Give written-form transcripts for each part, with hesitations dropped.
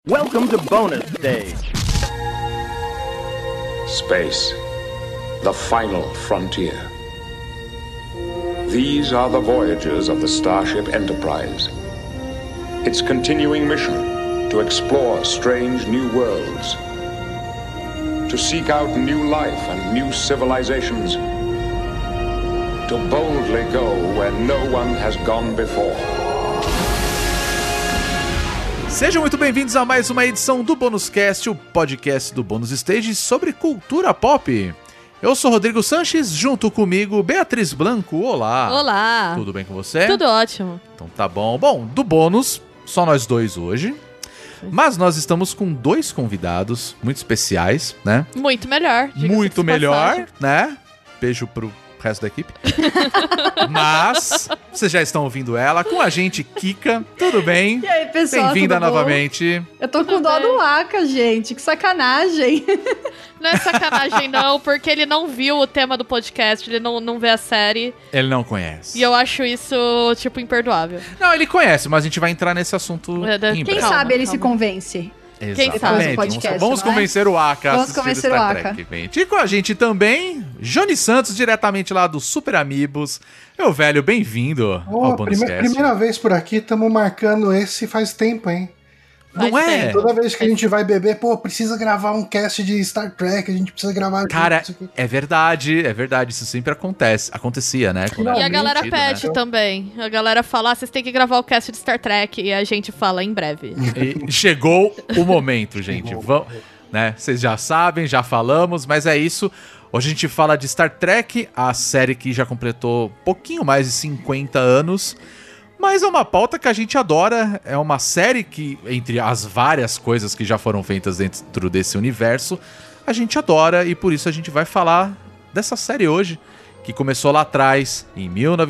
Welcome to Bonus Stage. Space, the final frontier. These are the voyages of the Starship Enterprise. Its continuing mission to explore strange new worlds, to seek out new life and new civilizations, to boldly go where no one has gone before. Sejam muito bem-vindos a mais uma edição do Bonus Cast, o podcast do Bonus Stage sobre cultura pop. Eu sou Rodrigo Sanches, junto comigo Beatriz Blanco. Olá! Olá! Tudo bem com você? Tudo ótimo. Então tá bom. Bom, do bônus, só nós dois hoje. Mas nós estamos com dois convidados muito especiais, né? Muito melhor. Muito melhor, né? Beijo pro resto da equipe. Mas vocês já estão ouvindo ela com a gente, Kika. Tudo bem? E aí, pessoal? Bem-vinda tudo bom? Novamente. Eu tô com dó do Aka, gente. Que sacanagem. Não é sacanagem, não, porque ele não viu o tema do podcast, ele não vê a série. Ele não conhece. E eu acho isso, tipo, imperdoável. Não, ele conhece, mas a gente vai entrar nesse assunto em Quem breve. sabe ele se convence. Quem Exatamente. sabe? Podcast, Vamos não é? convencer o Aka a Vamos assistir convencer Star o Aka. Trek, gente. E com a gente também, Johnny Santos, diretamente lá do Super Amigos. Meu velho, bem-vindo ao Bonus Cast. Primeira vez por aqui, estamos marcando esse faz tempo, hein? Não Faz é? tempo. Toda vez que a gente vai beber, precisa gravar um cast de Star Trek, a gente precisa gravar... Cara, isso aqui. é verdade, isso sempre acontecia, né? Quando E era a galera permitido, pede né? também. A galera fala, vocês têm que gravar o cast de Star Trek. E a gente fala, em breve. E chegou o momento, gente. Vamos, né? Vocês já sabem, já falamos, mas é isso. Hoje a gente fala de Star Trek, a série que já completou um pouquinho mais de 50 anos. Mas é uma pauta que a gente adora, é uma série que, entre as várias coisas que já foram feitas dentro desse universo, a gente adora e por isso a gente vai falar dessa série hoje, que começou lá atrás, em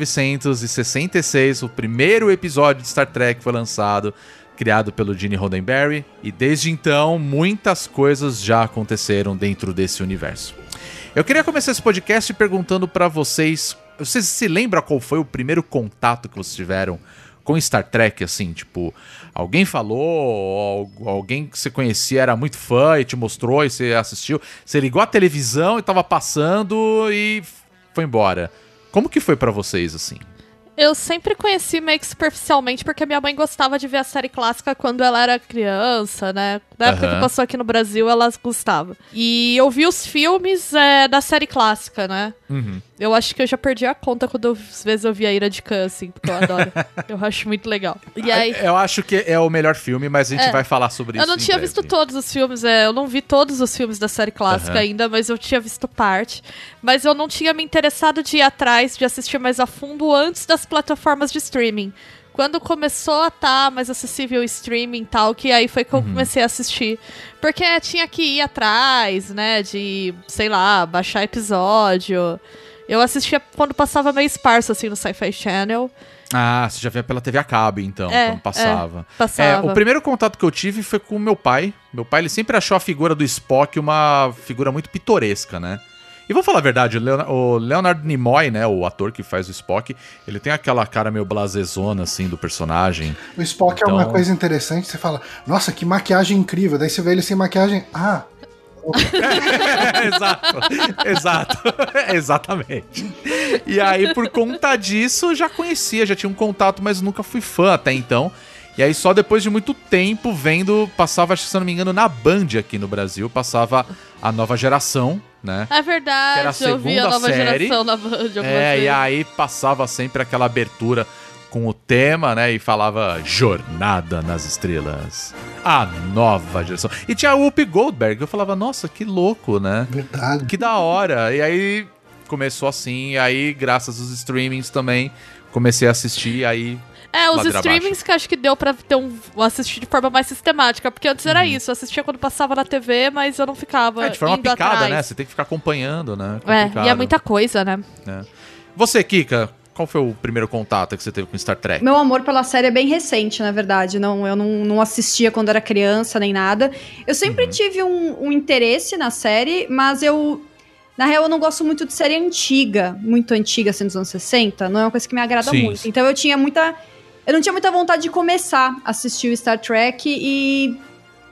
1966, o primeiro episódio de Star Trek foi lançado, criado pelo Gene Roddenberry, e desde então muitas coisas já aconteceram dentro desse universo. Eu queria começar esse podcast perguntando pra vocês se lembram qual foi o primeiro contato que vocês tiveram com Star Trek, assim, tipo, alguém falou, alguém que você conhecia era muito fã e te mostrou e você assistiu, você ligou a televisão e tava passando e foi embora. Como que foi pra vocês, assim? Eu sempre conheci meio que superficialmente, porque minha mãe gostava de ver a série clássica quando ela era criança, né? Na época que passou aqui no Brasil, ela gostava. E eu vi os filmes da série clássica, né? Uhum. Eu acho que eu já perdi a conta quando às vezes eu vi a Ira de Khan, assim, porque eu adoro. Eu acho muito legal. E aí... Eu acho que é o melhor filme, mas a gente vai falar sobre isso Eu não tinha breve. visto todos os filmes, eu não vi todos os filmes da série clássica ainda, mas eu tinha visto parte. Mas eu não tinha me interessado de ir atrás, de assistir mais a fundo antes das plataformas de streaming. Quando começou a estar mais acessível o streaming e tal, que aí foi que eu comecei a assistir. Porque tinha que ir atrás, né, de, sei lá, baixar episódio. Eu assistia quando passava meio esparso, assim, no Sci-Fi Channel. Ah, você já via pela TV a cabo, então, quando passava. Passava. O primeiro contato que eu tive foi com o meu pai. Meu pai, ele sempre achou a figura do Spock uma figura muito pitoresca, né? E vou falar a verdade, o Leonard Nimoy, né, o ator que faz o Spock, ele tem aquela cara meio blasezona, assim, do personagem. O Spock Então- é uma coisa interessante, você fala, nossa, que maquiagem incrível. Daí você vê ele sem maquiagem, Exato, exatamente. E aí, por conta disso, já conhecia, já tinha um contato, mas nunca fui fã até então. E aí, só depois de muito tempo, vendo, passava, acho que se eu não me engano, na Band aqui no Brasil, passava a Nova Geração, né? É verdade, Que era a eu vi a segunda nova série. geração na Band. E aí passava sempre aquela abertura com o tema, né? E falava Jornada nas Estrelas. A nova geração. E tinha o Whoopi Goldberg. Eu falava, nossa, que louco, né? verdade. Que da hora. E aí começou assim. E aí, graças aos streamings também, comecei a assistir. E aí... Os ladeira streamings abaixo. que acho que deu pra ter assistir de forma mais sistemática. Porque antes era isso, eu assistia quando passava na TV, mas eu não ficava de forma indo picada, atrás. né? Você tem que ficar acompanhando, né? E é Complicado. muita coisa, né? Você, Kika, qual foi o primeiro contato que você teve com Star Trek? Meu amor pela série é bem recente, na verdade. Eu não assistia quando era criança, nem nada. Eu sempre tive um interesse na série, mas eu... Na real, eu não gosto muito de série antiga. Muito antiga, assim, dos anos 60. Não é uma coisa que me agrada Sim. muito. Então eu não tinha muita vontade de começar a assistir o Star Trek e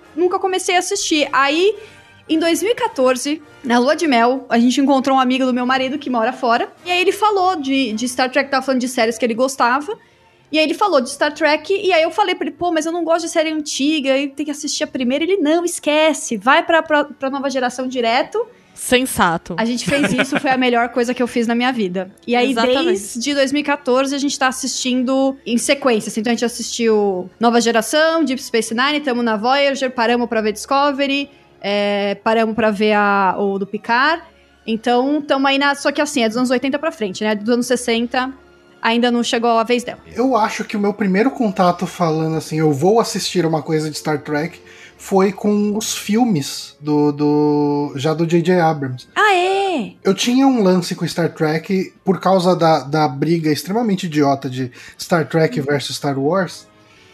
nunca comecei a assistir. Aí, em 2014, na lua de mel, a gente encontrou um amigo do meu marido que mora fora. E aí ele falou de Star Trek, tava falando de séries que ele gostava. E aí ele falou de Star Trek, e aí eu falei pra ele, pô, mas eu não gosto de série antiga, eu tenho que assistir a primeira. Ele, não, esquece, vai pra nova geração direto. Sensato. A gente fez isso, foi a melhor coisa que eu fiz na minha vida. E aí, Exatamente. desde 2014, a gente tá assistindo em sequência. Então, a gente assistiu Nova Geração, Deep Space Nine, tamo na Voyager, paramos pra ver Discovery, paramos pra ver o do Picard. Então, tamo aí só que assim, é dos anos 80 pra frente, né? Dos anos 60, ainda não chegou a vez dela. Eu acho que o meu primeiro contato falando assim, eu vou assistir uma coisa de Star Trek, foi com os filmes já do J.J. Abrams. Ah, é? Eu tinha um lance com Star Trek por causa da briga extremamente idiota de Star Trek versus Star Wars.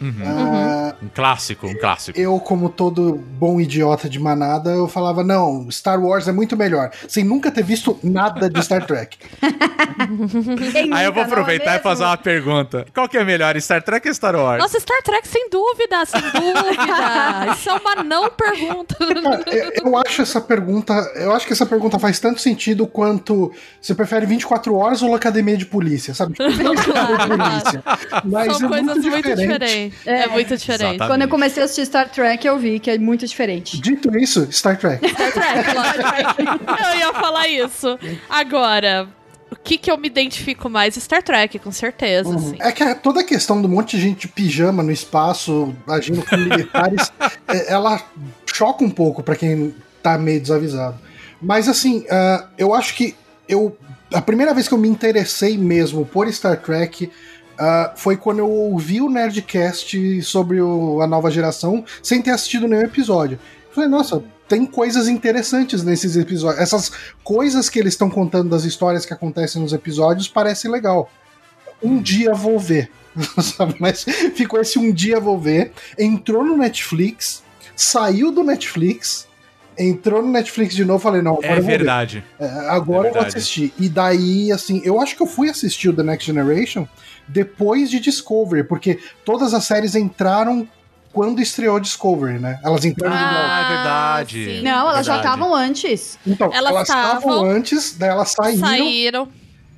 Um clássico. Eu, como todo bom idiota de manada, eu falava, não, Star Wars é muito melhor, sem nunca ter visto nada de Star Trek. Aí eu vou aproveitar e fazer uma pergunta. Qual que é melhor, Star Trek ou Star Wars? Nossa, Star Trek, sem dúvida, sem dúvida. Isso é uma não pergunta. Eu acho que essa pergunta faz tanto sentido quanto você prefere 24 horas ou Academia de Polícia, sabe? Claro. Mas São é coisas muito diferentes. É muito diferente. Exatamente. Quando eu comecei a assistir Star Trek, eu vi que é muito diferente. Dito isso, Star Trek. Star Trek, lógico. Eu ia falar isso. Agora, o que eu me identifico mais? Star Trek, com certeza. Assim. É que toda a questão do monte de gente de pijama no espaço, agindo com militares, ela choca um pouco pra quem tá meio desavisado. Mas assim, eu acho que a primeira vez que eu me interessei mesmo por Star Trek foi quando eu ouvi o Nerdcast sobre a nova geração sem ter assistido nenhum episódio. Falei, nossa, tem coisas interessantes nesses episódios. Essas coisas que eles estão contando das histórias que acontecem nos episódios parece legal. Um dia vou ver. Sabe? Mas ficou esse um dia vou ver. Entrou no Netflix, saiu do Netflix, entrou no Netflix de novo, falei, não, agora eu vou verdade. ver. Agora eu vou assistir. E daí, assim, eu acho que eu fui assistir o The Next Generation depois de Discovery, porque todas as séries entraram quando estreou Discovery, né? Elas entraram de novo. É verdade. Sim. Não, elas já Verdade. estavam antes. Então, Elas elas estavam antes, daí elas saíram.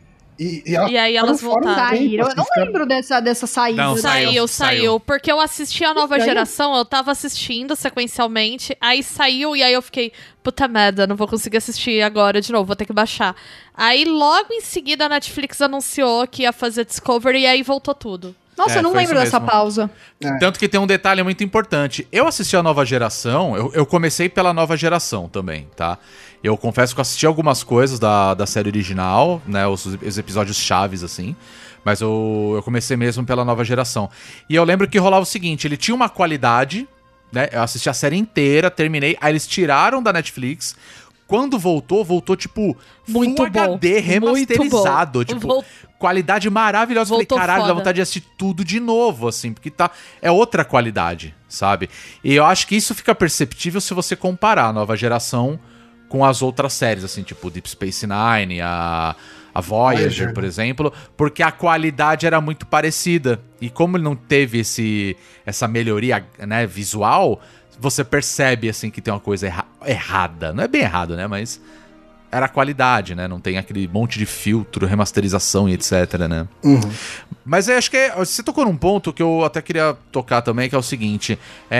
E aí elas foram voltaram. Saíram. Eu não assim, lembro dessa saída. Não, Saiu. Porque eu assisti a nova Saiu? geração, eu tava assistindo sequencialmente, aí saiu e aí eu fiquei, puta merda, não vou conseguir assistir agora de novo, vou ter que baixar. Aí logo em seguida a Netflix anunciou que ia fazer Discovery e aí voltou tudo. Nossa, eu não foi lembro isso dessa mesmo. pausa. Tanto que tem um detalhe muito importante. Eu assisti a nova geração, eu comecei pela nova geração também, tá? Eu confesso que eu assisti algumas coisas da série original, né? Os episódios chaves, assim. Mas eu comecei mesmo pela nova geração. E eu lembro que rolava o seguinte, ele tinha uma qualidade, né? Eu assisti a série inteira, terminei, aí eles tiraram da Netflix. Quando voltou tipo Muito Full bom. HD remasterizado, Muito bom. tipo, qualidade maravilhosa. Voltou Falei, caralho, dá foda. vontade de assistir tudo de novo, assim, porque é outra qualidade, sabe? E eu acho que isso fica perceptível se você comparar a nova geração com as outras séries, assim, tipo Deep Space Nine, a Voyager, por exemplo, porque a qualidade era muito parecida. E como ele não teve essa melhoria, né, visual, você percebe, assim, que tem uma coisa errada. Não é bem errado, né, mas era a qualidade, né? Não tem aquele monte de filtro, remasterização e etc, né? Uhum. Mas eu acho que você tocou num ponto que eu até queria tocar também, que é o seguinte.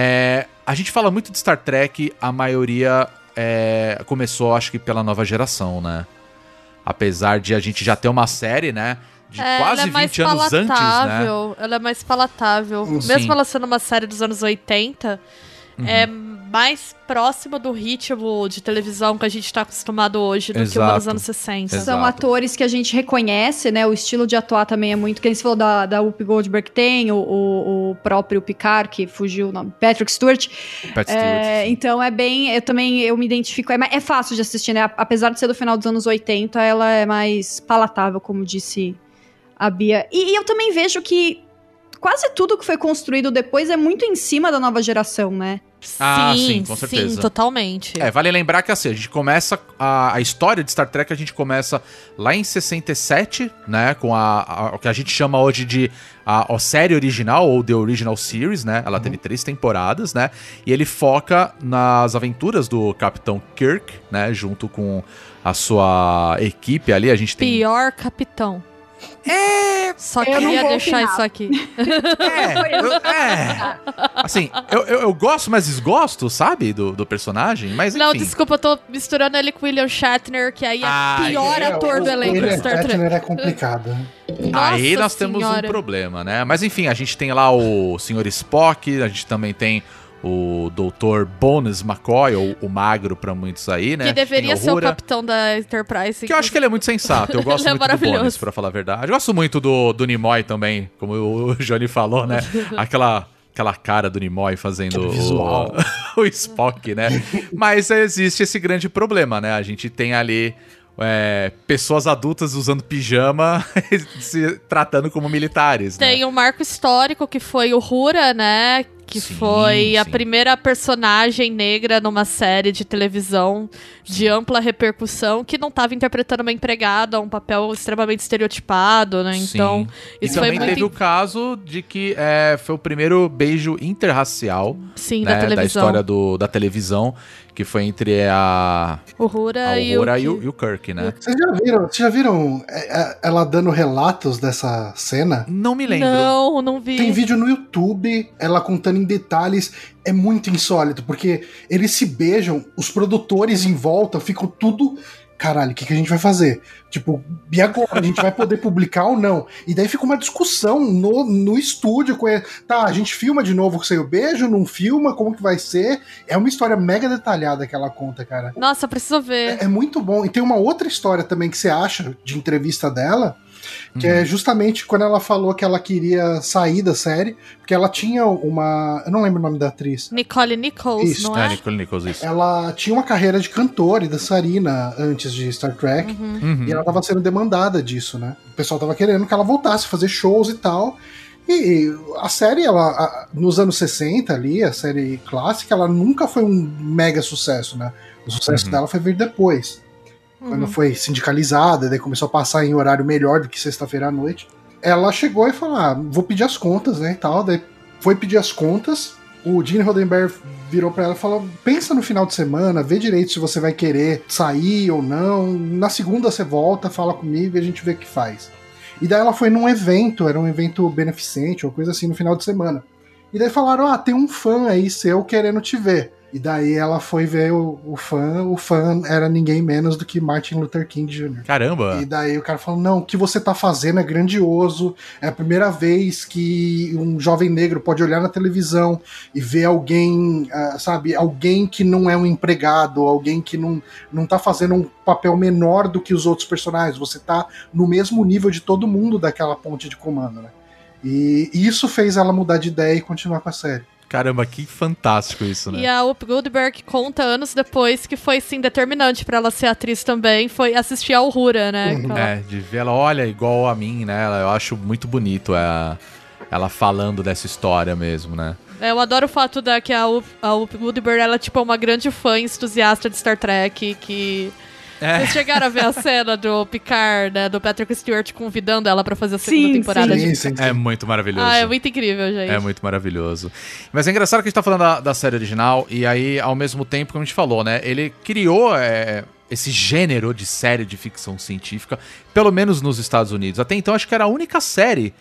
A gente fala muito de Star Trek, a maioria começou, acho que, pela nova geração, né? Apesar de a gente já ter uma série, né? De quase 20 anos antes, né? Ela é mais palatável. Sim. Mesmo ela sendo uma série dos anos 80, é mais próxima do ritmo de televisão que a gente tá acostumado hoje do que uma dos anos 60. Exato. São atores que a gente reconhece, né? O estilo de atuar também é muito... Quem se falou da Whoopi Goldberg tem, o próprio Picard, que fugiu o nome, Patrick Stewart. Então é bem... Eu me identifico... É fácil de assistir, né? Apesar de ser do final dos anos 80, ela é mais palatável, como disse a Bia. E eu também vejo que quase tudo que foi construído depois é muito em cima da nova geração, né? Sim, com certeza. Sim, totalmente. Vale lembrar que assim, a gente começa a história de Star Trek, a gente começa lá em 67, né, com o que a gente chama hoje de a série original, ou The Original Series, né, ela teve 3 temporadas, né, e ele foca nas aventuras do Capitão Kirk, né, junto com a sua equipe ali, a gente tem... Pior capitão. Só queria deixar isso aqui. Assim, eu gosto, mas desgosto, sabe, do personagem, mas enfim. Não, desculpa, eu tô misturando ele com William Shatner, que aí é o pior ator do elenco de Star Trek. Shatner é complicado. Aí nós temos um problema, né? Mas enfim, a gente tem lá o Sr. Spock, a gente também tem o Dr. Bones McCoy, ou o Magro pra muitos aí, né? Que deveria ser o capitão da Enterprise. Que eu acho que ele é muito sensato, eu gosto muito do Bones, pra falar a verdade. Eu gosto muito do Nimoy também, como o Johnny falou, né? Aquela cara do Nimoy fazendo o Spock, né? Mas existe esse grande problema, né? A gente tem ali pessoas adultas usando pijama se tratando como militares, né? Tem um marco histórico que foi o Uhura, né? Que foi a primeira personagem negra numa série de televisão de ampla repercussão, que não estava interpretando uma empregada, um papel extremamente estereotipado, né? Então, isso foi muito... E também teve o caso de que foi o primeiro beijo interracial, sim, né, da televisão. da história da televisão, que foi entre a Uhura e o Kirk, né? Vocês já viram ela dando relatos dessa cena? Não me lembro. Não vi. Tem vídeo no YouTube, ela contando em detalhes. É muito insólito, porque eles se beijam, os produtores em volta ficam tudo... Caralho, o que a gente vai fazer? Tipo, e agora? A gente vai poder publicar ou não? E daí fica uma discussão no estúdio. Tá, a gente filma de novo sem o beijo? Não filma? Como que vai ser? É uma história mega detalhada que ela conta, cara. Nossa, preciso ver. É muito bom. E tem uma outra história também que você acha de entrevista dela, que é justamente quando ela falou que ela queria sair da série, porque ela tinha uma... Eu não lembro o nome da atriz. Nicole Nichols, isso. não é? Nicole Nichols, isso. Ela tinha uma carreira de cantora e dançarina antes de Star Trek, e ela tava sendo demandada disso, né? O pessoal tava querendo que ela voltasse a fazer shows e tal. E a série, nos anos 60 ali, a série clássica, ela nunca foi um mega sucesso, né? O sucesso dela foi vir depois. Quando foi sindicalizada, daí começou a passar em horário melhor do que sexta-feira à noite. Ela chegou e falou, vou pedir as contas, né, e tal. Daí foi pedir as contas, o Gene Roddenberry virou pra ela e falou, pensa no final de semana, vê direito se você vai querer sair ou não. Na segunda você volta, fala comigo e a gente vê o que faz. E daí ela foi num evento, era um evento beneficente ou coisa assim, no final de semana. E daí falaram, tem um fã aí seu querendo te ver. E daí ela foi ver o fã era ninguém menos do que Martin Luther King Jr. Caramba! E daí o cara falou, não, o que você tá fazendo é grandioso, é a primeira vez que um jovem negro pode olhar na televisão e ver alguém, sabe, alguém que não é um empregado, alguém que não tá fazendo um papel menor do que os outros personagens, você tá no mesmo nível de todo mundo daquela ponte de comando, né? E isso fez ela mudar de ideia e continuar com a série. Caramba, que fantástico isso, né? E a Whoopi Goldberg conta anos depois que foi, sim, determinante pra ela ser atriz também, foi assistir a Uhura, né? De ver ela, olha, igual a mim, né? Eu acho muito bonito ela falando dessa história mesmo, né? Eu adoro o fato que a Whoopi Goldberg, ela é tipo uma grande fã entusiasta de Star Trek, que... Vocês chegaram a ver a cena do Picard, né, do Patrick Stewart convidando ela pra fazer a segunda temporada? Sim. É muito maravilhoso. É muito incrível, gente. É muito maravilhoso. Mas é engraçado que a gente tá falando da série original, e aí, ao mesmo tempo, como a gente falou, né, ele criou esse gênero de série de ficção científica, pelo menos nos Estados Unidos. Até então, acho que era a única série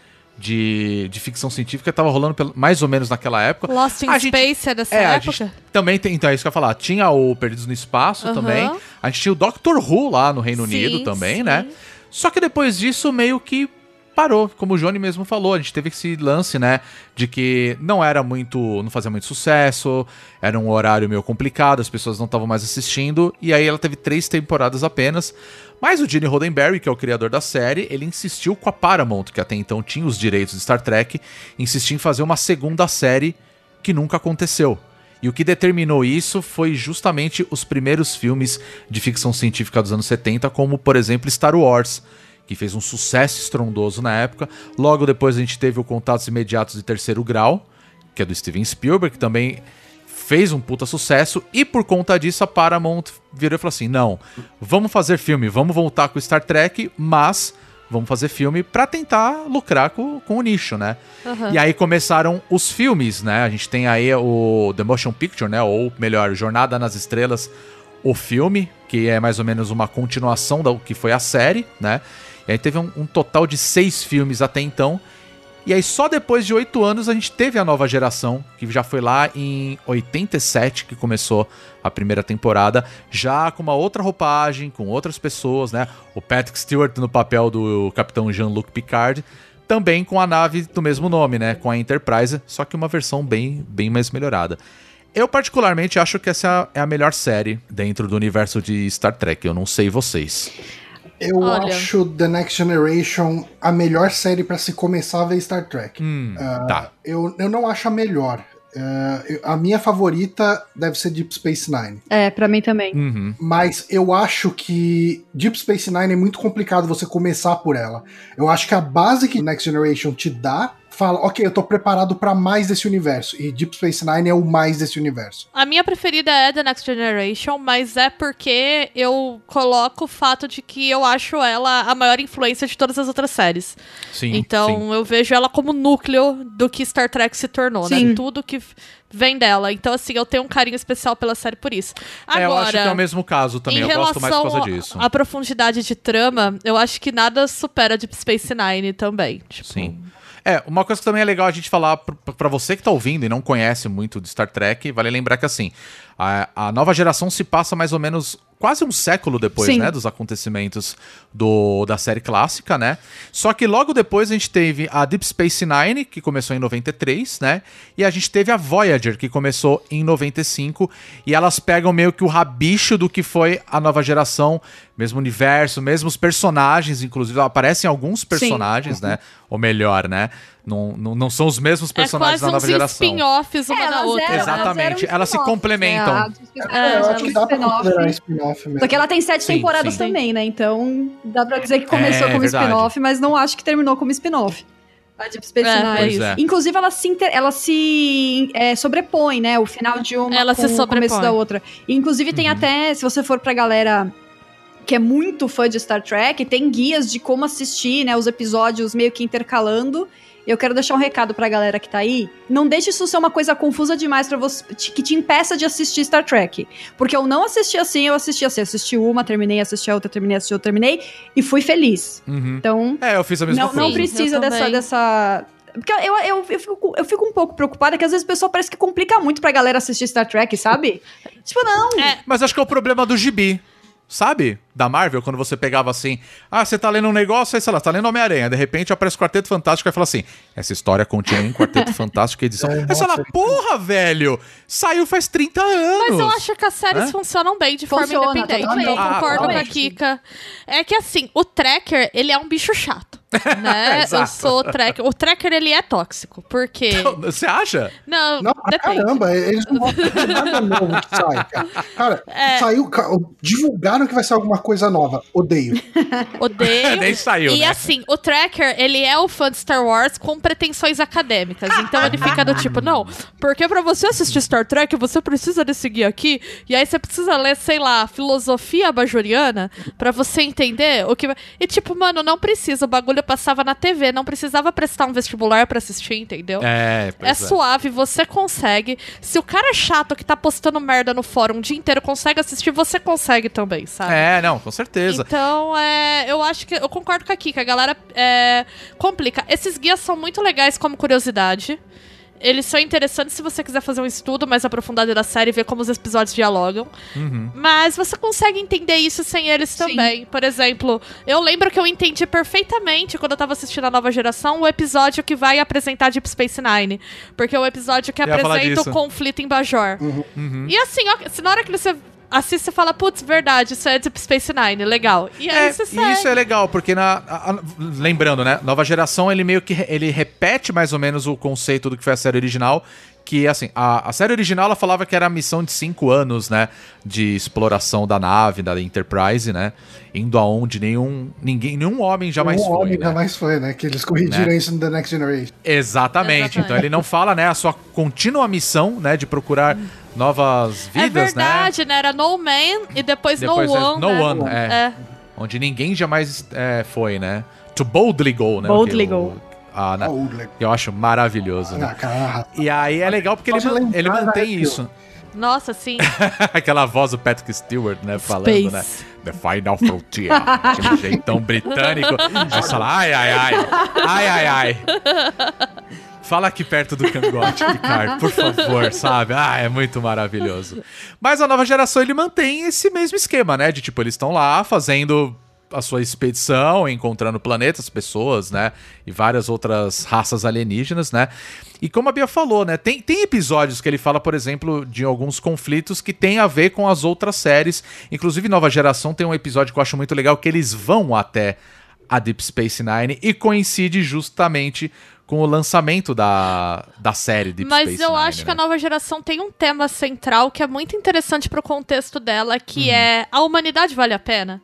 de ficção científica que tava rolando mais ou menos naquela época. Lost in Space é dessa época? Também tem, então é isso que eu ia falar. Tinha o Perdidos no Espaço também. A gente tinha o Doctor Who lá no Reino Unido também, né? Só que depois disso meio que parou, como o Johnny mesmo falou, a gente teve esse lance, né, de que não fazia muito sucesso, era um horário meio complicado, as pessoas não estavam mais assistindo, e aí ela teve 3 temporadas apenas, mas o Gene Roddenberry, que é o criador da série, ele insistiu com a Paramount, que até então tinha os direitos de Star Trek, insistiu em fazer uma segunda série que nunca aconteceu. E o que determinou isso foi justamente os primeiros filmes de ficção científica dos anos 70, como, por exemplo, Star Wars, que fez um sucesso estrondoso na época. Logo depois a gente teve o Contatos Imediatos de Terceiro Grau, que é do Steven Spielberg, que também fez um puta sucesso, e por conta disso a Paramount virou e falou assim, não, vamos fazer filme, vamos voltar com Star Trek, mas vamos fazer filme pra tentar lucrar com o nicho, né? Uhum. E aí começaram os filmes, né? A gente tem aí o The Motion Picture, né? Ou melhor, Jornada nas Estrelas, o filme, que é mais ou menos uma continuação do que foi a série, né? E aí teve um total de 6 filmes até então. E aí só depois de 8 anos a gente teve a nova geração, que já foi lá em 87 que começou a primeira temporada, já com uma outra roupagem, com outras pessoas, né? O Patrick Stewart no papel do Capitão Jean-Luc Picard, também com a nave do mesmo nome, né? Com a Enterprise, só que uma versão bem mais melhorada. Eu particularmente acho que essa é a melhor série dentro do universo de Star Trek, eu não sei vocês. Eu acho The Next Generation a melhor série pra se começar a ver Star Trek. Tá. Eu não acho a melhor. A minha favorita deve ser Deep Space Nine. Pra mim também. Uhum. Mas eu acho que Deep Space Nine é muito complicado você começar por ela. Eu acho que a base que Next Generation te dá fala, ok, eu tô preparado pra mais desse universo. E Deep Space Nine é o mais desse universo. A minha preferida é The Next Generation, mas é porque eu coloco o fato de que eu acho ela a maior influência de todas as outras séries. Sim, então eu vejo ela como núcleo do que Star Trek se tornou, né? Tudo que vem dela. Então, assim, eu tenho um carinho especial pela série por isso. Agora, eu acho que é o mesmo caso também. Eu gosto mais por causa disso. A profundidade de trama, eu acho que nada supera Deep Space Nine também. Tipo... Sim. Uma coisa que também é legal a gente falar pra você que tá ouvindo e não conhece muito de Star Trek, vale lembrar que, assim, a nova geração se passa mais ou menos quase um século depois, né, dos acontecimentos da série clássica, né? Só que logo depois a gente teve a Deep Space Nine, que começou em 93, né? E a gente teve a Voyager, que começou em 95, e elas pegam meio que o rabicho do que foi a nova geração, mesmo universo, mesmos personagens, inclusive aparecem alguns personagens, né? Ou melhor, né? Não são os mesmos personagens da nova geração. Spin-offs uma da outra. Exatamente, elas se complementam. Eu acho que dá pra considerar spin-off mesmo. Só que ela tem 7 temporadas também, né? Então dá pra dizer que começou como spin-off, mas não acho que terminou como spin-off. A Deep Space Nine. Inclusive, ela se sobrepõe, né? O final de uma com o começo da outra. Inclusive, tem até, se você for pra galera que é muito fã de Star Trek, tem guias de como assistir, né? Os episódios meio que intercalando. Eu quero deixar um recado pra galera que tá aí. Não deixe isso ser uma coisa confusa demais pra você, que te impeça de assistir Star Trek. Porque eu não assisti assim, eu assisti assim. Assisti uma, terminei, assisti a outra, terminei, assisti a outra, terminei. E fui feliz. Então... eu fiz a mesma coisa. Não precisa dessa... Porque eu fico um pouco preocupada que às vezes o pessoal parece que complica muito pra galera assistir Star Trek, sabe? Tipo, não. Mas acho que é o problema do gibi. Sabe? Da Marvel, quando você pegava assim, você tá lendo um negócio, aí sei lá, tá lendo Homem-Aranha, de repente aparece o Quarteto Fantástico e fala assim, essa história continha em Quarteto Fantástico edição. Aí você fala, porra, velho, saiu faz 30 anos. Mas eu acho que as séries funcionam bem de forma independente. Eu concordo com a Kika. É que assim, o Tracker, ele é um bicho chato. Né? Eu sou o Tracker. O Tracker, ele é tóxico, porque... Você acha? Não, depende. Caramba, eles não vão ter nada novo que sai, cara. Cara, saiu, divulgaram que vai ser alguma coisa nova. Odeio. Nem saiu, e assim, o Tracker, ele é o fã de Star Wars com pretensões acadêmicas. Então ele fica do tipo, não, porque pra você assistir Star Trek, você precisa de seguir aqui, e aí você precisa ler, sei lá, filosofia bajoriana pra você entender o que... E tipo, mano, não precisa, o bagulho passava na TV, não precisava prestar um vestibular pra assistir, entendeu? É suave, você consegue. Se o cara chato que tá postando merda no fórum o dia inteiro consegue assistir, você consegue também, sabe? Não, com certeza. Então, eu acho que... Eu concordo com a Kika, a galera complica. Esses guias são muito legais como curiosidade. Eles são interessantes se você quiser fazer um estudo mais aprofundado da série e ver como os episódios dialogam. Mas você consegue entender isso sem eles também. Por exemplo, eu lembro que eu entendi perfeitamente, quando eu tava assistindo a nova geração, o episódio que vai apresentar Deep Space Nine. Porque é o episódio que apresenta o conflito em Bajor. E assim, se na hora que você assiste, você fala, putz, verdade, isso é Deep Space Nine, legal. E aí você segue. Isso é legal, porque lembrando, né, nova geração, ele meio que ele repete mais ou menos o conceito do que foi a série original, que, assim, a série original ela falava que era a missão de 5 anos, né, de exploração da nave, da Enterprise, né, indo aonde nenhum homem jamais foi. Nenhum homem né? jamais foi, né, que eles corrigiram isso no The Next Generation. Exatamente. Então ele não fala, né, a sua contínua missão, né, de procurar novas vidas, né. É verdade, né, era No Man e depois No One, No né? One, onde ninguém jamais foi, né. To boldly go, né. Boldly go. Eu acho maravilhoso, né? E aí é legal porque ele mantém isso. Nossa, sim. Aquela voz do Patrick Stewart, né? Falando, né? The Final Frontier. Aquele jeitão britânico. Aí você fala, ai, ai, ai. Ai, ai, ai. Fala aqui perto do cangote, Picard, por favor, sabe? Ah, é muito maravilhoso. Mas a nova geração, ele mantém esse mesmo esquema, né? De tipo, eles estão lá fazendo a sua expedição, encontrando planetas, pessoas, né? E várias outras raças alienígenas, né? E como a Bia falou, né? Tem episódios que ele fala, por exemplo, de alguns conflitos que tem a ver com as outras séries. Inclusive, Nova Geração tem um episódio que eu acho muito legal, que eles vão até a Deep Space Nine e coincide justamente com o lançamento da série Deep Space Nine. Mas eu acho que a Nova Geração tem um tema central que é muito interessante pro contexto dela, que é a humanidade vale a pena?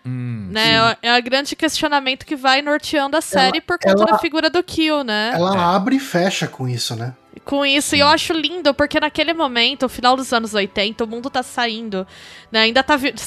Né? É o grande questionamento que vai norteando a série por conta da figura do Q, né? Ela abre e fecha com isso, né? Com isso, e eu acho lindo, porque naquele momento, o final dos anos 80, o mundo tá saindo, né? Ainda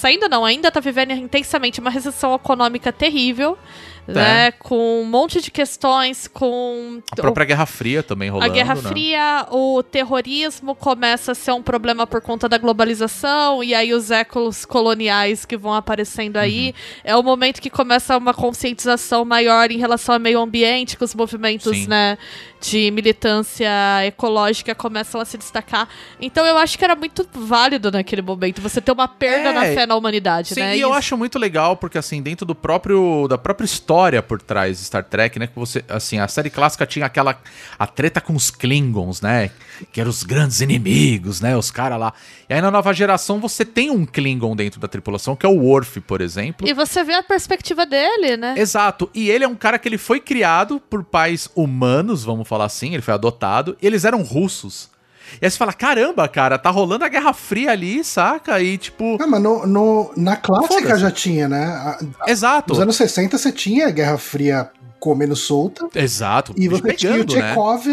tá vivendo intensamente uma recessão econômica terrível, né? Com um monte de questões, com a própria Guerra Fria também rolando. A Guerra Fria, o terrorismo começa a ser um problema por conta da globalização, e aí os ecos coloniais que vão aparecendo aí. É o momento que começa uma conscientização maior em relação ao meio ambiente, que os movimentos, né, de militância ecológica começam a se destacar. Então eu acho que era muito válido naquele momento você ter uma perda na fé na humanidade, né? E eu acho muito legal, porque assim, dentro da própria história por trás de Star Trek, né, que você, assim, a série clássica tinha a treta com os Klingons, né, que eram os grandes inimigos, né, os caras lá. E aí na Nova Geração você tem um Klingon dentro da tripulação, que é o Worf, por exemplo. E você vê a perspectiva dele, né? Exato. E ele é um cara que ele foi criado por pais humanos, vamos falar assim, ele foi adotado, e eles eram russos. E aí você fala, caramba, cara, tá rolando a Guerra Fria ali, saca? E tipo... Não, mas na clássica já tinha, né? Exato. Nos anos 60 você tinha a Guerra Fria comendo solta. Exato. E você tinha o Chekhov,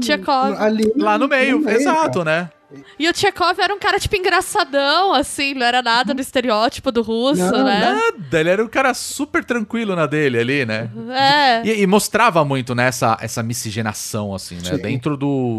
ali lá no meio. Exato, cara. Né? E o Chekhov era um cara, tipo, engraçadão, assim, não era nada do estereótipo do russo, né? Nada, ele era um cara super tranquilo na dele ali, né? E mostrava muito, né, essa miscigenação, assim, né? Sim. Dentro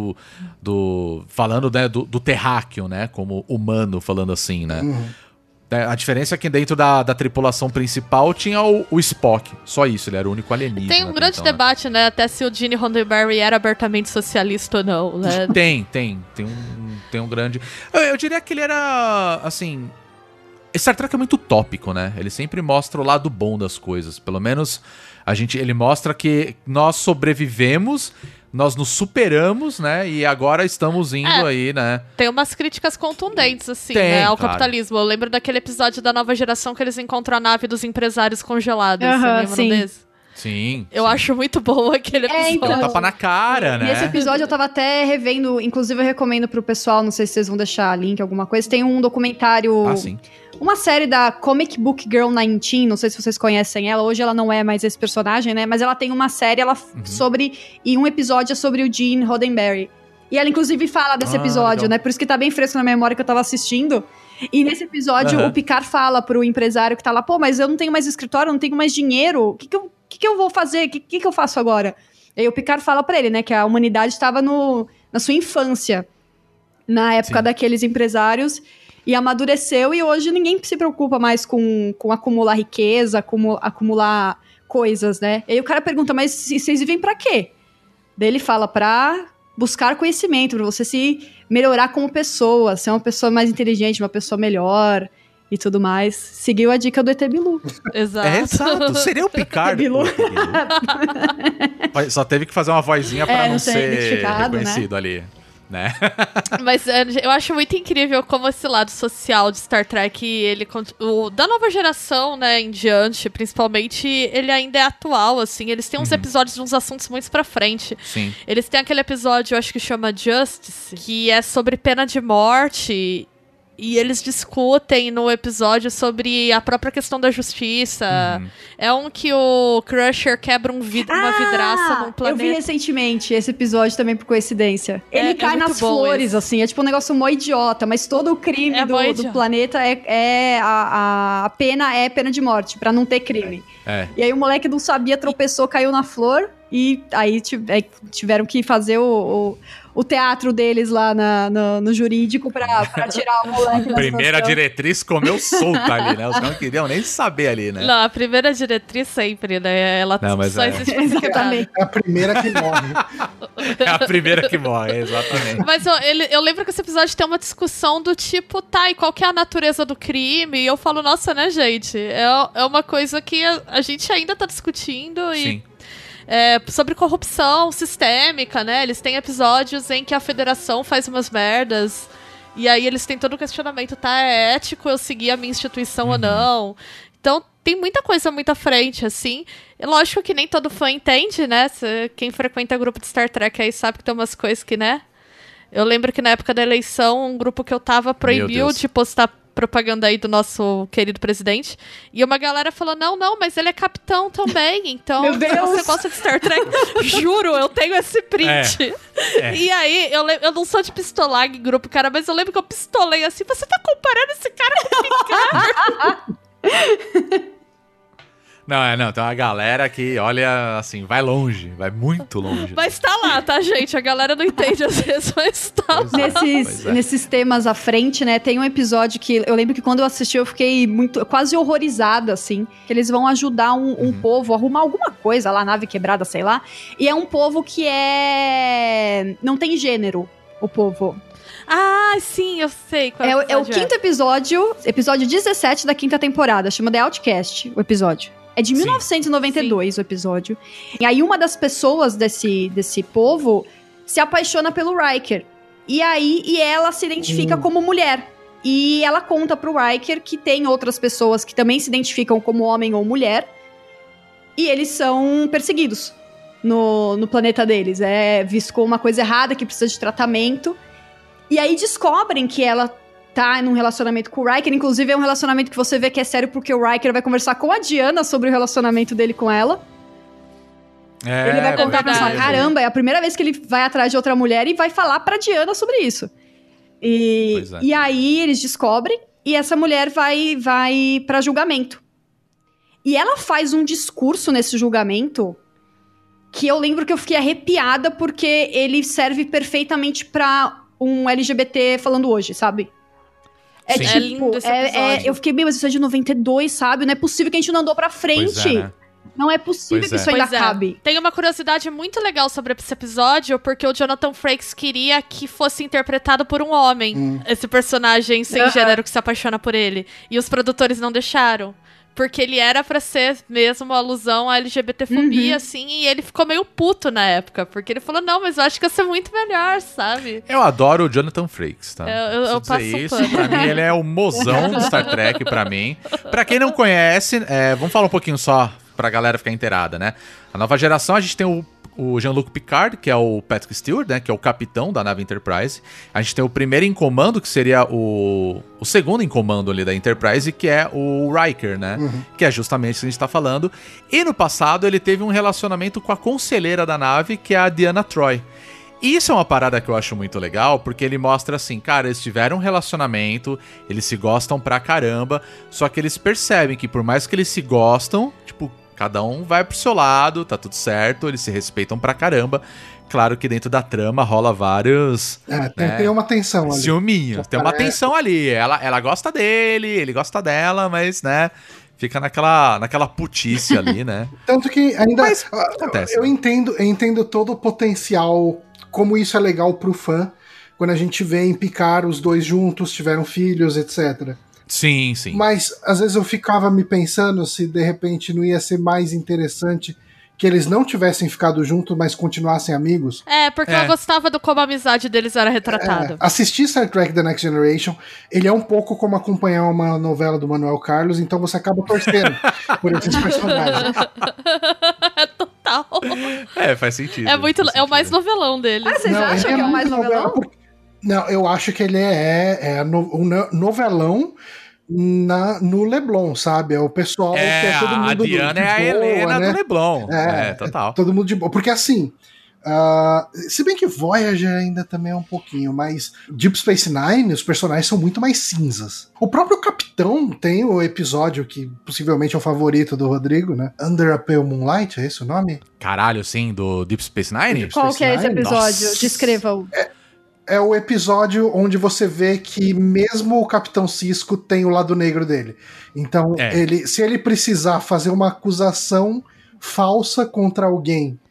falando, né, do terráqueo, né? Como humano, falando assim, né? A diferença é que dentro da tripulação principal tinha o Spock. Só isso, ele era o único alienígena. Tem um grande debate, né? Até se o Gene Roddenberry era abertamente socialista ou não, né? Tem um grande... Eu diria que ele era, assim... Star Trek é muito utópico, né? Ele sempre mostra o lado bom das coisas. Pelo menos ele mostra que nós sobrevivemos... Nós nos superamos, né? E agora estamos indo aí, né? Tem umas críticas contundentes, assim, né? Ao capitalismo. Eu lembro daquele episódio da Nova Geração que eles encontram a nave dos empresários congelados. Você lembra desse? Sim. Eu acho muito bom aquele episódio. Então, tapa na cara, né? Nesse episódio eu tava até revendo, inclusive eu recomendo pro pessoal, não sei se vocês vão deixar link, alguma coisa. Tem um documentário... Ah, sim. Uma série da Comic Book Girl 19, não sei se vocês conhecem ela, hoje ela não é mais esse personagem, né? Mas ela tem uma série e um episódio é sobre o Gene Roddenberry. E ela, inclusive, fala desse episódio, né? Por isso que tá bem fresco na memória que eu tava assistindo. E nesse episódio, o Picard fala pro empresário que tá lá, pô, mas eu não tenho mais escritório, eu não tenho mais dinheiro, o que eu vou fazer? O que eu faço agora? E aí o Picard fala pra ele, né, que a humanidade estava na sua infância, na época daqueles empresários, e amadureceu, e hoje ninguém se preocupa mais com acumular riqueza, acumular coisas, né? E aí o cara pergunta, mas vocês vivem pra quê? Daí ele fala, pra buscar conhecimento, pra você se melhorar como pessoa, ser uma pessoa mais inteligente, uma pessoa melhor e tudo mais. Seguiu a dica do ET Bilu. Exato. Seria o Picard. Bilu. Só teve que fazer uma vozinha pra não ser reconhecido, reconhecido, né? Ali. né? Mas eu acho muito incrível como esse lado social de Star Trek, ele da nova geração, né, em diante, principalmente, ele ainda é atual, assim. Eles têm uns episódios de uns assuntos muito pra frente. Sim. Eles têm aquele episódio, eu acho que chama Justice, que é sobre pena de morte. E eles discutem no episódio sobre a própria questão da justiça. É um que o Crusher quebra uma vidraça num planeta. Eu vi recentemente esse episódio também, por coincidência. Ele cai nas flores, assim. É tipo um negócio mó idiota, mas todo o crime do planeta a pena é pena de morte, pra não ter crime. E aí o moleque não sabia, tropeçou, caiu na flor. E aí tiveram que fazer o teatro deles lá no jurídico pra tirar o moleque da Primeira diretriz comeu solta ali, né? Os caras não queriam nem saber ali, né? Não, a primeira diretriz sempre, né? Ela só existe pra se quebrar. É a primeira que morre. É a primeira que morre, exatamente. Mas eu lembro que esse episódio tem uma discussão do tipo, tá, e qual que é a natureza do crime? E eu falo, nossa, né, gente? É uma coisa que a gente ainda tá discutindo e... Sim. Sobre corrupção sistêmica, né? Eles têm episódios em que a federação faz umas merdas e aí eles têm todo o questionamento, tá? É ético eu seguir a minha instituição ou não? Então tem muita coisa muito à frente, assim. E lógico que nem todo fã entende, né? Quem frequenta grupo de Star Trek aí sabe que tem umas coisas que, né? Eu lembro que na época da eleição, um grupo que eu tava proibiu de postar propaganda aí do nosso querido presidente. E uma galera falou, não, mas ele é capitão também, então Meu Deus. se você gosta de Star Trek, juro, eu tenho esse print. E aí, eu não sou de pistolar em grupo, cara, mas eu lembro que eu pistolei assim, você tá comparando esse cara com o Picard? Não, então a galera que, olha, assim, vai longe, vai muito longe. Mas tá lá, tá, gente? A galera não entende às vezes, mas tá lá. Nesses temas à frente, né, tem um episódio que eu lembro que quando eu assisti eu fiquei quase horrorizada, assim, que eles vão ajudar um povo a arrumar alguma coisa lá, nave quebrada, sei lá, e é um povo que não tem gênero, o povo. Ah, sim, eu sei qual é o quinto episódio 17 da quinta temporada, chama The Outcast, o episódio. É de 1992 o episódio. E aí uma das pessoas desse povo se apaixona pelo Riker. E ela se identifica como mulher. E ela conta pro Riker que tem outras pessoas que também se identificam como homem ou mulher. E eles são perseguidos no planeta deles. É visto como uma coisa errada, que precisa de tratamento. E aí descobrem que ela tá num relacionamento com o Riker, inclusive é um relacionamento que você vê que é sério porque o Riker vai conversar com a Diana sobre o relacionamento dele com ela. Ele vai contar pra ela, caramba, é a primeira vez que ele vai atrás de outra mulher e vai falar pra Diana sobre isso. E aí eles descobrem e essa mulher vai pra julgamento. E ela faz um discurso nesse julgamento que eu lembro que eu fiquei arrepiada porque ele serve perfeitamente pra um LGBT falando hoje, sabe? É lindo esse episódio. Eu fiquei bem, mas isso é de 92, sabe? Não é possível que a gente não andou pra frente. Né? Não é possível que isso ainda acabe. Tem uma curiosidade muito legal sobre esse episódio, porque o Jonathan Frakes queria que fosse interpretado por um homem, esse personagem sem gênero que se apaixona por ele. E os produtores não deixaram. Porque ele era pra ser mesmo uma alusão à LGBTfobia, assim, e ele ficou meio puto na época, porque ele falou, não, mas eu acho que ia ser muito melhor, sabe? Eu adoro o Jonathan Frakes, tá? Eu passo isso, pra mim ele é o mozão do Star Trek, pra mim. Pra quem não conhece, vamos falar um pouquinho só pra galera ficar inteirada, né? A nova geração, a gente tem o Jean-Luc Picard, que é o Patrick Stewart, né, que é o capitão da nave Enterprise. A gente tem o primeiro em comando, que seria o segundo em comando ali da Enterprise, que é o Riker, né? Que é justamente o que a gente tá falando. E no passado ele teve um relacionamento com a conselheira da nave, que é a Deanna Troi. E isso é uma parada que eu acho muito legal, porque ele mostra assim, cara, eles tiveram um relacionamento, eles se gostam pra caramba, só que eles percebem que por mais que eles se gostam, tipo, cada um vai pro seu lado, tá tudo certo, eles se respeitam pra caramba. Claro que dentro da trama rola vários... tem uma tensão ali. Ciúminhos, tem uma tensão ali. Ela gosta dele, ele gosta dela, mas, né, fica naquela putice ali, né? Tanto que ainda... Mas acontece. Eu entendo todo o potencial, como isso é legal pro fã, quando a gente vê em Picard os dois juntos, tiveram filhos, etc. Sim, sim. Mas, às vezes eu ficava me pensando se, de repente, não ia ser mais interessante que eles não tivessem ficado juntos, mas continuassem amigos. Porque eu gostava do como a amizade deles era retratada. Assistir Star Trek The Next Generation, ele é um pouco como acompanhar uma novela do Manuel Carlos, então você acaba torcendo por esses personagens. Total. Faz sentido. É o mais novelão deles. Vocês acham que é o mais novelão? Não, eu acho que ele é um novelão no Leblon, sabe? É o pessoal que é todo mundo a Diana de é a boa, Helena né? do Leblon. Total. Todo mundo de boa. Porque assim, se bem que Voyager ainda também é um pouquinho, mas Deep Space Nine, os personagens são muito mais cinzas. O próprio Capitão tem o episódio que possivelmente é o favorito do Rodrigo, né? Under a Pale Moonlight, é esse o nome? Caralho, sim, do Deep Space Nine? Qual que é esse episódio? Nossa. Descreva-o. É o episódio onde você vê que mesmo o Capitão Sisko tem o lado negro dele. Então, se ele precisar fazer uma acusação falsa contra alguém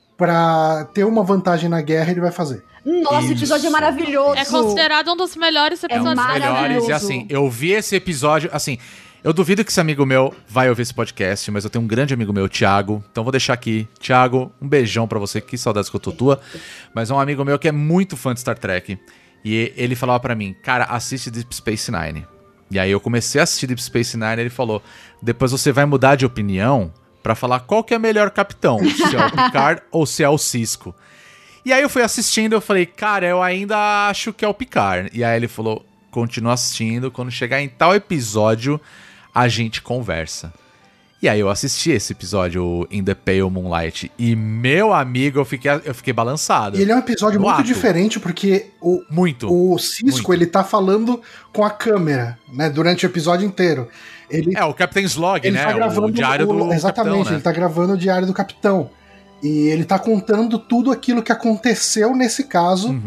pra ter uma vantagem na guerra, ele vai fazer. Nossa, esse episódio é maravilhoso. É considerado um dos melhores episódios. Melhores. E assim, eu vi esse episódio, assim... Eu duvido que esse amigo meu vai ouvir esse podcast, mas eu tenho um grande amigo meu, o Thiago. Então vou deixar aqui. Thiago, um beijão pra você. Que saudades que eu tô tua. Mas é um amigo meu que é muito fã de Star Trek. E ele falava pra mim, cara, assiste Deep Space Nine. E aí eu comecei a assistir Deep Space Nine e ele falou, depois você vai mudar de opinião pra falar qual que é melhor capitão. Se é o Picard ou se é o Sisko. E aí eu fui assistindo e eu falei, cara, eu ainda acho que é o Picard. E aí ele falou, continua assistindo. Quando chegar em tal episódio... a gente conversa. E aí eu assisti esse episódio In the Pale Moonlight e, meu amigo, eu fiquei balançado. E ele é um episódio muito diferente porque o Sisko, ele tá falando com a câmera, né, durante o episódio inteiro. O Captain's Log, né? Tá gravando o diário do exatamente, capitão, né? Ele tá gravando o diário do capitão. E ele tá contando tudo aquilo que aconteceu nesse caso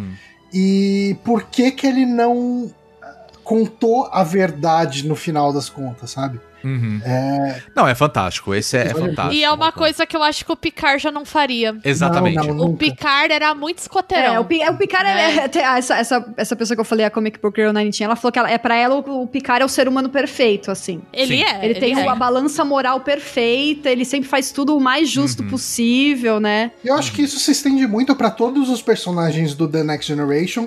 e por que ele não contou a verdade no final das contas, sabe? Não, é fantástico. Esse é fantástico. E é uma coisa que eu acho que o Picard já não faria. Exatamente. O Picard era muito escoteirão. O Picard essa pessoa que eu falei, a Comic Book Girl 19, ela falou que pra ela o Picard é o ser humano perfeito, assim. Ele tem a balança moral perfeita, ele sempre faz tudo o mais justo possível, né? Eu acho que isso se estende muito pra todos os personagens do The Next Generation,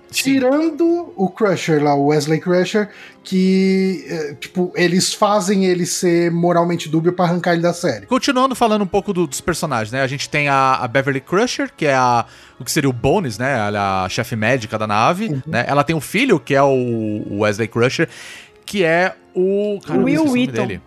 tirando o Crusher lá, o Wesley Crusher, que, eles fazem ele ser moralmente dúbio pra arrancar ele da série. Continuando falando um pouco dos personagens, né? A gente tem a Beverly Crusher, que é o que seria o Bones, né? Ela é a chefe médica da nave, né? Ela tem um filho, que é o Wesley Crusher, que é o... Will Wheaton.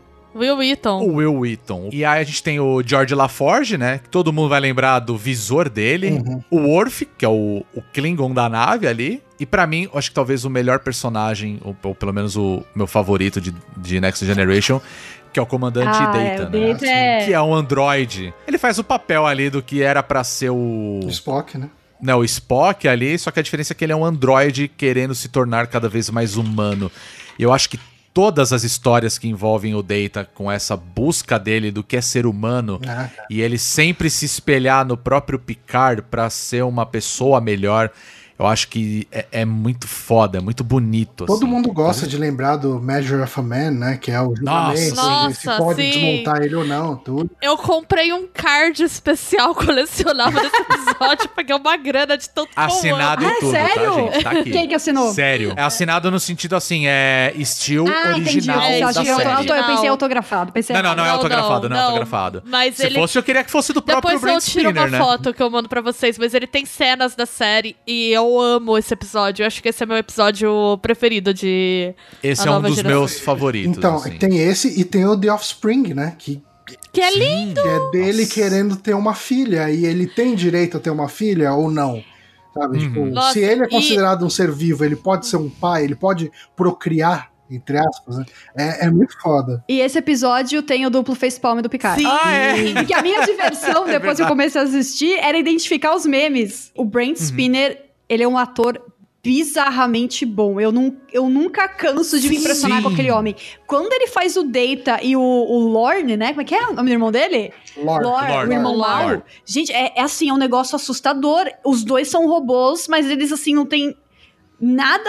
O Will Wheaton. E aí a gente tem o George LaForge, né? Que todo mundo vai lembrar do visor dele. O Worf, que é o Klingon da nave ali. E pra mim, eu acho que talvez o melhor personagem, ou pelo menos o meu favorito de Next Generation, que é o comandante Data, né? Que é um androide. Ele faz o papel ali do que era pra ser o Spock, né? Não, o Spock ali, só que a diferença é que ele é um androide querendo se tornar cada vez mais humano. E eu acho que todas as histórias que envolvem o Data com essa busca dele do que é ser humano e ele sempre se espelhar no próprio Picard pra ser uma pessoa melhor, eu acho que é muito foda, é muito bonito. Todo mundo gosta de lembrar do Measure of a Man, né? Que é o julgamento, se pode desmontar ele ou não, tudo. Eu comprei um card especial colecionável desse episódio, paguei uma grana de tanto assinado e tudo, sério? Tá, gente? Tá aqui. Quem que assinou? Sério. É assinado no sentido assim, é estilo original da série. Eu pensei autografado. Não é autografado, não é autografado. Mas se fosse, eu queria que fosse do próprio Brent Spinner, né? Depois eu tiro uma foto que eu mando pra vocês, mas ele tem cenas da série e eu amo esse episódio. Eu acho que esse é meu episódio preferido de Esse é um dos meus favoritos. Então, assim. tem esse e tem o The Offspring, né? Que é lindo! Que é dele querendo ter uma filha. E ele tem direito a ter uma filha ou não? Sabe? Se ele é considerado um ser vivo, ele pode ser um pai, ele pode procriar, entre aspas, né? É muito foda. E esse episódio tem o duplo facepalm do Picard. Sim! Porque a minha diversão, depois que eu comecei a assistir, era identificar os memes. O Brent Spinner, ele é um ator bizarramente bom. Eu nunca canso de me impressionar com aquele homem. Quando ele faz o Data e o Lorne, né? Como é que é o nome do irmão dele? Lord. O irmão mau. Gente, é assim, é um negócio assustador. Os dois são robôs, mas eles, assim, não tem nada...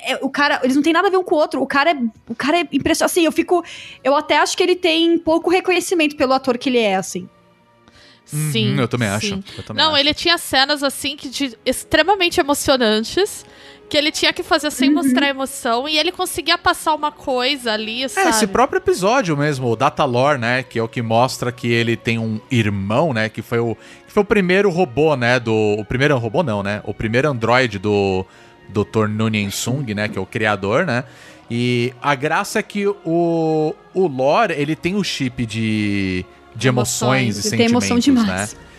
eles não tem nada a ver um com o outro. O cara é impressionante. Assim, eu até acho que ele tem pouco reconhecimento pelo ator que ele é, assim. Sim. Eu também sim. acho. Não, ele tinha cenas assim extremamente emocionantes, que ele tinha que fazer sem mostrar emoção, e ele conseguia passar uma coisa ali, sabe? Esse próprio episódio mesmo, o Datalore, né, que é o que mostra que ele tem um irmão, né, que foi o primeiro robô, né, o primeiro robô não, né, o primeiro androide do Dr. Noonien Sung, né, que é o criador, né, e a graça é que o Lore, ele tem o chip de emoções e ele tem sentimentos, emoção demais. né.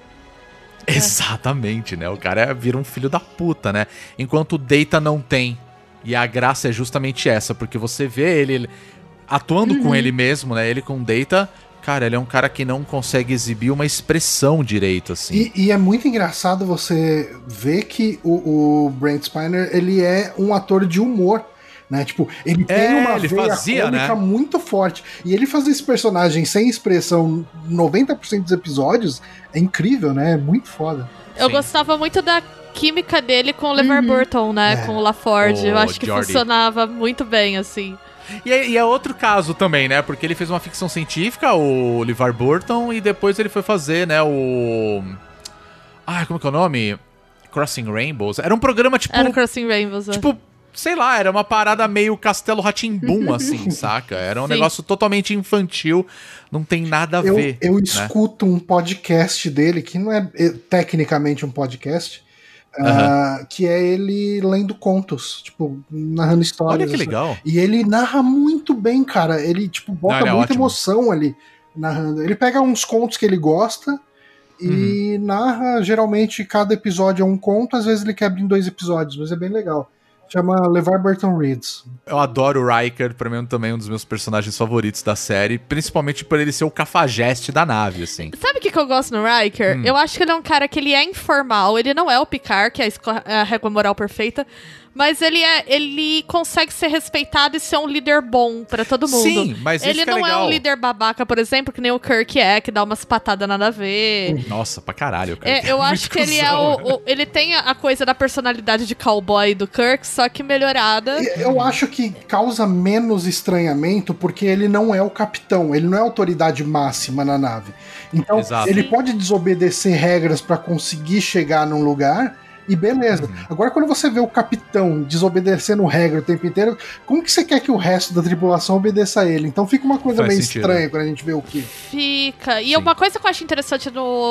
Exatamente, né? O cara vira um filho da puta, né? Enquanto o Data não tem. E a graça é justamente essa, porque você vê ele atuando com ele mesmo, né? Ele com o Data, cara, ele é um cara que não consegue exibir uma expressão direito, assim. E é muito engraçado você ver que o Brent Spiner, ele é um ator de humor. Né? Tipo, ele tem uma veia cômica muito forte. E ele fazer esse personagem sem expressão 90% dos episódios é incrível, né? É muito foda. Eu gostava muito da química dele com o LeVar Burton, né? Com o LaForge. Eu acho que funcionava muito bem, assim. E é outro caso também, né? Porque ele fez uma ficção científica, o LeVar Burton, e depois ele foi fazer, né, o... como que é o nome? Crossing Rainbows. Era um programa, tipo... Era Crossing Rainbows, tipo... Sei lá, era uma parada meio Castelo Rá-Tim-Bum, assim, saca? Era um negócio totalmente infantil, não tem nada a ver. Eu escuto um podcast dele, que não é tecnicamente um podcast, que é ele lendo contos, tipo, narrando histórias. Olha que legal. E ele narra muito bem, cara. Ele, tipo, bota muita emoção ali narrando. Ele pega uns contos que ele gosta e narra, geralmente, cada episódio é um conto, às vezes ele quebra em 2 episódios, mas é bem legal. Chama LeVar Burton Reads. Eu adoro o Riker, pra mim também é um dos meus personagens favoritos da série, principalmente por ele ser o cafajeste da nave, assim. Sabe o que eu gosto no Riker? Eu acho que ele é um cara que ele é informal, ele não é o Picard, que é a régua moral perfeita, mas ele consegue ser respeitado e ser um líder bom pra todo mundo. Sim, mas isso ele que é legal. Ele não é um líder babaca, por exemplo, que nem o Kirk que dá umas patadas nada a ver. Nossa, pra caralho, Kirk. Eu acho que ele é ele tem a coisa da personalidade de cowboy do Kirk, só que melhorada. Eu acho que causa menos estranhamento porque ele não é o capitão, ele não é a autoridade máxima na nave. Então, ele pode desobedecer regras pra conseguir chegar num lugar. E beleza. Agora, quando você vê o capitão desobedecendo regra o tempo inteiro, como que você quer que o resto da tripulação obedeça a ele? Então fica uma coisa meio estranha quando a gente vê o que. Fica. E uma coisa que eu acho interessante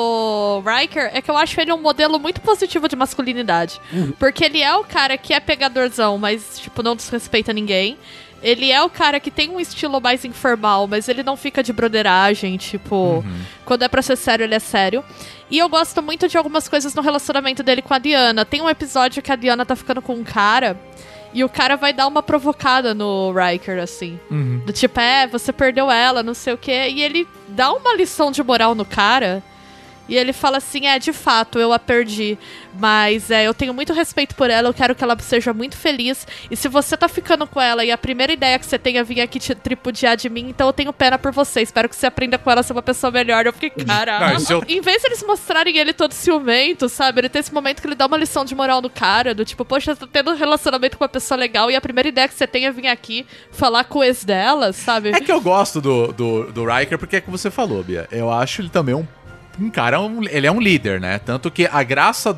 no Riker é que eu acho ele um modelo muito positivo de masculinidade. Porque ele é o cara que é pegadorzão, mas, tipo, não desrespeita ninguém. Ele é o cara que tem um estilo mais informal, mas ele não fica de broderagem, tipo... Quando é pra ser sério, ele é sério. E eu gosto muito de algumas coisas no relacionamento dele com a Diana. Tem um episódio que a Diana tá ficando com um cara... E o cara vai dar uma provocada no Riker, assim. Do tipo, você perdeu ela, não sei o quê. E ele dá uma lição de moral no cara... E ele fala assim, de fato, eu a perdi, mas eu tenho muito respeito por ela, eu quero que ela seja muito feliz, e se você tá ficando com ela e a primeira ideia que você tem é vir aqui te tripudiar de mim, então eu tenho pena por você, espero que você aprenda com ela a ser uma pessoa melhor. Eu fiquei, caralho. Em vez de eles mostrarem ele todo ciumento, sabe, ele tem esse momento que ele dá uma lição de moral no cara, do tipo, poxa, você tá tendo um relacionamento com uma pessoa legal, e a primeira ideia que você tem é vir aqui falar com o ex dela, sabe? É que eu gosto do Riker, porque é como você falou, Bia, eu acho ele também um cara, ele é um líder, né? Tanto que a graça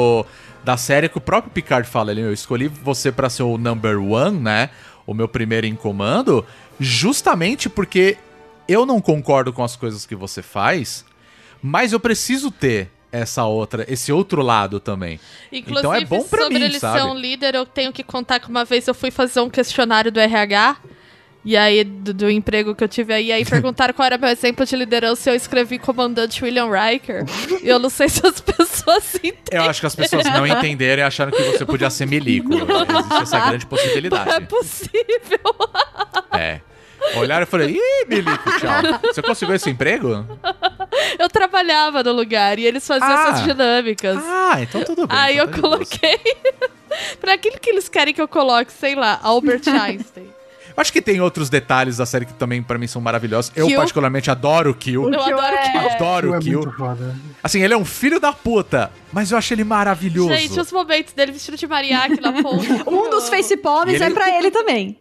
da série é que o próprio Picard fala, eu escolhi você pra ser o number one, né? O meu primeiro em comando, justamente porque eu não concordo com as coisas que você faz, mas eu preciso ter esse outro lado também. Inclusive, então é bom pra sobre mim, ele sabe? ser um líder, eu tenho que contar que uma vez eu fui fazer um questionário do RH, e aí, do emprego que eu tive aí, perguntaram qual era meu exemplo de liderança e eu escrevi comandante William Riker. E eu não sei se as pessoas entendem. Eu acho que as pessoas não entenderam e acharam que você podia ser milico. Existe essa grande possibilidade. Não é possível. Olharam e falei, ih, milico, tchau. Você conseguiu esse emprego? Eu trabalhava no lugar e eles faziam essas dinâmicas. Então tudo bem. Aí eu coloquei... Pra aquilo que eles querem que eu coloque, sei lá, Albert Einstein. Acho que tem outros detalhes da série que também, pra mim, são maravilhosos. Eu, Kill. particularmente, adoro o Kill. Eu adoro que Adoro o É Kill. muito foda. Assim, ele é um filho da puta, mas eu acho ele maravilhoso. Gente, os momentos dele vestido de mariachi na ponta. Um dos facepalms E ele- é pra ele também.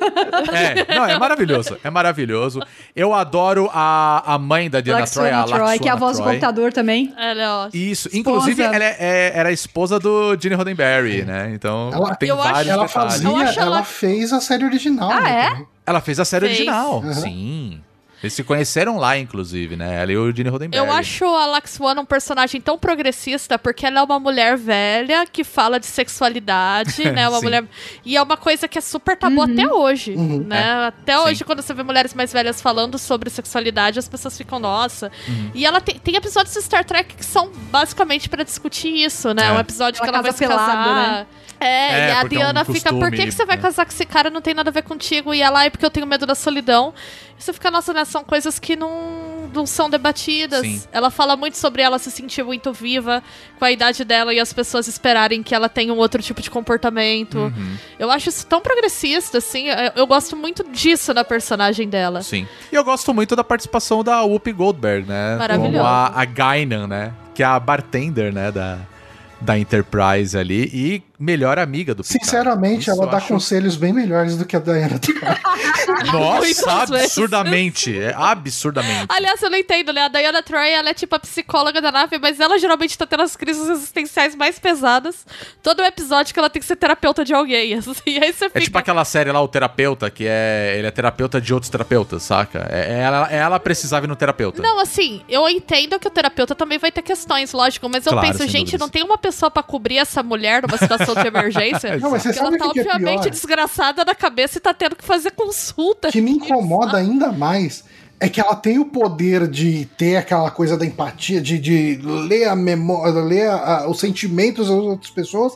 É maravilhoso. É maravilhoso. Eu adoro a mãe da Diana Troy, a Laxana Troy, que é a voz do Troy. computador também. Ela é ótima. Isso. Inclusive, Esposa. ela era a esposa do Gene Roddenberry, né? Então, Ela- tem eu acho- vários Ela detalhes. fazia, Eu acho ela ela- fez a série original. Ah, né, é? também. Ela fez a série Fez. original. Uhum. Sim. Eles se conheceram lá, inclusive, né? Ela e o Gene Roddenberry. Eu acho a Laxwana um personagem tão progressista porque ela é uma mulher velha que fala de sexualidade, né? Uma Sim. mulher. E é uma coisa que é super tabu até hoje, Uhum. né? Até hoje, Sim. quando você vê mulheres mais velhas falando sobre sexualidade, as pessoas ficam, nossa. Uhum. E ela tem episódios de Star Trek que são basicamente pra discutir isso, né? É. Um episódio que Ela ela vai casa se pelada, casar. né? É, e a porque é um Diana fica, por que costume, você vai né? casar com esse cara? Não tem nada a ver contigo. E ela, é porque eu tenho medo da solidão. E você fica, nossa, né? São coisas que não são debatidas. Sim. Ela fala muito sobre ela se sentir muito viva com a idade dela e as pessoas esperarem que ela tenha um outro tipo de comportamento. Uhum. Eu acho isso tão progressista, assim. Eu gosto muito disso na personagem dela. Sim. E eu gosto muito da participação da Whoopi Goldberg, né? Maravilhosa. Como a Guinan, né? Que é a bartender, né? Da Enterprise ali e melhor amiga do Picard. Sinceramente, Isso ela eu dá acho- conselhos bem melhores do que a Diana Troy. Nossa, Muitas vezes. absurdamente. É absurdamente. Aliás, eu não entendo, né? A Diana Troy, ela é tipo a psicóloga da nave, mas ela geralmente tá tendo as crises existenciais mais pesadas. Todo episódio que ela tem que ser terapeuta de alguém, assim. E aí você fica... É tipo aquela série lá, O Terapeuta, que ele é terapeuta de outros terapeutas, saca? Ela precisava ir no terapeuta. Não, assim, eu entendo que o terapeuta também vai ter questões, lógico, mas eu Claro, penso, sem gente, dúvidas. não tem uma pessoa pra cobrir essa mulher numa situação de emergência? Não, mas você Porque ela sabe tá o que é obviamente pior? desgraçada da cabeça e tá tendo que fazer consulta. O que me incomoda ainda mais é que ela tem o poder de ter aquela coisa da empatia, de ler a memória, ler os sentimentos das outras pessoas,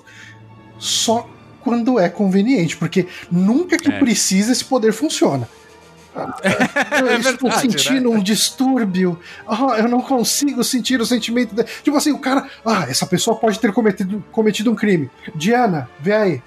só quando é conveniente, porque nunca que precisa esse poder funciona. Eu estou verdade, sentindo um distúrbio. Eu não consigo sentir o sentimento. Tipo assim, o cara. Essa pessoa pode ter cometido um crime. Diana, vê aí.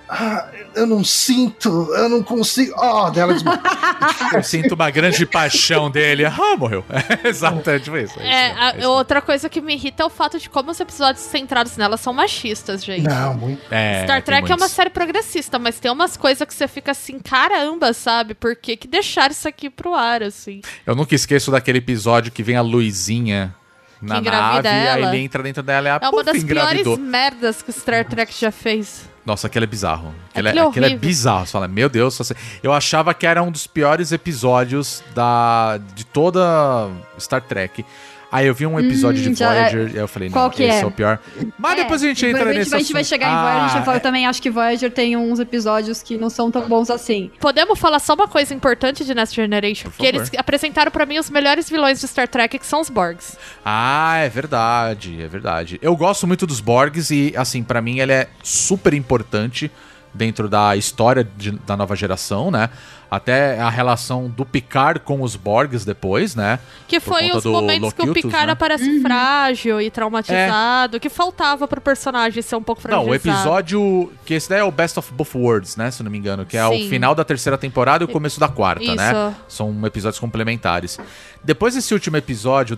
Eu não sinto, eu não consigo. Dela desmaia. Eu sinto uma grande paixão dele. Morreu. Exato, é tipo isso. Outra coisa que me irrita é o fato de como os episódios centrados nela são machistas, gente. Não, muito. Star Trek é uma série progressista, mas tem umas coisas que você fica assim, caramba, sabe? Por que deixaram isso aqui pro ar, assim? Eu nunca esqueço daquele episódio que vem a Luizinha na engravida nave, aí ela. ele entra dentro dela e É uma das engravidou. piores merdas que Star Trek já fez. Nossa, aquele é bizarro. Aquilo é Aquele é horrível. bizarro. Você fala, meu Deus. Eu achava que era um dos piores episódios de toda Star Trek. Aí eu vi um episódio de já Voyager e eu falei, Qual não, que esse é? é o pior. Mas depois a gente entra nesse A gente vai assunto. chegar em Voyager, eu também acho que Voyager tem uns episódios que não são tão bons assim. Podemos falar só uma coisa importante de Next Generation? Por Que favor. eles apresentaram pra mim os melhores vilões de Star Trek, que são os Borgs. É verdade, é verdade. Eu gosto muito dos Borgs e, assim, pra mim ele é super importante dentro da história da nova geração, né? Até a relação do Picard com os Borgs depois, né? Que Por foi conta os do momentos que o Locutus, Picard né? aparece frágil e traumatizado, que faltava pro personagem ser um pouco fragilizado. Não, o episódio... Que esse daí é o Best of Both Worlds, né? Se eu não me engano. Que é Sim. o final da terceira temporada e o começo da quarta, Isso. né? São episódios complementares. Depois desse último episódio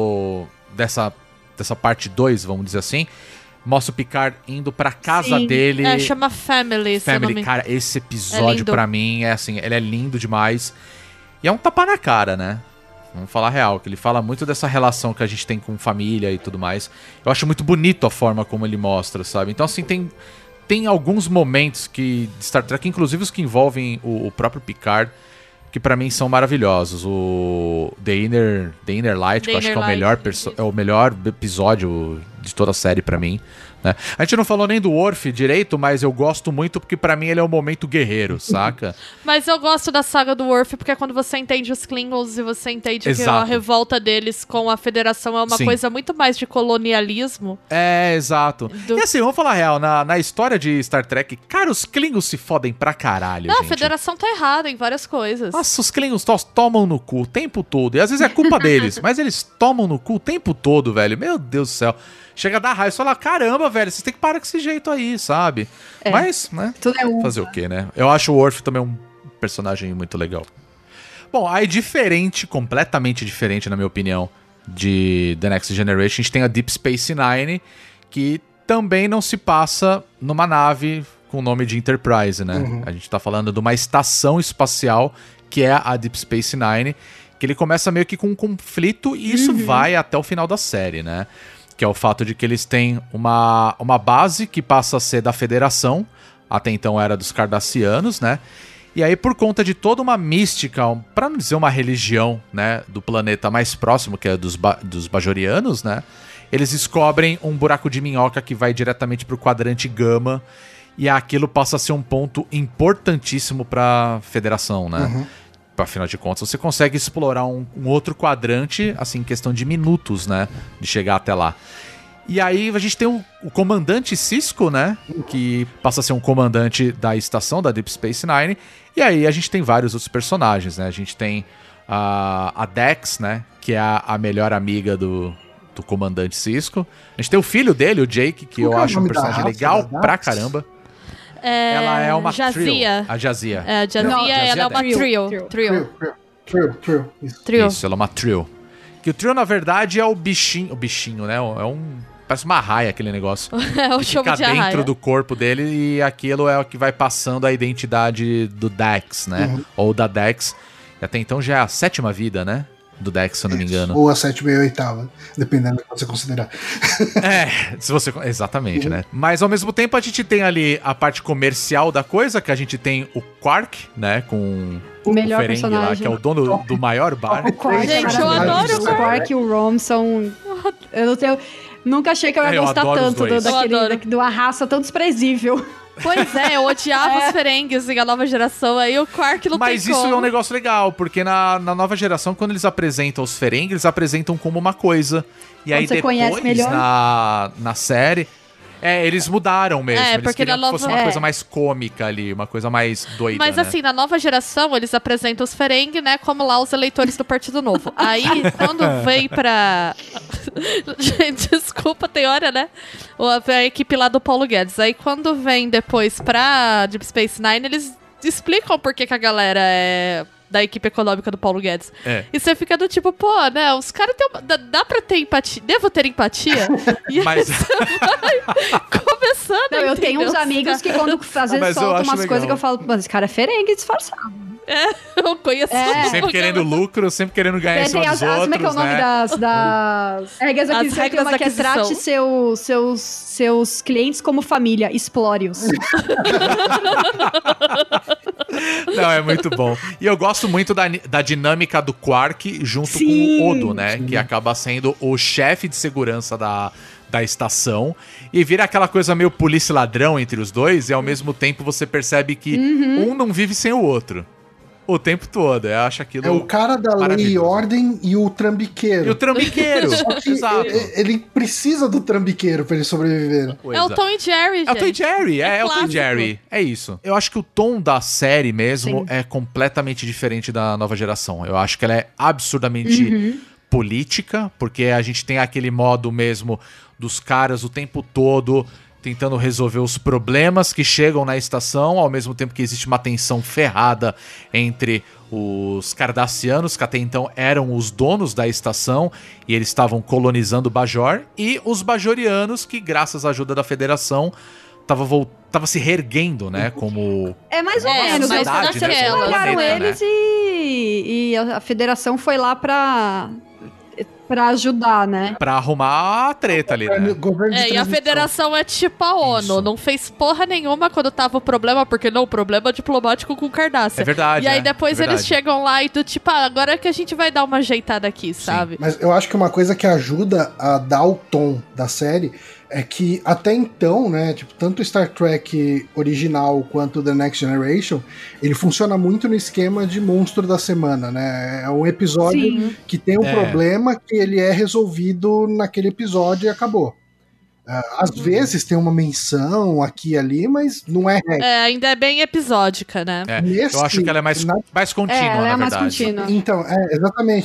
dessa parte 2, vamos dizer assim, mostra o Picard indo pra casa Sim. dele. Chama Family, se eu não Family, me... cara, esse É episódio lindo. pra mim é assim, ele é lindo demais. E é um tapa na cara, né? Vamos falar a real, que ele fala muito dessa relação que a gente tem com família e tudo mais. Eu acho muito bonito a forma como ele mostra, sabe? Então, assim, tem alguns momentos de Star Trek, inclusive os que envolvem o próprio Picard, que pra mim são maravilhosos. O The Inner Light, que eu acho que é o melhor episódio de toda a série pra mim, né? A gente não falou nem do Worf direito, mas eu gosto muito porque pra mim ele é o momento guerreiro, saca? Mas eu gosto da saga do Worf, porque é quando você entende os Klingons e você entende que a Exato. revolta deles com a Federação é uma Sim. coisa muito mais de colonialismo. Exato. E assim, vamos falar a real, na história de Star Trek, cara, os Klingons se fodem pra caralho, Não, a gente. Federação tá errada em várias coisas. Nossa, os Klingons tomam no cu o tempo todo. E às vezes é culpa deles, mas eles tomam no cu o tempo todo, velho. Meu Deus do céu. Chega a dar raiva e fala, caramba, velho, vocês têm que parar com esse jeito aí, sabe? Mas, né? Tudo é um. Fazer o quê, né? Eu acho o Worf também um personagem muito legal. Bom, aí completamente diferente, na minha opinião, de The Next Generation, a gente tem a Deep Space Nine, que também não se passa numa nave com o nome de Enterprise, né? A gente tá falando de uma estação espacial, que é a Deep Space Nine, que ele começa meio que com um conflito, e isso vai até o final da série, né? Que é o fato de que eles têm uma base que passa a ser da Federação, até então era dos Cardassianos, né? E aí, por conta de toda uma mística, pra não dizer uma religião, né, do planeta mais próximo, que é dos Bajorianos, né? Eles descobrem um buraco de minhoca que vai diretamente pro quadrante Gama, e aquilo passa a ser um ponto importantíssimo pra Federação, né? Afinal de contas, você consegue explorar um outro quadrante, assim, em questão de minutos, né? De chegar até lá. E aí a gente tem o comandante Sisko, né? Que passa a ser um comandante da estação da Deep Space Nine. E aí a gente tem vários outros personagens, né? A gente tem a Dex, né? Que é a melhor amiga do comandante Sisko. A gente tem o filho dele, o Jake, que eu acho um personagem legal pra caramba. Ela é uma Jazia. trio. A Jazia. É, Jazia, ela é uma trio. Isso, ela é uma trio. Que o trio, na verdade, é o bichinho, né? Parece uma arraia aquele negócio. É o que chama fica de arraia. dentro do corpo dele, e aquilo é o que vai passando a identidade do Dex, né? Ou da Dex. E até então já é a 7ª vida, né? Do Dex, se eu não me engano. Ou a 7ª e a 8ª, dependendo do que você considerar. Se você... Exatamente, né? Mas ao mesmo tempo a gente tem ali a parte comercial da coisa, que a gente tem o Quark, né? Com O melhor Ferengi personagem. lá, que é o dono do maior bar. O Quark, Gente, eu adoro o Quark e o Rom são... Eu não tenho... Nunca achei que eu ia Eu gostar adoro os tanto dois. de uma raça tão desprezível. Pois é, eu odiava os Ferengues em A Nova Geração, aí o Quark não Mas tem isso como. é um negócio legal, porque na nova geração, quando eles apresentam os Ferengi, eles apresentam como uma coisa. E aí você conhece depois, melhor. na série... eles mudaram mesmo. Eles porque queriam na que fosse nova- uma coisa mais cômica ali, uma coisa mais doida, Mas né? assim, na Nova Geração, eles apresentam os Ferengi, né, como lá os eleitores do Partido Novo. Aí, quando vem pra... Gente, desculpa, tem hora, né? A equipe lá do Paulo Guedes. Aí, quando vem depois pra Deep Space Nine, eles explicam por que a galera é da equipe econômica do Paulo Guedes. E você fica do tipo, pô, né, os caras têm dá pra ter empatia, devo ter empatia? E aí Mas- você vai começando Não, a eu tenho uns entender. amigos que quando às vezes Mas eu soltam acho umas legal. coisas que eu falo, mas esse cara é Ferengue disfarçado. Eu conheço Sempre querendo lucro, sempre querendo ganhar em cima Tem dos outros, como é que é o nome né? das regras da As aquisição? Tem regras uma da que é trate aquisição. seus clientes como família, explore-os. Não, é muito bom. E eu gosto muito da dinâmica do Quark junto Sim. com o Odo, né? Que acaba sendo o chefe de segurança da estação. E vira aquela coisa meio polícia e ladrão entre os dois. E ao mesmo tempo você percebe que um não vive sem o outro. O tempo todo. Eu acho aquilo É o cara da lei e maravilhoso. ordem e o trambiqueiro. E o trambiqueiro. Só que Exato. ele precisa do trambiqueiro pra ele sobreviver. É o Tom e Jerry, gente. É o Tom e Jerry, é o Tom e clássico. Jerry. É isso. Eu acho que o tom da série mesmo Sim. é completamente diferente da nova geração. Eu acho que ela é absurdamente política, porque a gente tem aquele modo mesmo dos caras o tempo todo tentando resolver os problemas que chegam na estação, ao mesmo tempo que existe uma tensão ferrada entre os Cardassianos, que até então eram os donos da estação, e eles estavam colonizando Bajor, e os Bajorianos, que graças à ajuda da Federação tava se reerguendo, né, como... É mais ou menos. mas Eles cidade, né, naquela, largaram planeta, eles e a federação foi lá pra ajudar, né? Pra arrumar a treta ali, né? Governo de E a transição. federação é tipo a ONU. Isso. Não fez porra nenhuma quando tava o problema, porque não, o problema é diplomático com Cardassia. É verdade, E aí é depois verdade. eles chegam lá e do tipo, agora que a gente vai dar uma ajeitada aqui, sabe? Mas eu acho que uma coisa que ajuda a dar o tom da série é que até então, né, tipo, tanto o Star Trek original quanto The Next Generation, ele funciona muito no esquema de monstro da semana, né? É um episódio Sim. que tem um problema que ele é resolvido naquele episódio e acabou. Às vezes tem uma menção aqui e ali, mas não é regra. Ainda é bem episódica, né? É, Nesse- eu acho que ela é mais contínua, Ela é na mais verdade. contínua. Então, exatamente.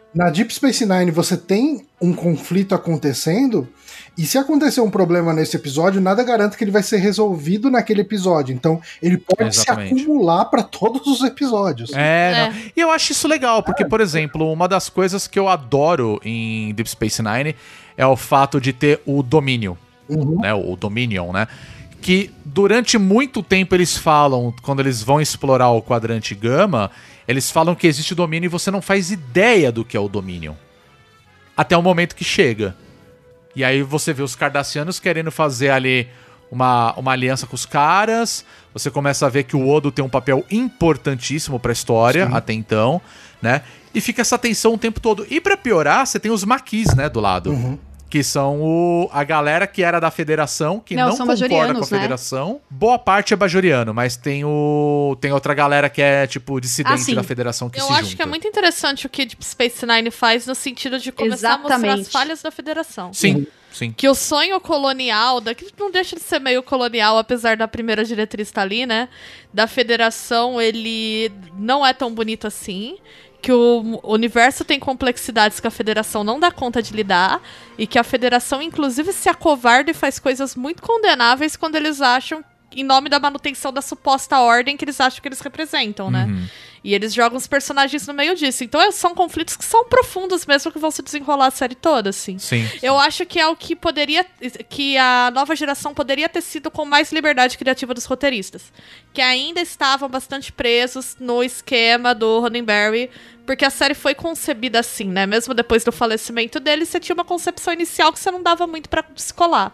Na Deep Space Nine você tem um conflito acontecendo, e se acontecer um problema nesse episódio, nada garante que ele vai ser resolvido naquele episódio. Então, ele pode se acumular para todos os episódios. Não. E eu acho isso legal, porque, por exemplo, uma das coisas que eu adoro em Deep Space Nine é o fato de ter o domínio, né? O Dominion, né? Que durante muito tempo eles falam, quando eles vão explorar o quadrante Gama, eles falam que existe domínio e você não faz ideia do que é o Dominion. Até o momento que chega. E aí você vê os cardassianos querendo fazer ali uma aliança com os caras. Você começa a ver que o Odo tem um papel importantíssimo pra história, até então, né? E fica essa tensão o tempo todo. E pra piorar, você tem os Maquis, né, do lado. Que são a galera que era da Federação, que não concorda com a Federação. Né? Boa parte é bajoriano, mas tem outra galera que é, tipo, dissidente da Federação que se junta. Eu acho que é muito interessante o que Deep Space Nine faz no sentido de começar a mostrar as falhas da Federação. Sim. Que o sonho colonial, que não deixa de ser meio colonial, apesar da primeira diretriz estar ali, né? Da Federação, ele não é tão bonito assim. Que o universo tem complexidades que a Federação não dá conta de lidar, e que a Federação, inclusive, se acovarda e faz coisas muito condenáveis quando eles acham, em nome da manutenção da suposta ordem que eles acham que eles representam, né? E eles jogam os personagens no meio disso. Então são conflitos que são profundos mesmo, que vão se desenrolar a série toda, assim. Sim. Eu acho que é o que que a nova geração poderia ter sido com mais liberdade criativa dos roteiristas. Que ainda estavam bastante presos no esquema do Roddenberry, porque a série foi concebida assim, né? Mesmo depois do falecimento dele, você tinha uma concepção inicial que você não dava muito pra descolar.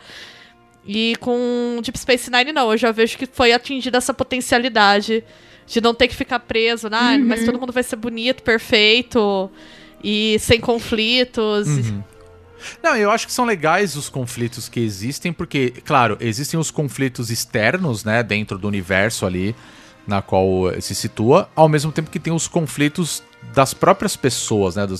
E com Deep Space Nine, não. Eu já vejo que foi atingida essa potencialidade de não ter que ficar preso, né? Mas todo mundo vai ser bonito, perfeito e sem conflitos. Não, eu acho que são legais os conflitos que existem, porque, claro, existem os conflitos externos, né, dentro do universo ali, na qual se situa, ao mesmo tempo que tem os conflitos das próprias pessoas, né, dos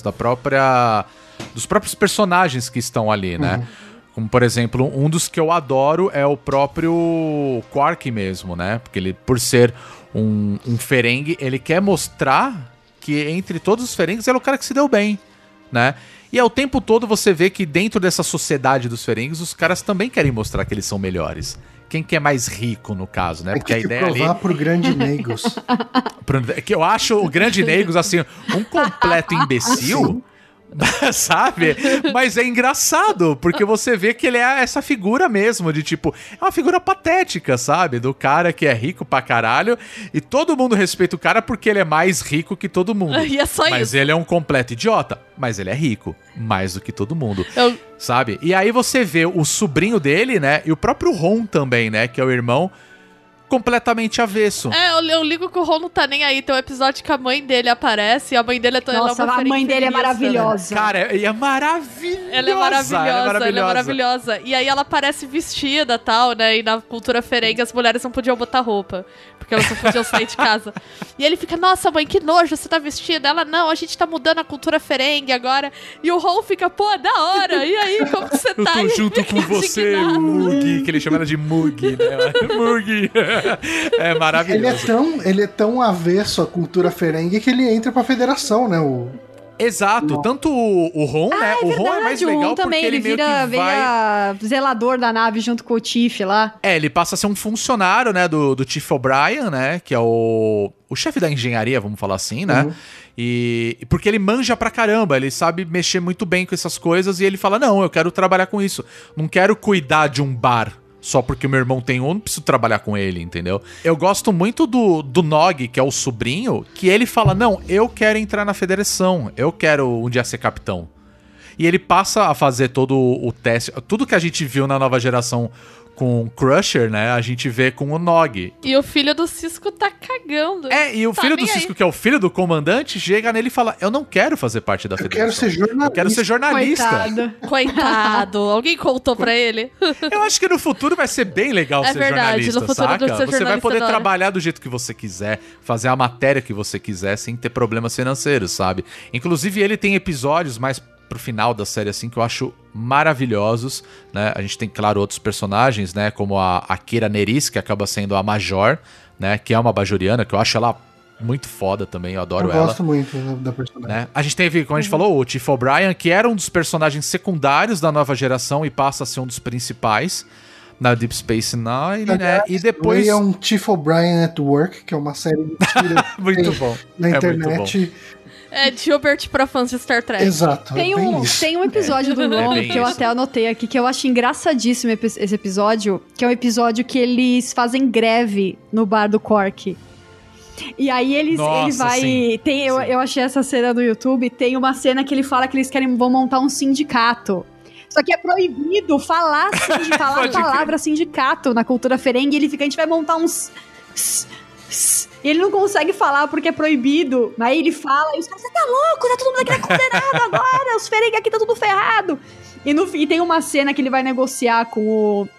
próprios personagens que estão ali, né? Como, por exemplo, um dos que eu adoro é o próprio Quark mesmo, né? Porque ele, por ser um Ferengi, ele quer mostrar que entre todos os Ferengis ele é o cara que se deu bem, né? E ao tempo todo você vê que dentro dessa sociedade dos Ferengis, os caras também querem mostrar que eles são melhores. Quem que é mais rico, no caso, né? Porque a ideia provar ali... pro Grande Negus. Que eu acho o Grande Negus, assim, um completo imbecil... Sabe? Mas é engraçado, porque você vê que ele é essa figura mesmo, de tipo, é uma figura patética, sabe? Do cara que é rico pra caralho e todo mundo respeita o cara porque ele é mais rico que todo mundo. E é só mas isso. Ele é um completo idiota, mas ele é rico, mais do que todo mundo. Sabe? E aí você vê o sobrinho dele, né? E o próprio Ron também, né? Que é o irmão completamente avesso. Eu ligo que o Ron não tá nem aí. Tem um episódio que a mãe dele aparece e a mãe dele é toda... Nossa, a mãe dele é maravilhosa. Cara, é maravilhosa. Ela é maravilhosa. E aí ela aparece vestida e tal, né? E na cultura ferengue as mulheres não podiam botar roupa, porque elas não podiam sair de casa. E ele fica, nossa mãe, que nojo, você tá vestida? Ela, não, a gente tá mudando a cultura ferengue agora. E o Ron fica, pô, da hora. E aí, como que você tá? Eu tô junto com você, Mugi. Que ele chama ela de Mugi, né? Mugi. É maravilhoso. Ele é tão avesso à cultura ferengue que ele entra pra Federação, né? Exato, tanto o Ron, né? É o Ron é mais legal também, porque ele vira zelador da nave junto com o Tiff lá. Ele passa a ser um funcionário, né, do Chief O'Brien, né, que é o chefe da engenharia, vamos falar assim, né? E porque ele manja pra caramba, ele sabe mexer muito bem com essas coisas e ele fala, não, eu quero trabalhar com isso, não quero cuidar de um bar. Só porque o meu irmão tem um, não preciso trabalhar com ele, entendeu? Eu gosto muito do Nog, que é o sobrinho, que ele fala, não, eu quero entrar na Federação, eu quero um dia ser capitão. E ele passa a fazer todo o teste, tudo que a gente viu na nova geração com o Crusher, né, a gente vê com o Nog. E o filho do Cisco tá cagando. E o filho do Cisco, que é o filho do comandante, chega nele e fala, eu não quero fazer parte da Federação. Eu quero ser jornalista. Coitado. Alguém contou pra ele? Eu acho que no futuro vai ser bem legal ser jornalista, no futuro saca? Você vai poder trabalhar do jeito que você quiser, fazer a matéria que você quiser, sem ter problemas financeiros, sabe? Inclusive, ele tem episódios mais pro final da série, assim, que eu acho maravilhosos, né? A gente tem, claro, outros personagens, né? Como a Kira Nerys, que acaba sendo a Major, né? Que é uma bajoriana, que eu acho ela muito foda também, eu adoro Eu ela. gosto muito da personagem. Né? A gente teve, como a gente falou, o Tiff O'Brien, que era um dos personagens secundários da nova geração e passa a ser um dos principais na Deep Space Nine, né? E depois... Ele é um Tiff O'Brien at Work, que é uma série mentira muito bom. na Muito internet. É Gilbert pra fãs de Star Trek. Exato. Tem bem um, isso. tem um episódio do Ron bem que eu isso. até anotei aqui, que eu acho engraçadíssimo esse episódio, que é um episódio que eles fazem greve no bar do Quark. E aí ele vai... sim. Eu achei essa cena no YouTube, tem uma cena que ele fala que eles vão montar um sindicato. Só que é proibido falar a palavra sindicato na cultura ferengue, a gente vai montar uns... E ele não consegue falar porque é proibido. Aí ele fala, e os caras, você tá louco? Tá todo mundo aqui é condenado agora. Os ferengues aqui tá tudo ferrado. E no fim tem uma cena que ele vai negociar com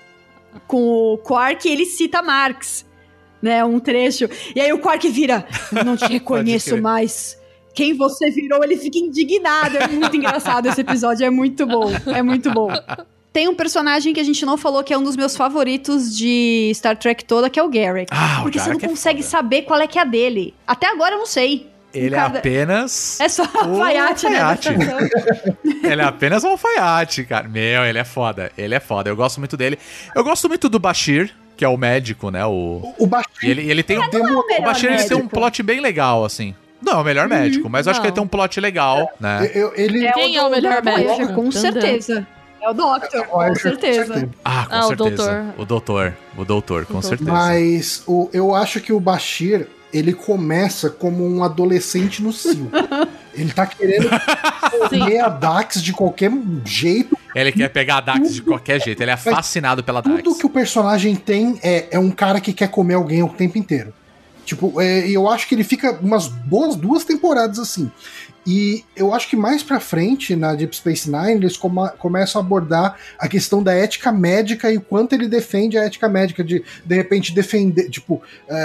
o Quark e ele cita Marx, né? Um trecho. E aí o Quark vira, eu não te reconheço mais. Quem você virou, ele fica indignado. É muito engraçado esse episódio, é muito bom. É muito bom. Tem um personagem que a gente não falou que é um dos meus favoritos de Star Trek toda, que é o Garrick. Porque você não consegue saber qual é que é a dele. Até agora eu não sei. Ele é apenas... É só alfaiate, né? Ele é apenas um alfaiate, cara. Meu, ele é foda. Ele é foda. Eu gosto muito dele. Eu gosto muito do Bashir, que é o médico, né? O Bashir. Ele tem o Bashir ele tem um plot bem legal, assim. Não é o melhor médico, mas eu acho que ele tem um plot legal, né? Quem é o melhor médico? Com certeza. É o Doctor, com certeza. Com certeza. O doutor, com certeza. Mas eu acho que o Bashir, ele começa como um adolescente no cio. Ele tá querendo comer a Dax de qualquer jeito. Ele quer pegar a Dax de qualquer jeito. Ele é fascinado pela Dax. Tudo que o personagem tem é um cara que quer comer alguém o tempo inteiro. Tipo, eu acho que ele fica umas boas 2 temporadas assim. E eu acho que mais pra frente, na Deep Space Nine, eles começam a abordar a questão da ética médica e o quanto ele defende a ética médica, de repente defender, tipo,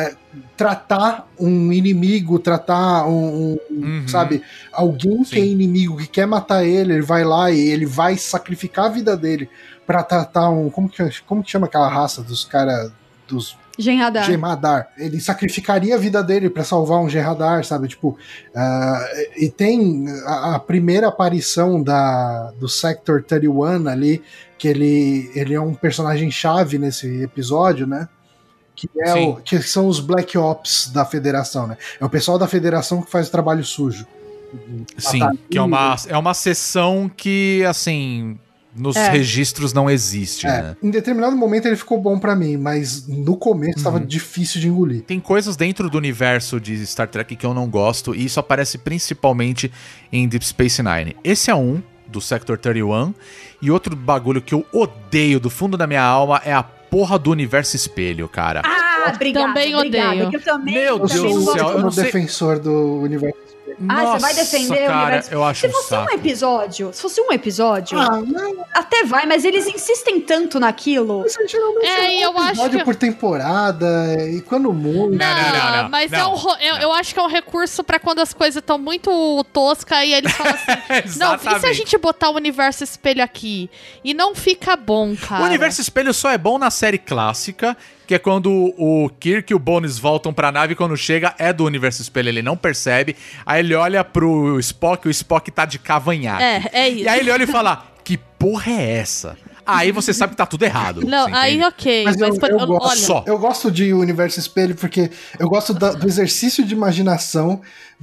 tratar um inimigo, tratar sabe, alguém que é inimigo, que quer matar ele vai lá e ele vai sacrificar a vida dele pra tratar como que chama aquela raça dos caras, dos... Jem'Hadar. Ele sacrificaria a vida dele pra salvar um Jem'Hadar, sabe? Tipo, e tem a primeira aparição do Sector 31 ali, que ele é um personagem chave nesse episódio, né? Que são os Black Ops da Federação, né? É o pessoal da Federação que faz o trabalho sujo. Sim, que é uma sessão que, assim... Nos registros não existe, né? Em determinado momento ele ficou bom pra mim, mas no começo estava difícil de engolir. Tem coisas dentro do universo de Star Trek que eu não gosto, e isso aparece principalmente em Deep Space Nine. Esse é um, do Sector 31, e outro bagulho que eu odeio do fundo da minha alma é a porra do universo espelho, cara. Obrigada. Também odeio. Meu Deus do céu, eu não sei... defensor do universo. Você vai defender cara, o universo? eu acho se fosse um episódio, até vai, mas eles insistem tanto naquilo. Eu acho que... por temporada, e quando muda... Não, mas eu acho que é um recurso pra quando as coisas estão muito toscas e eles falam assim, não, e se a gente botar o universo espelho aqui? E não fica bom, cara. O universo espelho só é bom na série clássica, que é quando o Kirk e o Bones voltam pra nave e quando chega é do universo espelho, ele não percebe. Aí ele olha pro Spock, o Spock tá de cavanhaque. É isso. E aí ele olha e fala, que porra é essa? Aí você sabe que tá tudo errado. Não, aí ok. Mas eu gosto de universo espelho porque eu gosto do exercício de imaginação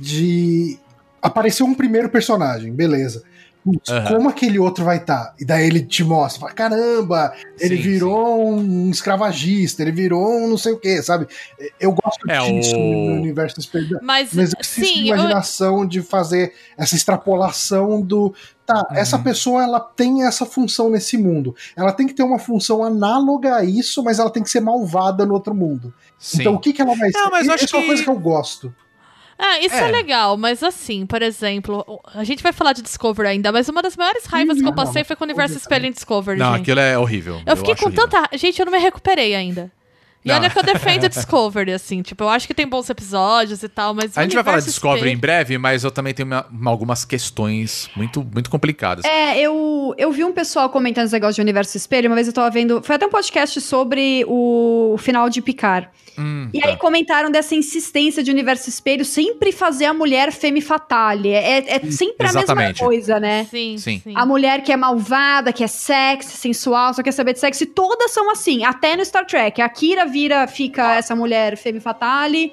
de aparecer um primeiro personagem, beleza. Como aquele outro vai estar? E daí ele te mostra, fala, caramba, ele virou um escravagista, ele virou um não sei o que, sabe? Eu gosto disso no universo espelho. Mas exercício de imaginação de fazer essa extrapolação do... essa pessoa, ela tem essa função nesse mundo. Ela tem que ter uma função análoga a isso, mas ela tem que ser malvada no outro mundo. Sim. Então o que ela vai ser? Mas isso é uma coisa que eu gosto. Isso é legal, mas assim, por exemplo, a gente vai falar de Discovery ainda, mas uma das maiores raivas que eu passei foi com o universo espelho em Discovery, Não, gente. aquilo é horrível. Eu fiquei com horrível. Tanta... Gente, eu não me recuperei ainda. E olha que eu defendo Discovery, assim, tipo, eu acho que tem bons episódios e tal, mas... A gente vai falar de Discovery em breve, mas eu também tenho algumas questões muito, muito complicadas. Eu eu vi um pessoal comentando esse negócio de universo espelho, uma vez eu tava vendo, foi até um podcast sobre o final de Picard. E aí comentaram dessa insistência de universo espelho sempre fazer a mulher femme fatale. É sempre Exatamente. a mesma coisa, né? Sim. A mulher que é malvada, que é sexy, sensual, só quer saber de sexo. E todas são assim, até no Star Trek. A Kira fica essa mulher femme fatale.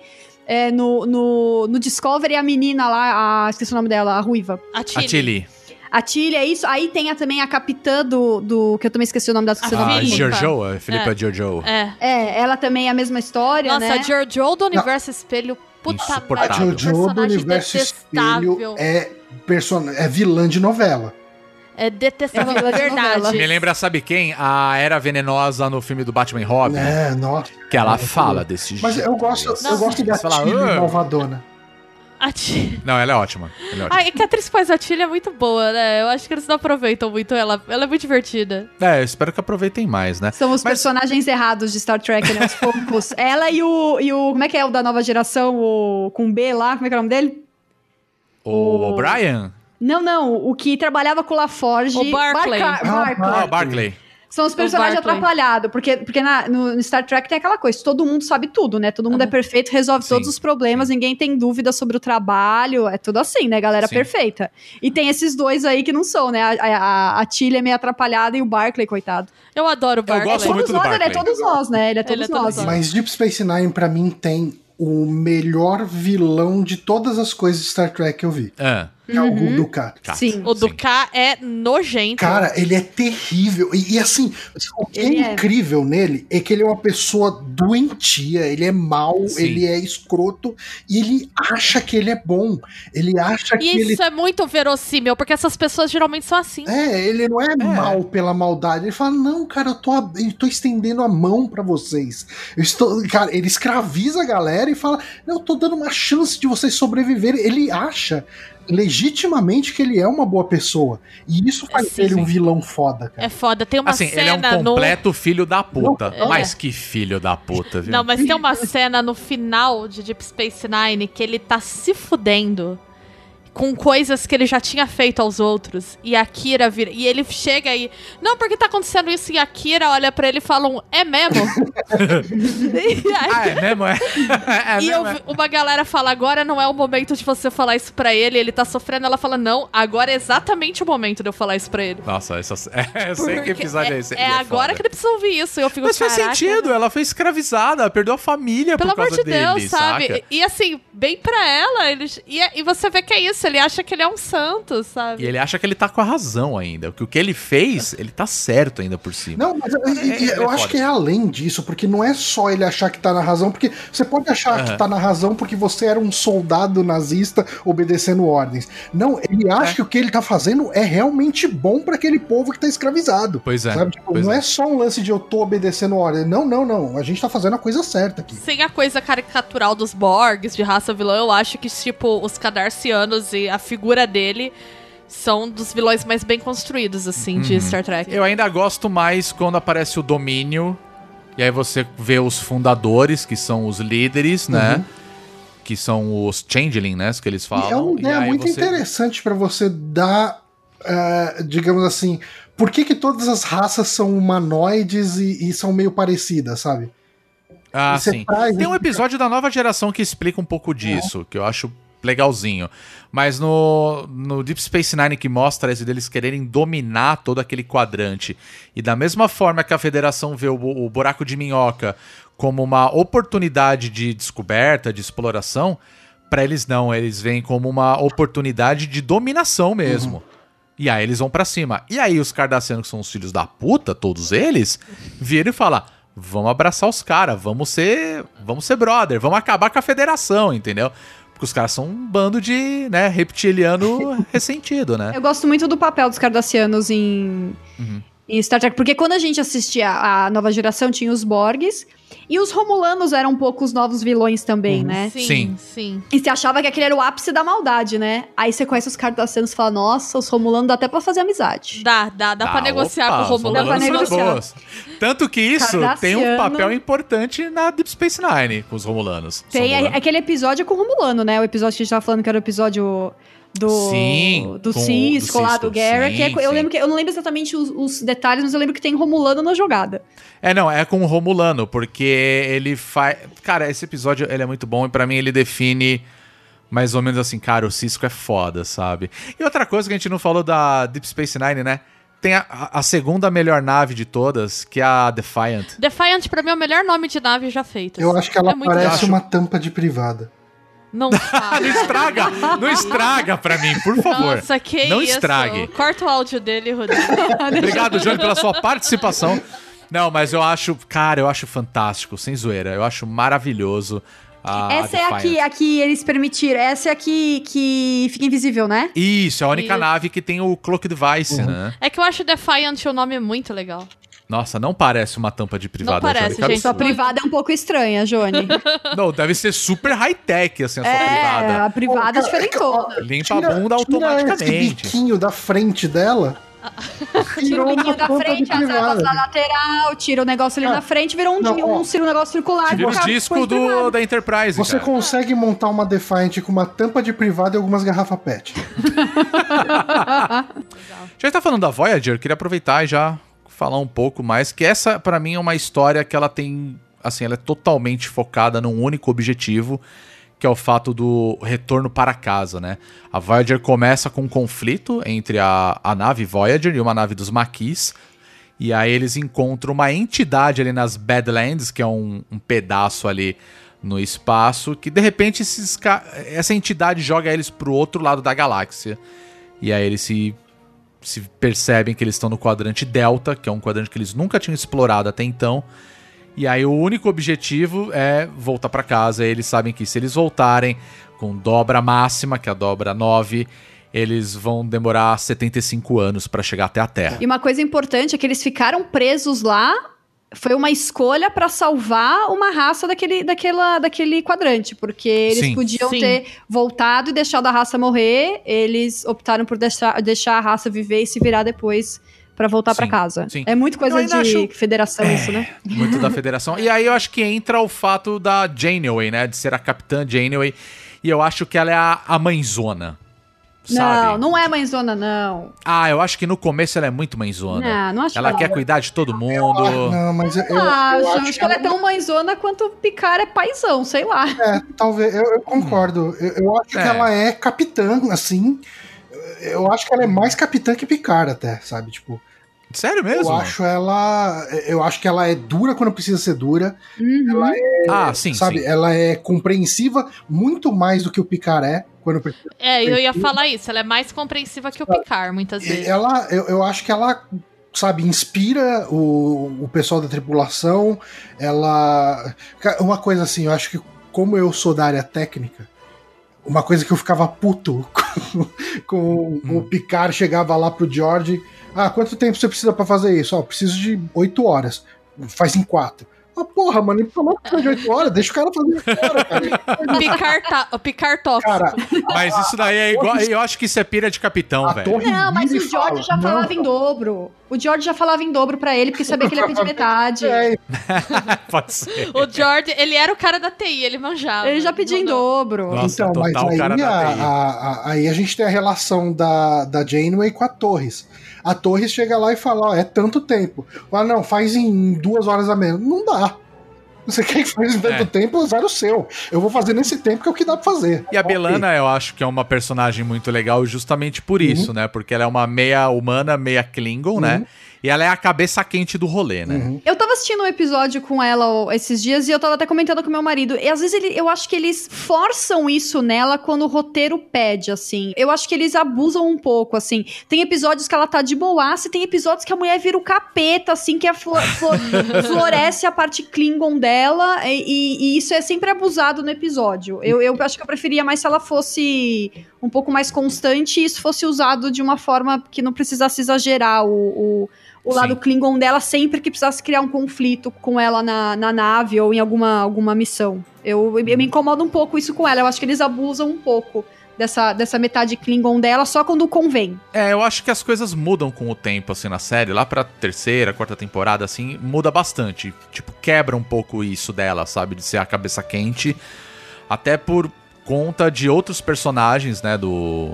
No Discovery, a menina lá, esqueci o nome dela, a ruiva. A Tilly. A Tilly, é isso. Aí tem também a capitã do que eu também esqueci o nome dela. A Giorgio, a Filipa Giorgio. Ela também é a mesma história, Nossa, né? a Giorgio do Universo Espelho, puta Insuportável. A Jojo do Universo Espelho é vilã de novela. É detestável, é verdade. Me lembra, sabe quem? A Era Venenosa no filme do Batman e Robin. Nossa. Que ela fala desse jeito. Mas eu gosto da Tilly malvadona. A Tilly. Não, ela é ótima. É que a atriz que faz a Tilly é muito boa, né? Eu acho que eles não aproveitam muito ela. Ela é muito divertida. Eu espero que aproveitem mais, né? São os personagens errados de Star Trek, né? Os poucos. Ela e o... Como é que é o da nova geração? O com B lá? Como é que é o nome dele? O O'Brien? Não. O que trabalhava com o LaForge. O Barclay. Barclay. São os personagens atrapalhados, porque no Star Trek tem aquela coisa, todo mundo sabe tudo, né? Todo mundo é perfeito, resolve todos os problemas, ninguém tem dúvida sobre o trabalho, é tudo assim, né? Galera perfeita. E tem esses dois aí que não são, né? A Tilly é meio atrapalhada e o Barclay, coitado. Eu adoro o Barclay. Eu gosto muito do Barclay. Ele é todos nós, né? Ele é todos nós. Mas Deep Space Nine, pra mim, tem o melhor vilão de todas as coisas de Star Trek que eu vi. É o Dukat. Sim. O Dukat é nojento. Cara, ele é terrível. E assim, o que é incrível nele é que ele é uma pessoa doentia, ele é mau, ele é escroto, e ele acha que ele é bom. Ele acha que ele... Isso é muito verossímil, porque essas pessoas geralmente são assim. Ele não é mal pela maldade. Ele fala, não, cara, eu tô estendendo a mão pra vocês. Cara, ele escraviza a galera e fala, não, eu tô dando uma chance de vocês sobreviverem. Ele acha legitimamente que ele é uma boa pessoa. E isso faz dele um vilão foda, cara. É foda. Tem uma assim, cena ele é um completo filho da puta. Mas que filho da puta, viu? Não, mas tem uma cena no final de Deep Space Nine que ele tá se fudendo com coisas que ele já tinha feito aos outros. E a Kira vira... E ele chega aí... Não, porque tá acontecendo isso? E a Kira olha pra ele e fala é mesmo? E aí, é mesmo? Uma galera fala, agora não é o momento de você falar isso pra ele tá sofrendo. Ela fala, não, agora é exatamente o momento de eu falar isso pra ele. Nossa, eu sei que episódio é esse. É agora que ele precisa ouvir isso. Eu fico, mas faz sentido, ela foi escravizada, perdeu a família por causa dele, pelo amor de Deus, sabe? Saca? E assim, bem pra ela, e você vê que é isso, ele acha que ele é um santo, sabe? E ele acha que ele tá com a razão ainda. O que ele fez, ele tá certo ainda por cima. Não, mas eu acho que é além disso, porque não é só ele achar que tá na razão, porque você pode achar que tá na razão porque você era um soldado nazista obedecendo ordens. Não, ele acha que o que ele tá fazendo é realmente bom pra aquele povo que tá escravizado. Pois é. Sabe? Tipo, não é só um lance de eu tô obedecendo ordem. Não. A gente tá fazendo a coisa certa aqui. Sem a coisa caricatural dos Borgs, de raça vilã, eu acho que, tipo, os Cardassianos e a figura dele são dos vilões mais bem construídos, assim, de Star Trek. Eu ainda gosto mais quando aparece o Domínio, e aí você vê os fundadores, que são os líderes, né? Que são os Changeling, né? Que eles falam. E é uma ideia muito interessante pra você dar, digamos assim, por que todas as raças são humanoides e são meio parecidas, sabe? Ah, sim. Tem um episódio da nova geração que explica um pouco disso, que eu acho legalzinho. Mas no Deep Space Nine, que mostra isso deles quererem dominar todo aquele quadrante, e da mesma forma que a Federação vê o buraco de minhoca como uma oportunidade de descoberta, de exploração, pra eles não, eles veem como uma oportunidade de dominação mesmo. E aí eles vão pra cima. E aí os Cardassianos, que são os filhos da puta, todos eles, viram e falam, vamos abraçar os caras, vamos ser brother, vamos acabar com a Federação, entendeu? Porque os caras são um bando de, né, reptiliano ressentido, né? Eu gosto muito do papel dos Cardassianos em Star Trek, porque quando a gente assistia a nova geração, tinha os Borgs, e os Romulanos eram um pouco os novos vilões também, né? Sim. E você achava que aquele era o ápice da maldade, né? Aí você conhece os Cardassianos e fala, nossa, os Romulanos dá até pra fazer amizade. Dá pra negociar com o Romulano. Dá pra negociar. Tanto que isso tem um papel importante na Deep Space Nine, com os Romulanos. Tem aquele episódio com o Romulano, né? O episódio que a gente tava falando que era o episódio Sim, Cisco lá, do Garrett. Sim, Eu não lembro exatamente os detalhes, mas eu lembro que tem Romulano na jogada. É com o Romulano, porque ele faz... Cara, esse episódio ele é muito bom e pra mim ele define mais ou menos assim, cara, o Cisco é foda, sabe? E outra coisa que a gente não falou da Deep Space Nine, né? Tem a segunda melhor nave de todas, que é a Defiant. Defiant, pra mim, é o melhor nome de nave já feito. Eu acho que ela muito parece legal. uma tampa de privada. Não fala. Não estraga pra mim, por favor. Nossa, que não isso. estrague. Corta o áudio dele, Rodrigo. Obrigado, Johnny, pela sua participação. Não, mas eu acho fantástico, sem zoeira. Eu acho maravilhoso. Essa é a que eles permitiram. Essa é a que fica invisível, né? Isso, é a única Isso. nave que tem o Cloak Device, né? É que eu acho Defiant o nome muito legal. Nossa, não parece uma tampa de privada. Não parece, Johnny. gente. Sua privada é um pouco estranha, Johnny. Não, deve ser super high-tech, assim, a sua privada. A privada é diferentona. Limpa a bunda Esse automaticamente. biquinho da frente dela. Tira o biquinho da tampa de frente, as privada. abas na lateral, tira o negócio ali na frente, virou um negócio circular. Vira o colocar disco coisa privada. da Enterprise, Você cara. consegue montar uma Defiant com uma tampa de privada e algumas garrafas PET. Já tá falando da Voyager, eu queria aproveitar e já falar um pouco mais, que essa, pra mim, é uma história que ela tem, assim, ela é totalmente focada num único objetivo, que é o fato do retorno para casa, né? A Voyager começa com um conflito entre a nave Voyager e uma nave dos Maquis, e aí eles encontram uma entidade ali nas Badlands, que é um pedaço ali no espaço, que de repente essa entidade joga eles pro outro lado da galáxia. E aí eles se percebem que eles estão no quadrante Delta, que é um quadrante que eles nunca tinham explorado até então. E aí o único objetivo é voltar pra casa. Eles sabem que se eles voltarem com dobra máxima, que é a dobra 9, eles vão demorar 75 anos pra chegar até a Terra. E uma coisa importante é que eles ficaram presos lá. Foi uma escolha pra salvar uma raça daquele quadrante, porque eles Sim. podiam Sim. ter voltado e deixado a raça morrer. Eles optaram por deixar a raça viver e se virar depois pra voltar pra Sim, casa. sim. É muito coisa Eu ainda de acho- federação isso, né? Muito da federação. E aí eu acho que entra o fato da Janeway, né? De ser a Capitã Janeway. E eu acho que ela é a mãezona. Sabe? Não é mãezona, não. Ah, eu acho que no começo ela é muito mãezona. Não acho Ela não. quer cuidar de todo mundo. Não, mas eu Acho acho que ela é tão mãezona quanto o Picard é paizão, sei lá. talvez, eu concordo. Eu acho que ela é capitã, assim. Eu acho que ela é mais capitã que Picard até, sabe? Tipo, Sério mesmo? eu acho que ela é dura quando precisa ser dura. Ela é, Sim, sabe? sim. Ela é compreensiva muito mais do que o Picard é quando precisa. Eu ia falar isso. Ela é mais compreensiva que o Picard, muitas vezes. Eu acho que ela, sabe, inspira o pessoal da tripulação. Uma coisa assim, eu acho que como eu sou da área técnica, uma coisa que eu ficava puto com o Picard chegava lá pro George. Quanto tempo você precisa pra fazer isso? Preciso de 8 horas. Faz em 4. Porra, mano, ele falou que foi de 8 horas, deixa o cara fazer 8 horas, cara. O Picard tóxico. Cara, Mas isso daí é igual. Eu acho que isso é pira de capitão, a velho. torre Não, mas vira o e George fala, já "Não, falava em dobro. O George já falava em dobro pra ele, porque sabia que ele ia pedir metade. Pode ser. O George, ele era o cara da TI, ele manjava. Ele já pedia em dobro. Nossa, Então, mas total aí cara da TI. aí a gente tem a relação da Janeway com a Torres. A Torres chega lá e fala, é tanto tempo. Não, faz em 2 horas a menos. Não dá. Você quer que faça em tanto tempo, azar o seu. Eu vou fazer nesse tempo que é o que dá pra fazer. E a B'Elanna, eu acho que é uma personagem muito legal justamente por isso, né? Porque ela é uma meia humana, meia Klingon, né? E ela é a cabeça quente do rolê, né? Eu tava assistindo um episódio com ela esses dias e eu tava até comentando com meu marido. E às vezes eu acho que eles forçam isso nela quando o roteiro pede, assim. Eu acho que eles abusam um pouco, assim. Tem episódios que ela tá de boaça e tem episódios que a mulher vira o capeta, assim, que floresce a parte Klingon dela. E isso é sempre abusado no episódio. Eu acho que eu preferia mais se ela fosse um pouco mais constante e isso fosse usado de uma forma que não precisasse exagerar o lado Klingon dela sempre que precisasse criar um conflito com ela na nave ou em alguma missão. Eu me incomodo um pouco isso com ela. Eu acho que eles abusam um pouco dessa metade Klingon dela só quando convém. Eu acho que as coisas mudam com o tempo, assim, na série. Lá pra 3ª, 4ª temporada, assim, muda bastante. Tipo, quebra um pouco isso dela, sabe? De ser a cabeça quente. Até por conta de outros personagens, né,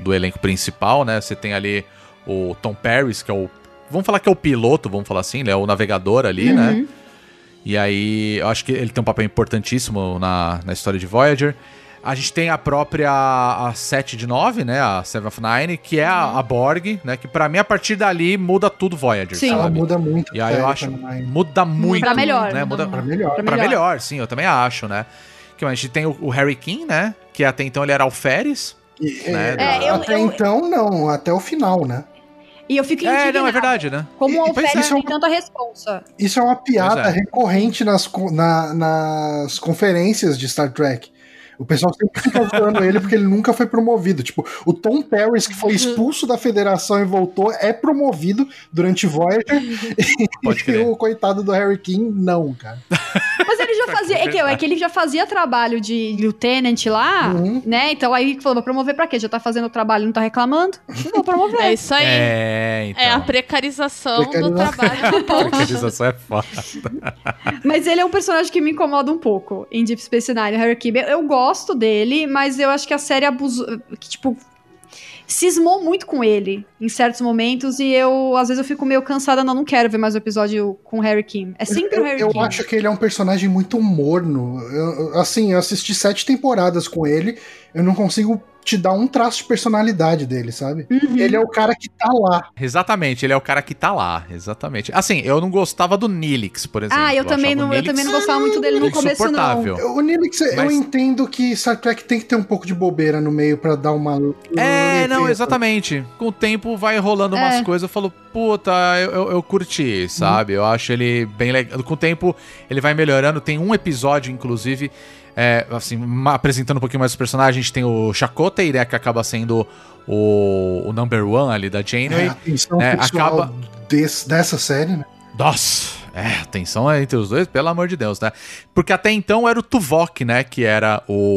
do elenco principal, né? Você tem ali o Tom Paris, que é o... Vamos falar que é o piloto, vamos falar assim, ele é o navegador ali, né? E aí, eu acho que ele tem um papel importantíssimo na história de Voyager. A gente tem a própria a 7 de 9, né? A 7 of 9, que é a Borg, né? Que pra mim, a partir dali, muda tudo Voyager, Sim. sabe? Ela muda muito. E aí eu acho... Muda muito. Pra melhor. Né? Muda Pra melhor. pra melhor, sim, eu também acho, né? Que a gente tem o Harry Kim, né? Que até então ele era alferes. Né? Até então, não. Até o final, né? E eu fico indignada. Não, é verdade, né? Como o pois Alfred é. tem tanta responsa. Isso é uma piada Pois é. recorrente nas conferências de Star Trek. O pessoal sempre fica zoando ele porque ele nunca foi promovido. Tipo, o Tom Paris, que foi expulso da federação e voltou, é promovido durante Voyager. Pode E crer. o coitado do Harry Kim, não, cara. Mas ele já fazia. É que ele já fazia trabalho de lieutenant lá, né? Então aí falou, vou promover pra quê? Já tá fazendo o trabalho e não tá reclamando? Não vou promover. É isso aí. Então. É a precarização do trabalho. A precarização é foda. Mas ele é um personagem que me incomoda um pouco em Deep Space Nine, o Harry Kim. Eu gosto dele, mas eu acho que a série abusou. Que, tipo, cismou muito com ele em certos momentos e às vezes eu fico meio cansada, não quero ver mais um episódio com o Harry Kim. É sempre o Harry Kim. Eu acho que ele é um personagem muito morno. Eu assisti 7 temporadas com ele, eu não consigo te dar um traço de personalidade dele, sabe? Ele é o cara que tá lá. Exatamente, ele é o cara que tá lá, exatamente. Assim, eu não gostava do Nilix, por exemplo. Eu também não gostava muito dele no começo, não. O Nilix, eu Mas- entendo que Star Trek tem que ter um pouco de bobeira no meio pra dar uma... Não, exatamente. Com o tempo vai rolando umas coisas, eu falo, puta, eu curti, sabe? Eu acho ele bem legal. Com o tempo, ele vai melhorando. Tem um episódio, inclusive, assim, apresentando um pouquinho mais os personagens, a gente tem o Chakotay, né, que acaba sendo o number one ali da Janeway. A tensão né, pessoal dessa série, né? Nossa! A tensão entre os dois, pelo amor de Deus, né? Porque até então era o Tuvok, né? Que era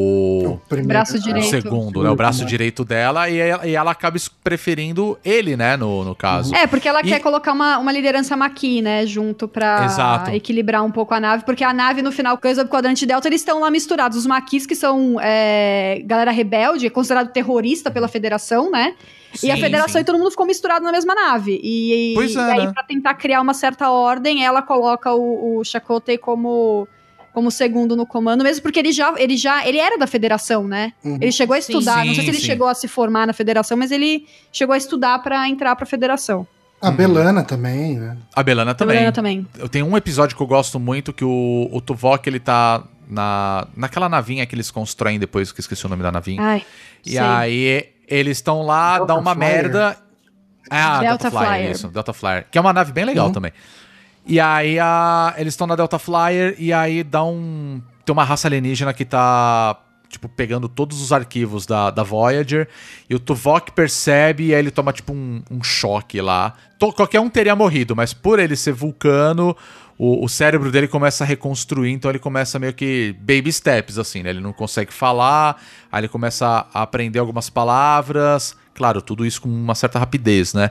o braço o direito. segundo, né? O braço direito dela. E ela acaba preferindo ele, né? No caso. Porque ela quer colocar uma liderança Maquis, né? Junto pra Exato. equilibrar um pouco a nave. Porque a nave, no final, coisa do quadrante Delta, eles estão lá misturados. Os Maquis, que são galera rebelde, considerado terrorista pela Federação, né? E a Federação e todo mundo ficou misturado na mesma nave. E aí, né? pra tentar criar uma certa ordem, ela coloca o Chakotay como segundo no comando, mesmo porque ele era da Federação, né? Ele chegou a estudar, não sei se ele chegou a se formar na Federação, mas ele chegou a estudar pra entrar pra Federação. A B'Elanna também, né? A B'Elanna também. A B'Elanna também. Eu tenho um episódio que eu gosto muito, que o Tuvok, ele tá naquela navinha que eles constroem depois, que eu esqueci o nome da navinha. Ai, e sei. aí eles estão lá, dá uma Flyer. merda. Delta Flyer. Isso, Delta Flyer. Que é uma nave bem legal também. E aí eles estão na Delta Flyer e aí tem uma raça alienígena que tá, tipo, pegando todos os arquivos da Voyager. E o Tuvok percebe e aí ele toma, tipo, um choque lá. Qualquer um teria morrido, mas por ele ser vulcano, o cérebro dele começa a reconstruir, então ele começa meio que baby steps, assim, né? Ele não consegue falar, aí ele começa a aprender algumas palavras. Claro, tudo isso com uma certa rapidez, né?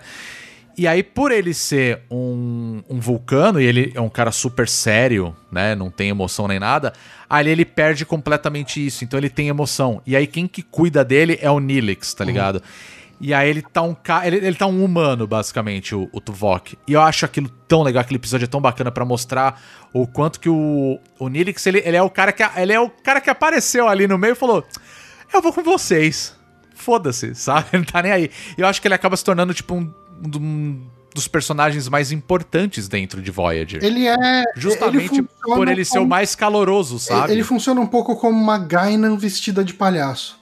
E aí, por ele ser um vulcano, e ele é um cara super sério, né? Não tem emoção nem nada, aí ele perde completamente isso, então ele tem emoção. E aí quem que cuida dele é o Nilix, tá ligado? E aí ele tá ele tá um humano, basicamente, o Tuvok. E eu acho aquilo tão legal, aquele episódio é tão bacana pra mostrar o quanto que o Nilix, ele é o cara que apareceu ali no meio e falou, eu vou com vocês. Foda-se, sabe? Ele não tá nem aí. E eu acho que ele acaba se tornando, tipo, um dos personagens mais importantes dentro de Voyager. Ele é... Justamente por ele ser o mais caloroso, sabe? Ele funciona um pouco como uma Guinan vestida de palhaço.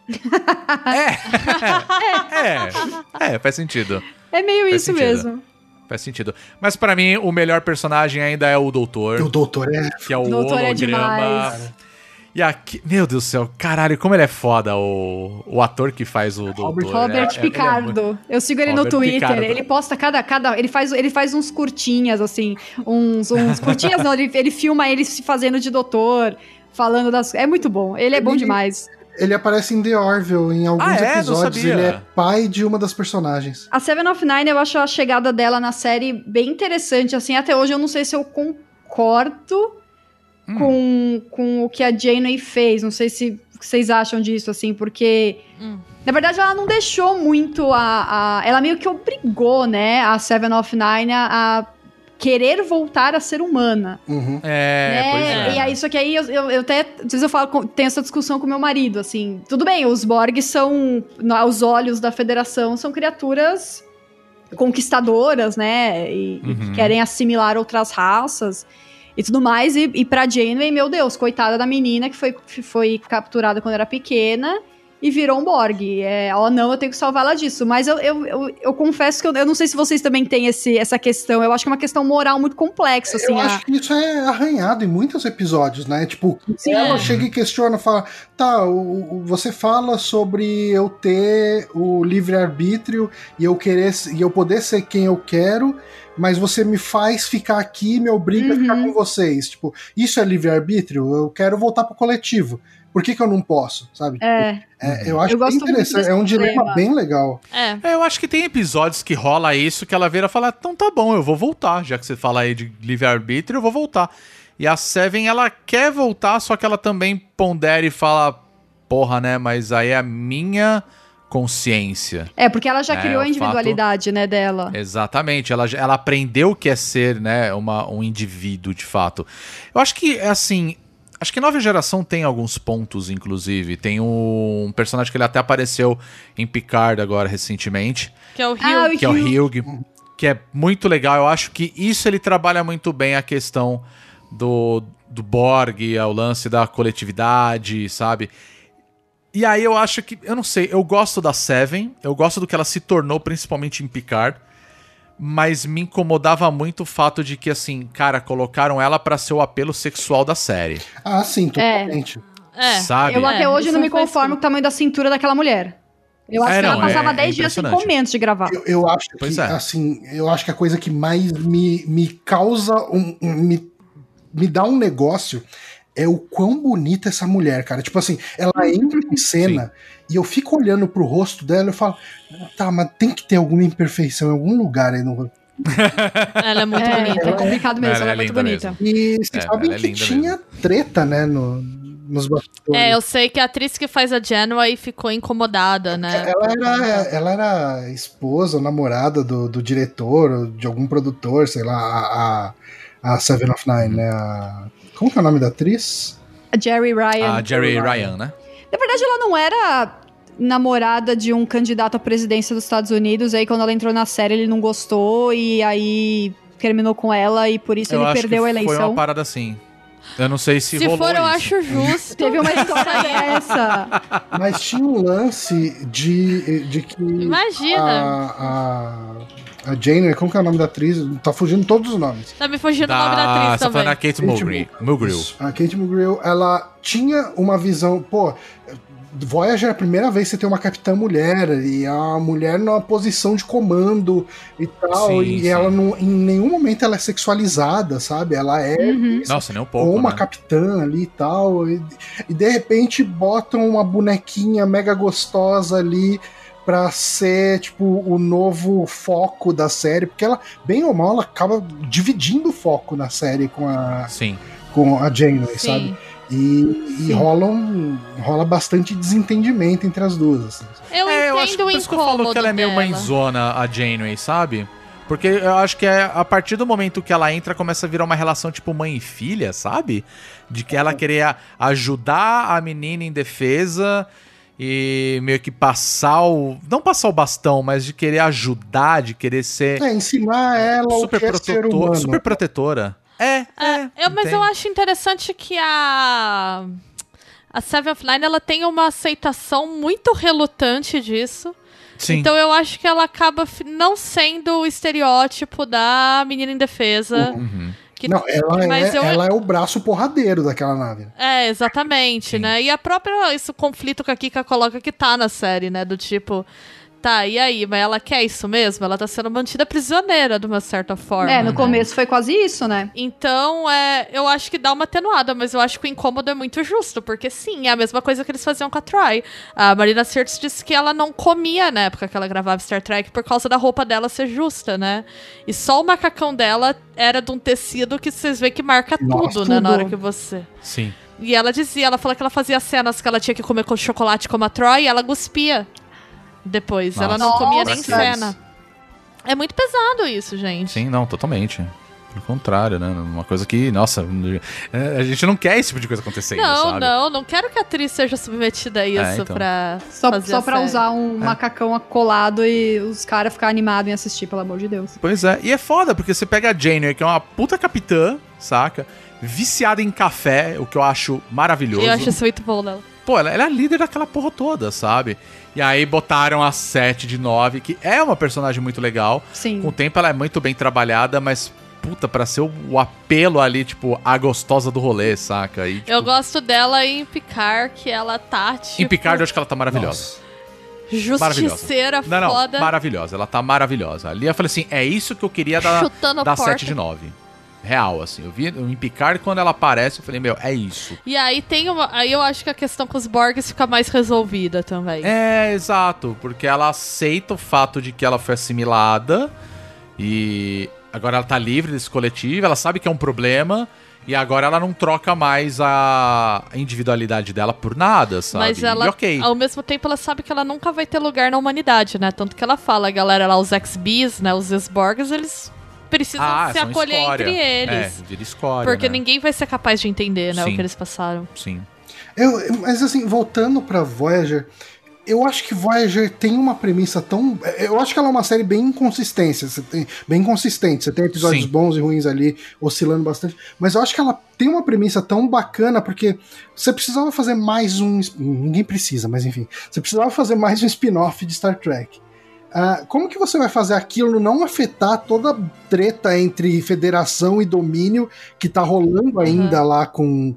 Faz sentido. É meio Faz isso sentido. mesmo. Faz sentido. Mas pra mim, o melhor personagem ainda é o Doutor. O Doutor Que é o Doutor é holograma. demais. E aqui, meu Deus do céu, caralho, como ele é foda, o ator que faz o Doutor. Robert Picardo. Eu sigo ele Robert no Twitter. Picardo. Ele posta ele faz uns curtinhas, assim. Uns curtinhas, não. Ele filma ele se fazendo de doutor, falando das. É muito bom. Ele é bom demais. Ele aparece em The Orville, em alguns episódios. Não sabia. Ele é pai de uma das personagens. A Seven of Nine, eu acho a chegada dela na série bem interessante, assim. Até hoje eu não sei se eu concordo com o que a Janeway fez. Não sei se que vocês acham disso, assim, porque... Na verdade, ela não deixou muito ela meio que obrigou, né, a Seven of Nine a querer voltar a ser humana. Uhum. Pois é. E aí, só que aí eu até, às vezes eu falo, tenho essa discussão com meu marido, assim, tudo bem, os Borg são, aos olhos da Federação, são criaturas conquistadoras, né, e que querem assimilar outras raças e tudo mais, e pra Janeway, meu Deus, coitada da menina que foi capturada quando era pequena e virou um Borg. Não, eu tenho que salvá-la disso. Mas eu confesso que eu não sei se vocês também têm essa questão. Eu acho que é uma questão moral muito complexa, assim. Eu acho que isso é arranhado em muitos episódios, né? Tipo, ela chega e questiona, fala, você fala sobre eu ter o livre-arbítrio e eu poder ser quem eu quero, mas você me faz ficar aqui e me obriga a ficar com vocês. Tipo, isso é livre-arbítrio? Eu quero voltar pro coletivo. Por que eu não posso, sabe? Eu acho bem interessante, é um dilema bem legal. Eu acho que tem episódios que rola isso, que ela vira e fala, então tá bom, eu vou voltar, já que você fala aí de livre-arbítrio, eu vou voltar. E a Seven, ela quer voltar, só que ela também pondera e fala, porra, né, mas aí é a minha consciência. Porque ela já criou a individualidade, né, dela. Exatamente, ela aprendeu o que é ser, né, um indivíduo, de fato. Eu acho que, assim... Acho que Nova Geração tem alguns pontos, inclusive. Tem um personagem que ele até apareceu em Picard agora, recentemente. Que é o Hugh. Que é o Hugh. Que é muito legal. Eu acho que isso ele trabalha muito bem a questão do Borg, o lance da coletividade, sabe? E aí eu acho que... Eu não sei, eu gosto da Seven. Eu gosto do que ela se tornou, principalmente em Picard. Mas me incomodava muito o fato de que, assim, cara, colocaram ela pra ser o apelo sexual da série. Ah, sim, totalmente. Sabe? Eu até hoje não me conformo com o tamanho da cintura daquela mulher. Eu acho que ela passava 10 dias sem comer antes de gravar. Eu acho que, assim, eu acho que a coisa que mais me causa me dá um negócio é o quão bonita essa mulher, cara. Tipo assim, ela entra em cena e eu fico olhando pro rosto dela e eu falo, mas tem que ter alguma imperfeição em algum lugar aí no rosto. Ela é muito bonita. É complicado mesmo, ela é muito bonita. Mesmo. E vocês sabem que tinha treta, né, nos bastidores. Eu sei que a atriz que faz a Janeway ficou incomodada, né? Ela era esposa, namorada do diretor, de algum produtor, sei lá, a Seven of Nine, né? Como que é o nome da atriz? A Jeri Ryan. A Jeri Ryan, né? Na verdade, ela não era namorada de um candidato à presidência dos Estados Unidos. Aí, quando ela entrou na série, ele não gostou e aí terminou com ela e por isso ele perdeu a eleição. Foi uma parada assim. Eu não sei se rolou for, eu isso. acho justo. Teve uma história dessa. Mas tinha um lance de que... Imagina. A Janeway, como que é o nome da atriz? Tá fugindo todos os nomes. Tá me fugindo o nome da atriz também. Foi na Kate Mulgrew. A Kate Mulgrew, ela tinha uma visão... Voyager é a primeira vez que você tem uma capitã mulher, e a mulher numa posição de comando e tal, sim. Ela não, em nenhum momento ela é sexualizada, sabe? Ela é Nossa, nem um pouco, uma capitã ali e tal, e de repente botam uma bonequinha mega gostosa ali pra ser, tipo, o novo foco da série, porque ela, bem ou mal, ela acaba dividindo o foco na série com a Janeway, sabe? E rola bastante desentendimento entre as duas. Assim. Eu acho que por isso que eu falo que ela é meio mãezona, a Janeway, sabe? Porque eu acho que a partir do momento que ela entra, começa a virar uma relação tipo mãe e filha, sabe? De que ela queria ajudar a menina em defesa e meio que não passar o bastão, mas de querer ajudar, de querer ser... ensinar ela o que é ser humano. Super protetora. Mas eu acho interessante que a Seven of Nine, ela tem uma aceitação muito relutante disso. Sim. Então eu acho que ela acaba não sendo o estereótipo da menina indefesa. Ela é o braço porradeiro daquela nave. Exatamente, né? E a própria, esse conflito que a Kika coloca que tá na série, né? Do tipo... Tá, e aí? Mas ela quer isso mesmo? Ela tá sendo mantida prisioneira, de uma certa forma. No começo foi quase isso, né? Então, eu acho que dá uma atenuada, mas eu acho que o incômodo é muito justo, porque sim, é a mesma coisa que eles faziam com a Troy. A Marina Sirtis disse que ela não comia na época que ela gravava Star Trek por causa da roupa dela ser justa, né? E só o macacão dela era de um tecido que vocês veem que marca tudo, né? Na hora que você... Sim. E ela dizia, ela falou que ela fazia cenas que ela tinha que comer com chocolate como a Troy e ela cuspia depois. Nossa. Ela não comia nem Nossa. cena. É muito pesado isso, gente. Sim, não, totalmente. Pelo contrário, né? Uma coisa que, nossa, a gente não quer esse tipo de coisa acontecendo, sabe? Não quero que a atriz seja submetida a isso então. pra Só fazer a pra série. usar um macacão colado e os caras ficarem animados em assistir, pelo amor de Deus. Pois é, e é foda, porque você pega a Janeway, que é uma puta capitã, saca? Viciada em café, o que eu acho maravilhoso. Eu acho isso muito bom dela. Pô, ela é a líder daquela porra toda, sabe? E aí botaram a 7 de 9, que é uma personagem muito legal. Sim. Com o tempo ela é muito bem trabalhada, mas... Puta, pra ser o apelo ali, tipo, a gostosa do rolê, saca? E, tipo, Eu gosto dela em Picard, que ela tá, tipo... em Picard eu acho que ela tá maravilhosa. Justiceira Não, foda. maravilhosa. Ela tá maravilhosa. Ali eu falei assim, é isso que eu queria Chutando a da porta. 7 de 9. Real, assim. Eu vi em Picard, quando ela aparece, eu falei, meu, é isso. E aí aí eu acho que a questão com os Borgs fica mais resolvida também. É, exato. Porque ela aceita o fato de que ela foi assimilada e agora ela tá livre desse coletivo, ela sabe que é um problema e agora ela não troca mais a individualidade dela por nada, sabe? Mas ela, e ok. ao mesmo tempo, ela sabe que ela nunca vai ter lugar na humanidade, né? Tanto que ela fala, a galera lá, os ex-Bees, né? Os ex-Borgs, eles precisam se são acolher escória. entre eles. É, vira escória, Porque né? ninguém vai ser capaz de entender, né? Sim. O que eles passaram. Sim. Mas assim, voltando pra Voyager, eu acho que Voyager tem uma premissa tão... Eu acho que ela é uma série bem inconsistente. Bem consistente. Você tem episódios Sim. bons e ruins ali, oscilando bastante. Mas eu acho que ela tem uma premissa tão bacana, porque você precisava fazer mais um... Ninguém precisa, mas enfim. Você precisava fazer mais um spin-off de Star Trek. Como que você vai fazer aquilo não afetar toda a treta entre federação e domínio que tá rolando ainda lá com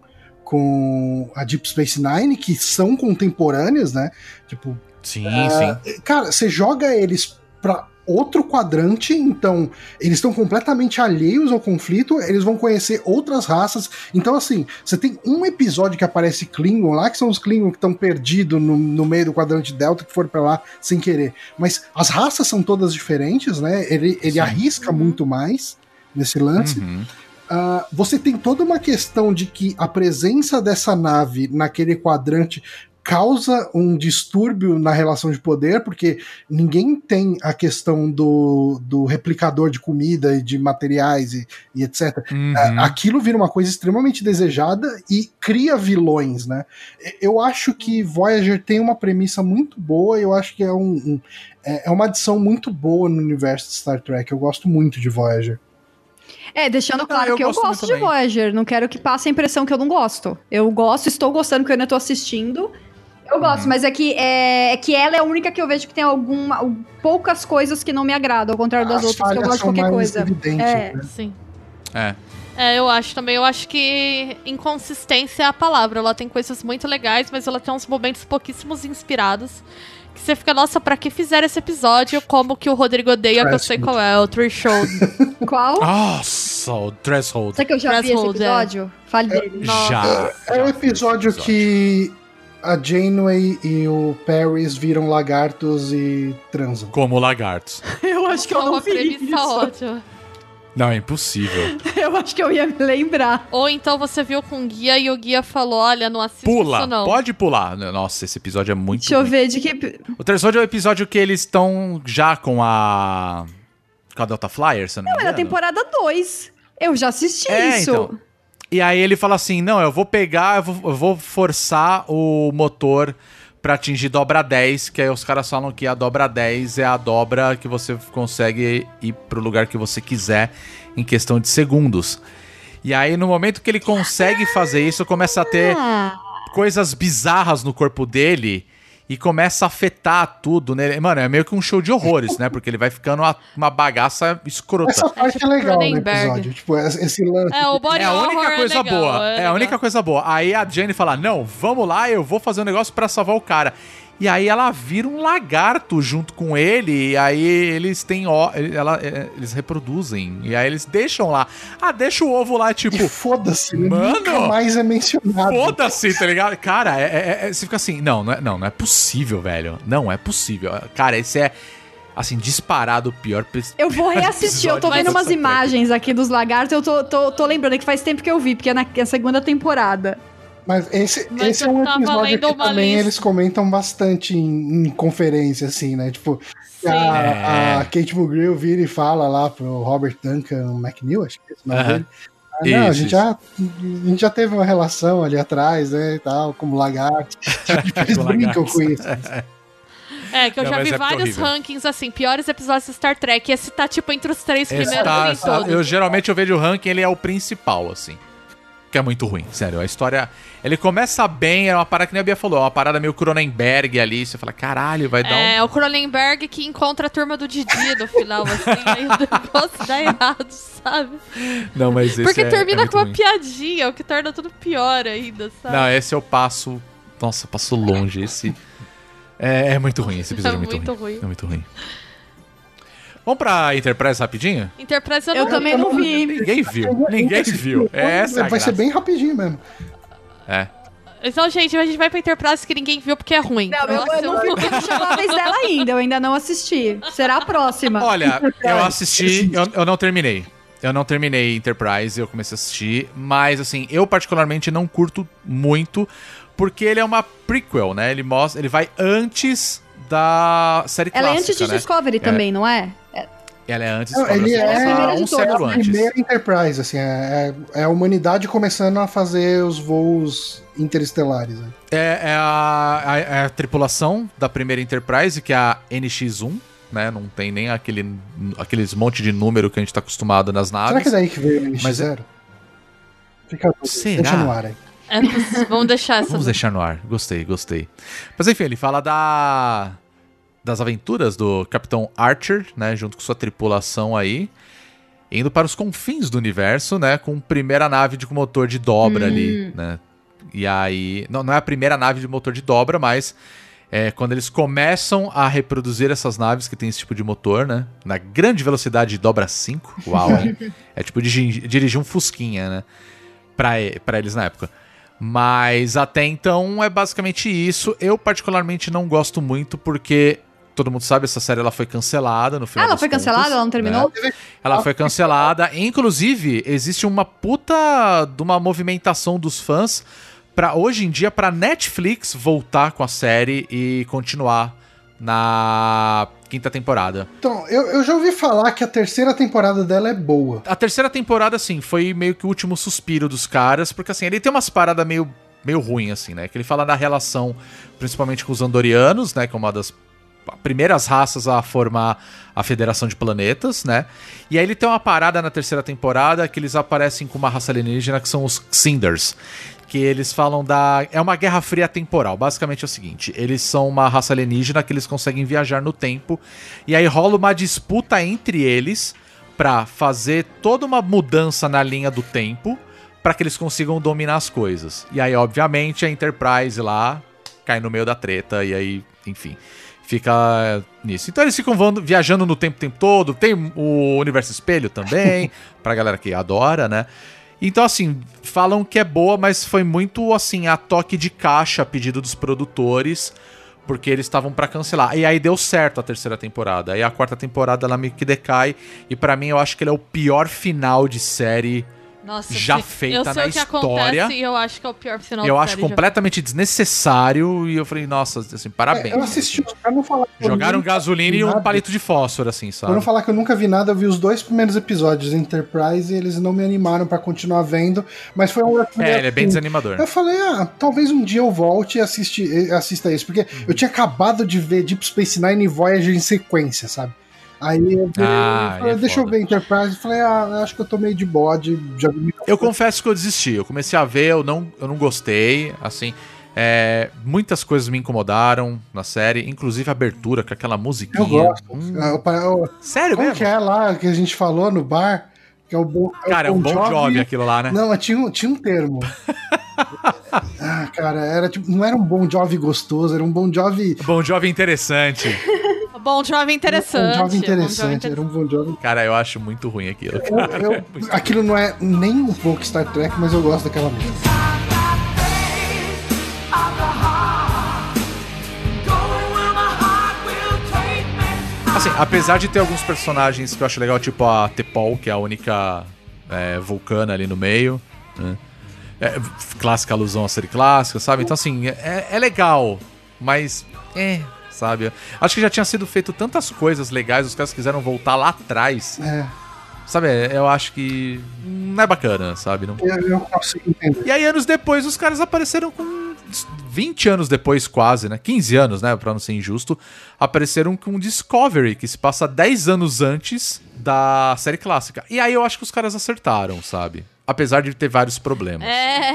a Deep Space Nine, que são contemporâneas, né? Tipo, Sim, sim. cara, você joga eles pra outro quadrante, então eles estão completamente alheios ao conflito, eles vão conhecer outras raças. Então, assim, você tem um episódio que aparece Klingon lá, que são os Klingon que estão perdidos no meio do quadrante Delta, que foram pra lá sem querer. Mas as raças são todas diferentes, né? Ele arrisca muito mais nesse lance. Você tem toda uma questão de que a presença dessa nave naquele quadrante causa um distúrbio na relação de poder, porque ninguém tem a questão do replicador de comida e de materiais e etc. Aquilo vira uma coisa extremamente desejada e cria vilões, né? Eu acho que Voyager tem uma premissa muito boa, eu acho que é uma adição muito boa no universo de Star Trek. Eu gosto muito de Voyager. Deixando claro que eu gosto de também. Voyager. Não quero que passe a impressão que eu não gosto. Eu gosto, estou gostando, porque eu ainda tô assistindo. Eu gosto, mas é que ela é a única que eu vejo que tem poucas coisas que não me agradam, ao contrário das outras, que eu gosto de qualquer coisa. Né? Sim. É. Eu acho também. Eu acho que inconsistência é a palavra. Ela tem coisas muito legais, mas ela tem uns momentos pouquíssimos inspirados. Que você fica, nossa, pra que fizeram esse episódio? Como que o Rodrigo odeia, que eu sei qual é, o Threshold. Qual? Nossa, o Threshold. Será que eu já vi esse Threshold, episódio? Fale dele. Já. É o episódio que a Janeway e o Paris viram lagartos e transam. Como lagartos. Eu acho que É eu não uma vi premissa isso. ótima. Não, é impossível. Eu acho que eu ia me lembrar. Ou então você viu com o guia e o guia falou, olha, não assista Pula, isso não. pode pular. Nossa, esse episódio é muito Deixa eu ruim. ver de que... O Threshold é o episódio que eles estão já com a Delta Flyer, se eu não me Não, é engano. na temporada 2. Eu já assisti isso. Então. E aí ele fala assim, não, eu vou pegar, eu vou forçar o motor pra atingir dobra 10, que aí os caras falam que a dobra 10 é a dobra que você consegue ir pro lugar que você quiser em questão de segundos. E aí no momento que ele consegue fazer isso, começa a ter coisas bizarras no corpo dele e começa a afetar tudo, né? Mano, é meio que um show de horrores, né? Porque ele vai ficando uma bagaça escrota. Essa parte tipo é legal no Cronenberg. episódio. Tipo, esse lance. O body É a única horror coisa legal, boa. É a única coisa boa. Aí a Jane fala, não, vamos lá, eu vou fazer um negócio pra salvar o cara. E aí ela vira um lagarto junto com ele, e aí eles têm eles reproduzem, e aí eles deixam lá. Deixa o ovo lá, tipo... E foda-se, Mano, nunca mais é mencionado. Foda-se, tá ligado? Cara, você fica assim, não é possível, velho. Não é possível. Cara, esse é, assim, disparado o pior Eu vou reassistir, eu tô vendo umas imagens aqui dos lagartos, eu tô lembrando que faz tempo que eu vi, porque é na segunda temporada. Mas esse Mas é um eu tava episódio lendo que uma também lista. eles comentam bastante em conferência, assim, né? Tipo, Sim. a Kate Mulgrew vira e fala lá pro Robert Duncan McNeil, acho que é esse nome dele. Não, a gente já teve uma relação ali atrás, né, e tal, como lagarto. Eles brincam com isso. Que eu Não, já mas vi é vários horrível. rankings, assim, piores episódios de Star Trek. Esse tá, tipo, entre os 3 primeiros em todos. Geralmente eu vejo o ranking, ele é o principal, assim. Que é muito ruim, sério. A história. Ele começa bem, é uma parada que nem a Bia falou, é uma parada meio Cronenberg ali. Você fala, caralho, vai dar É o Cronenberg que encontra a turma do Didi no final, assim, aí o negócio dá errado, sabe? Não, mas esse Porque termina muito com uma ruim. piadinha, o que torna tudo pior ainda, sabe? Não, esse eu passo. Nossa, passo longe. Esse. É muito ruim, esse episódio é muito muito ruim. ruim. É muito ruim. Vamos pra Enterprise rapidinho? Enterprise Eu também não vi. Ninguém viu. Ninguém viu. Essa é a Vai ser graça. bem rapidinho mesmo. É. Então, gente, a gente vai pra Enterprise que ninguém viu porque é ruim. Não, eu não vi porque não chegou a vez dela ainda, eu ainda não assisti. Será a próxima. Olha, eu assisti, eu não terminei. Eu não terminei Enterprise, eu comecei a assistir, mas assim, eu particularmente não curto muito, porque ele é uma prequel, né? Ele vai antes da série Ela clássica, é antes de né? Discovery também, não é? Ela é antes, Não, ele ela é passa primeira de um todas. século a antes. primeira Enterprise, assim, é a humanidade começando a fazer os voos interestelares. Né? É a tripulação da primeira Enterprise, que é a NX-1, né? Não tem nem aqueles monte de número que a gente tá acostumado nas naves. Será que é daí que veio o NX0? Mas Fica Será? Deixa no ar aí. Vamos deixar essa. Vamos deixar no ar. Gostei. Mas enfim, ele fala das aventuras do Capitão Archer, né, junto com sua tripulação aí, indo para os confins do universo, né, com a primeira nave com motor de dobra ali, né. E aí, não é a primeira nave de motor de dobra, mas quando eles começam a reproduzir essas naves que tem esse tipo de motor, né, na grande velocidade de dobra 5, uau, hein? É tipo dirigir um Fusquinha, né, pra eles na época. Mas até então é basicamente isso. Eu particularmente não gosto muito porque todo mundo sabe, essa série ela foi cancelada no final Ela das foi contas, cancelada? Ela não terminou? né? Ela foi cancelada. Inclusive, existe uma puta de uma movimentação dos fãs pra hoje em dia pra Netflix voltar com a série e continuar na quinta temporada. Então, eu já ouvi falar que a terceira temporada dela é boa. A terceira temporada, assim, foi meio que o último suspiro dos caras, porque, assim, ele tem umas paradas meio ruim, assim, né? Que ele fala da relação, principalmente com os Andorianos, né? Que é uma das primeiras raças a formar a Federação de Planetas, né? E aí ele tem uma parada na terceira temporada que eles aparecem com uma raça alienígena que são os Xinders. Que eles falam é uma guerra fria temporal. Basicamente é o seguinte, eles são uma raça alienígena que eles conseguem viajar no tempo. E aí rola uma disputa entre eles pra fazer toda uma mudança na linha do tempo pra que eles consigam dominar as coisas. E aí, obviamente, a Enterprise lá cai no meio da treta e aí, enfim, fica nisso. Então eles ficam viajando no tempo o tempo todo. Tem o Universo Espelho também, pra galera que adora, né? Então, assim, falam que é boa, mas foi muito, assim, a toque de caixa a pedido dos produtores, porque eles estavam pra cancelar. E aí deu certo a terceira temporada. Aí a quarta temporada ela meio que decai, e pra mim eu acho que ele é o pior final de série Nossa, já feita na eu sei o que história. acontece e eu acho que é o pior final Eu da acho série já. completamente desnecessário, e eu falei, nossa, assim, parabéns. Eu assisti, pra não falar que eu Jogaram nunca gasolina vi e um nada. palito de fósforo, assim, sabe? Pra não falar que eu nunca vi nada, eu vi os 2 primeiros episódios de Enterprise e eles não me animaram pra continuar vendo, mas foi um... ele é bem desanimador. Eu falei, talvez um dia eu volte e assista isso, porque eu tinha acabado de ver Deep Space Nine e Voyager em sequência, sabe? Aí eu falei, deixa eu foda. ver Enterprise, e falei, acho que eu tô meio de bode, já vi muita Eu coisa. confesso que eu desisti. Eu comecei a ver, eu não gostei, assim... muitas coisas me incomodaram na série, inclusive a abertura com aquela musiquinha. Eu gosto. Sério Como mesmo? que é lá que a gente falou no bar? Que é o bom, Cara, é um Bon Jovi aquilo lá, né? Não, mas tinha um termo. Cara, era tipo, não era um Bon Jovi gostoso, era um Bon Jovi. Bon Jovi interessante. Bom Jovi interessante. Um Bon Jovi Bom Jovi interessante, era um Bon Jovi. Cara, eu acho muito ruim aquilo. Aquilo não é nem um pouco Star Trek, mas eu gosto daquela música. Assim, apesar de ter alguns personagens que eu acho legal, tipo a T'Pol, que é a única vulcana ali no meio, né? Clássica alusão à série clássica, sabe? Então, assim, é legal, mas... sabe? Acho que já tinha sido feito tantas coisas legais, os caras quiseram voltar lá atrás. Sabe, eu acho que não é bacana, sabe? Não... Eu consigo entender. E aí, anos depois, os caras apareceram com... 20 anos depois, quase, né? 15 anos, né? Pra não ser injusto. Apareceram com Discovery, que se passa 10 anos antes da série clássica. E aí eu acho que os caras acertaram, sabe? Apesar de ter vários problemas.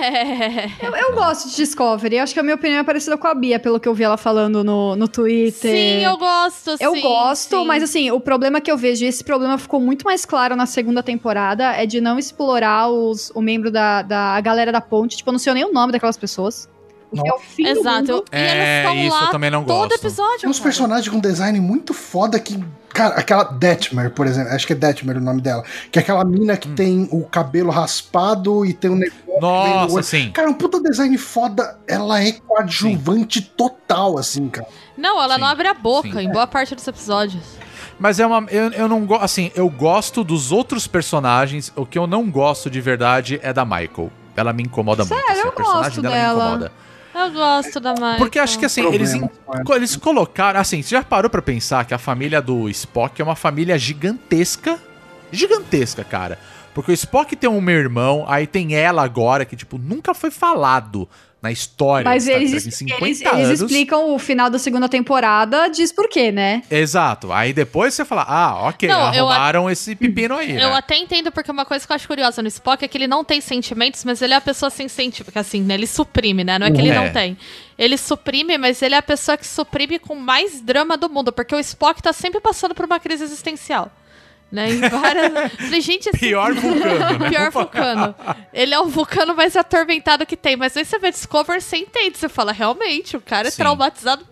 Eu gosto de Discovery. Acho que a minha opinião é parecida com a Bia, pelo que eu vi ela falando no Twitter. Sim, eu gosto, Eu gosto, mas assim, o problema que eu vejo, e esse problema ficou muito mais claro na segunda temporada, é de não explorar o membro a galera da ponte. Tipo, eu não sei nem o nome daquelas pessoas. É o fim do mundo. E eles estão isso lá eu também não todo gosto. episódio. Tem uns personagens com design muito foda que... Cara, aquela Detmer, por exemplo. Acho que é Detmer o nome dela. Que é aquela mina que tem o cabelo raspado e tem um negócio... Nossa, sim. Cara, um puta design foda. Ela é coadjuvante total, assim, cara. Não, ela não abre a boca sim. em boa parte dos episódios. Mas eu não gosto... Assim, eu gosto dos outros personagens. O que eu não gosto de verdade é da Michael. Ela me incomoda muito. Assim, eu a personagem gosto dela dela. me incomoda. Eu gosto da Michael. Porque acho que assim, eles colocaram... Assim, você já parou pra pensar que a família do Spock é uma família gigantesca? Gigantesca, cara. Porque o Spock tem um meu irmão, aí tem ela agora, que tipo, nunca foi falado na história. Mas eles explicam o final da segunda temporada, diz por quê, né? Exato. Aí depois você fala, ok, não, arrumaram esse pepino aí, Eu né? até entendo, porque uma coisa que eu acho curiosa no Spock é que ele não tem sentimentos, mas ele é a pessoa sem sentimentos. Porque assim, né, ele suprime, né? Não é que ele não tem. Ele suprime, mas ele é a pessoa que suprime com mais drama do mundo, porque o Spock tá sempre passando por uma crise existencial. Né, em várias... Falei, gente, assim... Pior vulcano, né? Pior vulcano. Ele é o vulcano mais atormentado que tem. Mas aí você vê Discovery, você entende. Você fala, realmente, o cara é traumatizado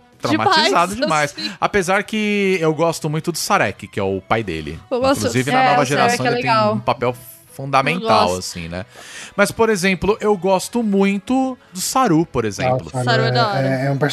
demais. Assim. Apesar que eu gosto muito do Sarek, que é o pai dele. Gosto... Inclusive, na nova geração, ele tem um papel fundamental, assim, né? Mas, por exemplo, eu gosto muito do Saru, por exemplo. Saru é da hora.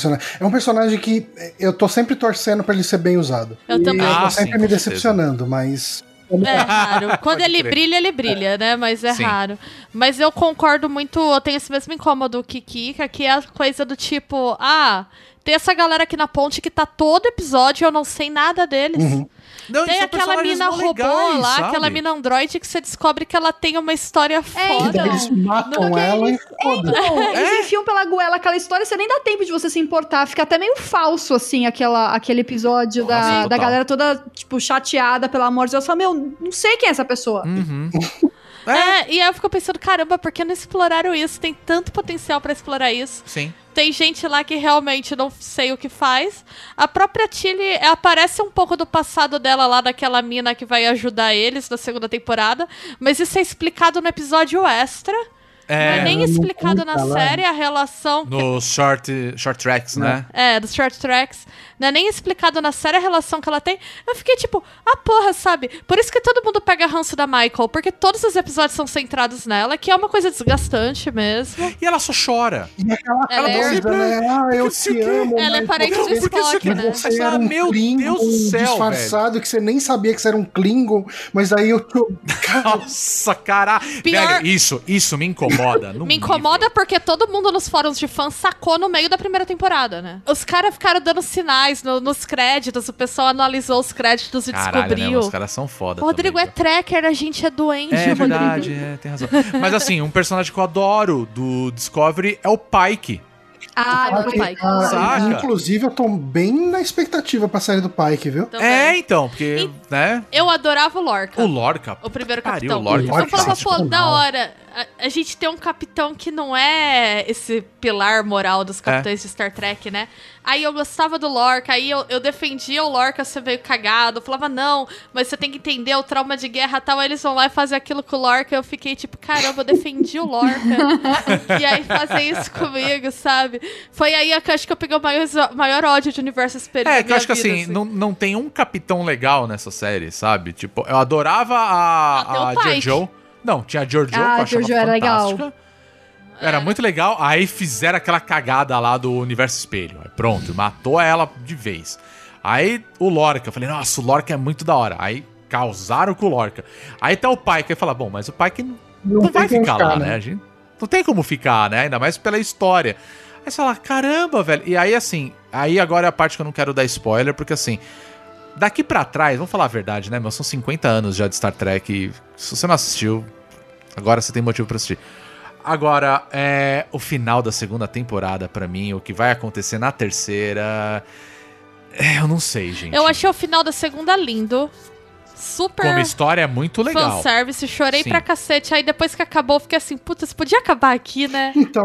É um personagem que eu tô sempre torcendo pra ele ser bem usado. Eu também. Eu tô sempre me decepcionando, mas... É raro. Quando ele brilha, né? Mas é raro. Mas eu concordo muito, eu tenho esse mesmo incômodo que Kika, que é a coisa do tipo, tem essa galera aqui na ponte que tá todo episódio e eu não sei nada deles. Não, tem aquela mina robô lá, sabe? aquela mina androide que você descobre que ela tem uma história foda. E daí eles matam ela e foda. Eles enfiam pela goela aquela história, você nem dá tempo de você se importar. Fica até meio falso, assim, aquele episódio da galera toda, tipo, chateada pela morte. Eu falo, não sei quem é essa pessoa. E aí eu fico pensando, caramba, por que não exploraram isso? Tem tanto potencial pra explorar isso. Sim. Tem gente lá que realmente não sei o que faz. A própria Tilly aparece um pouco do passado dela lá, daquela mina que vai ajudar eles na segunda temporada. Mas isso é explicado no episódio extra. Não é nem explicado na série a relação... Nos short tracks, né? Dos short tracks. Não é nem explicado na série a relação que ela tem. Eu fiquei tipo, porra, sabe? Por isso que todo mundo pega ranço da Michael. Porque todos os episódios são centrados nela, que é uma coisa desgastante mesmo. E ela só chora. E aquela coisa, né? Eu te amo. Ela é parente do Spock, né? Você era um Klingon disfarçado, velho. Que você nem sabia que você era um Klingon, mas aí eu... Nossa, cara. Pior... Velho, isso me incomoda. Me incomoda porque todo mundo nos fóruns de fãs sacou no meio da primeira temporada, né? Os caras ficaram dando sinais nos créditos, o pessoal analisou os créditos e descobriu. Né, os caras são foda. O Rodrigo também, é tracker, a gente é doente. É verdade, tem razão. Mas assim, um personagem que eu adoro do Discovery é o Pike. Do Pike. Inclusive, eu tô bem na expectativa pra série do Pike, viu? Também. Então, porque, né? Eu adorava o Lorca. O Lorca? O primeiro capitão. O Lorca. Eu falava, da hora. A gente tem um capitão que não é esse pilar moral dos capitães de Star Trek, né? Aí eu gostava do Lorca, aí eu defendia o Lorca ser meio cagado. Eu falava, não, mas você tem que entender o trauma de guerra e tal. Aí eles vão lá e fazem aquilo com o Lorca. Eu fiquei tipo, caramba, eu defendi o Lorca. E aí fazem isso comigo, sabe? Foi aí que eu acho que eu peguei o maior ódio de universo espelho. Que eu acho que assim, não tem um capitão legal nessa série, sabe? Tipo, eu adorava a Jojo. Não, tinha a Jojo, que eu achava Jojo era legal. Era muito legal. Aí fizeram aquela cagada lá do universo espelho. Aí pronto, matou ela de vez. Aí o Lorca, eu falei, nossa, o Lorca é muito da hora. Aí causaram com o Lorca. Aí tá o Pike, aí fala, bom, mas o Pike não vai ficar lá, né? A gente não tem como ficar, né? Ainda mais pela história. Aí você fala, caramba, velho. E aí, assim, aí agora é a parte que eu não quero dar spoiler, porque assim, daqui pra trás, vamos falar a verdade, né, meu? São 50 anos já de Star Trek e se você não assistiu, agora você tem motivo pra assistir. Agora, o final da segunda temporada, pra mim, o que vai acontecer na terceira... eu não sei, gente. Eu achei o final da segunda lindo. Super. Como história é muito legal. Fanservice, chorei Sim. pra cacete. Aí depois que acabou, eu fiquei assim, puta, isso podia acabar aqui, né? Então,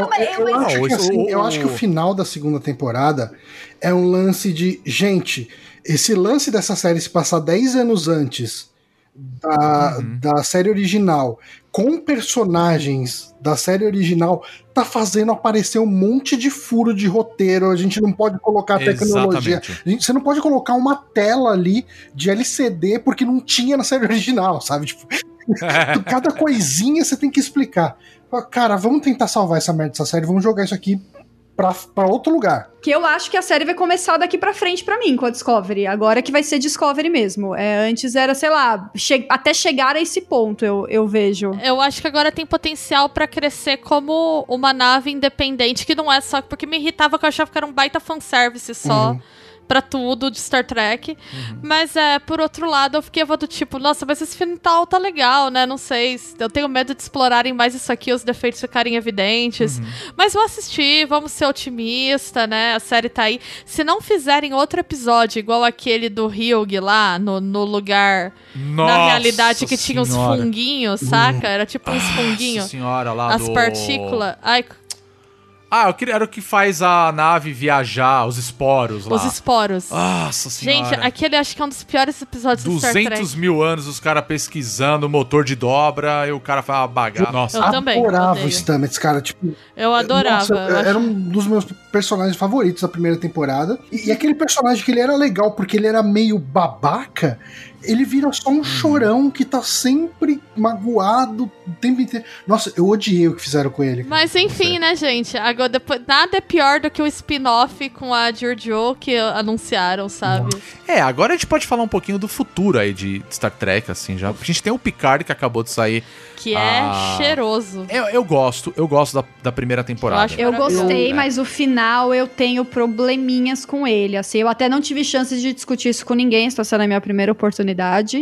eu acho que o final da segunda temporada é um lance de... Gente, esse lance dessa série se passar 10 anos antes da série original, com personagens da série original, tá fazendo aparecer um monte de furo de roteiro. A gente não pode colocar tecnologia. Você não pode colocar uma tela ali de LCD porque não tinha na série original, sabe? Tipo, cada coisinha você tem que explicar. Cara, vamos tentar salvar essa merda dessa série, vamos jogar isso aqui pra outro lugar. Que eu acho que a série vai começar daqui pra frente pra mim, com a Discovery. Agora que vai ser Discovery mesmo. Antes era, sei lá, até chegar a esse ponto, eu vejo. Eu acho que agora tem potencial pra crescer como uma nave independente, que não é só... Porque me irritava que eu achava que era um baita fanservice só. Pra tudo de Star Trek. Mas, por outro lado, eu fiquei do tipo, nossa, mas esse final tá legal, né? Não sei, eu tenho medo de explorarem mais isso aqui, os defeitos ficarem evidentes. Mas vou assistir, vamos ser otimista, né? A série tá aí. Se não fizerem outro episódio igual aquele do Hyuk lá, no lugar, Nossa na realidade, que tinha os senhora. funguinhos, saca? Era tipo uns funguinhos. Nossa senhora, lá As partículas. Ai, era o que faz a nave viajar, os esporos lá. os esporos. Nossa senhora. Gente, aquele acho que é um dos piores episódios de Star Trek. 200 mil anos os caras pesquisando o motor de dobra e o cara faz uma bagaça. Nossa. Eu também, adorava odeio. o Stamets, cara. Tipo, Eu adorava. nossa, eu acho- era um dos meus personagens favoritos da primeira temporada. E aquele personagem que ele era legal porque ele era meio babaca, ele vira só um chorão que tá sempre magoado o tempo inteiro. Nossa, eu odiei o que fizeram com ele. Mas enfim, né, gente? Agora, depois, nada é pior do que o spin-off com a Giorgio que anunciaram, sabe? Agora a gente pode falar um pouquinho do futuro aí de Star Trek, assim, já. A gente tem o Picard que acabou de sair. Que é cheiroso. Eu gosto da primeira temporada. acho Eu gostei, Eu- mas o final eu tenho probleminhas com ele. Assim, eu até não tive chance de discutir isso com ninguém, está sendo a minha primeira oportunidade.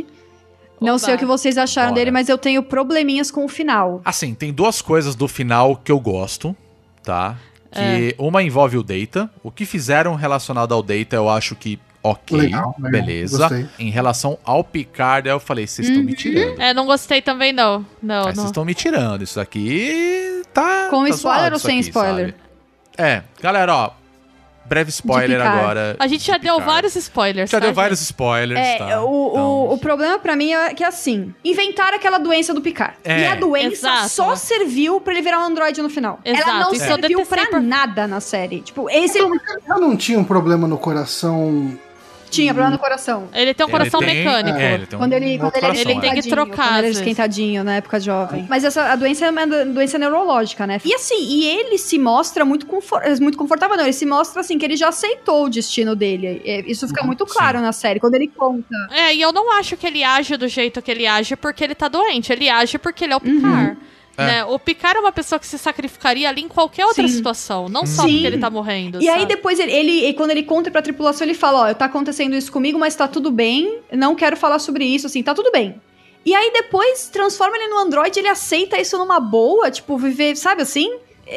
Não Oba. sei o que vocês acharam Bora. dele, mas eu tenho probleminhas com o final. Assim, tem duas coisas do final que eu gosto, tá? Que uma envolve o Data. O que fizeram relacionado ao Data, eu acho que ok, Legal, beleza. gostei. Em relação ao Picard, eu falei, vocês estão me tirando. Não gostei também, não. Não, Vocês não. estão me tirando. Isso aqui tá. Com tá spoiler zoado ou isso sem aqui, spoiler? sabe? Galera, ó. Breve spoiler Picard. agora. A gente já de deu Picard. vários spoilers, Já tá, deu vários gente? spoilers, tá? O problema pra mim é que, assim, inventaram aquela doença do Picard. É. E a doença Exato. só serviu pra ele virar um androide no final. Exato, Ela não isso eu serviu detestei pra nada na série. Tipo, esse Já não tinha um problema no coração. tinha problema no coração. Ele tem um coração mecânico. Ele tem um Quando ele outro era coração, Ele tem que esquentadinho, trocar, quando ele era às vezes. esquentadinho na época jovem. Mas a doença é uma doença neurológica, né? E assim, ele se mostra muito confortável, não. Ele se mostra assim, que ele já aceitou o destino dele. Isso fica muito claro na série, quando ele conta. E eu não acho que ele age do jeito que ele age porque ele tá doente. Ele age porque ele é o Picard. Né? O Picard é uma pessoa que se sacrificaria ali em qualquer outra Sim. situação. Não só Sim. porque ele tá morrendo, E aí sabe? depois quando ele conta pra tripulação, ele fala, ó, tá acontecendo isso comigo, mas tá tudo bem, não quero falar sobre isso, assim, tá tudo bem. E aí depois transforma ele no androide, ele aceita isso numa boa, tipo, viver, sabe assim?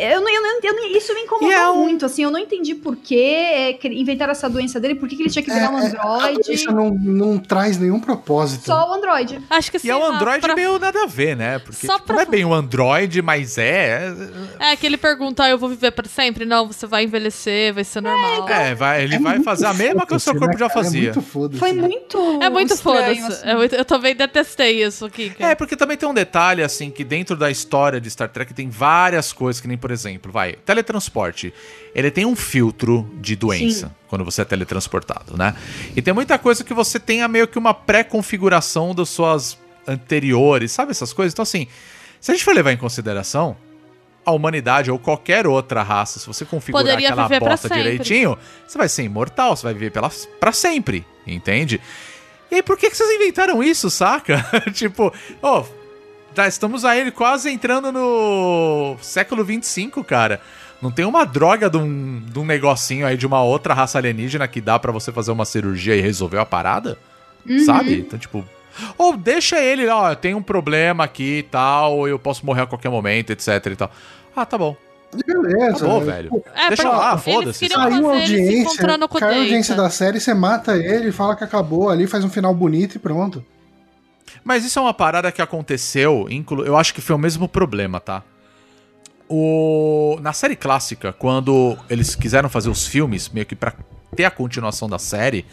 Isso me incomodou muito, assim, eu não entendi por que inventaram essa doença dele, por que ele tinha que virar um A androide. doença não traz nenhum propósito. Só o androide. Acho que E é um lá, androide pra- meio nada a ver, né? Porque Só tipo, pra- não é bem um androide, mas é. É que ele pergunta, eu vou viver pra sempre? Não, você vai envelhecer, vai ser normal. Ele vai muito fazer a mesma que o seu foda-se, corpo né, já cara? fazia. É muito foda-se. Foi muito É muito estranho, foda-se. assim. Eu também detestei isso, Kika. Porque também tem um detalhe, assim, que dentro da história de Star Trek tem várias coisas, que nem, por exemplo, teletransporte. Ele tem um filtro de doença quando você é teletransportado, né? E tem muita coisa que você tenha meio que uma pré-configuração das suas anteriores, sabe essas coisas? Então, assim, se a gente for levar em consideração, a humanidade ou qualquer outra raça, se você configurar Poderia aquela viver pra bosta sempre. direitinho, você vai ser imortal, você vai viver pra sempre, entende? E aí, por que vocês inventaram isso, saca? Tipo, Estamos aí quase entrando no século 25, cara. Não tem uma droga de um negocinho aí de uma outra raça alienígena que dá pra você fazer uma cirurgia e resolver a parada? Sabe? Então, tipo... Ou deixa ele, ó, tem um problema aqui e tal, eu posso morrer a qualquer momento, etc e tal. Ah, tá bom. Beleza. Tá bom, velho. Deixa lá, foda-se. Saiu a audiência, caiu a audiência da série, você mata ele, fala que acabou ali, faz um final bonito e pronto. Mas isso é uma parada que aconteceu, eu acho que foi o mesmo problema, tá? Na série clássica, quando eles quiseram fazer os filmes, meio que pra ter a continuação da série,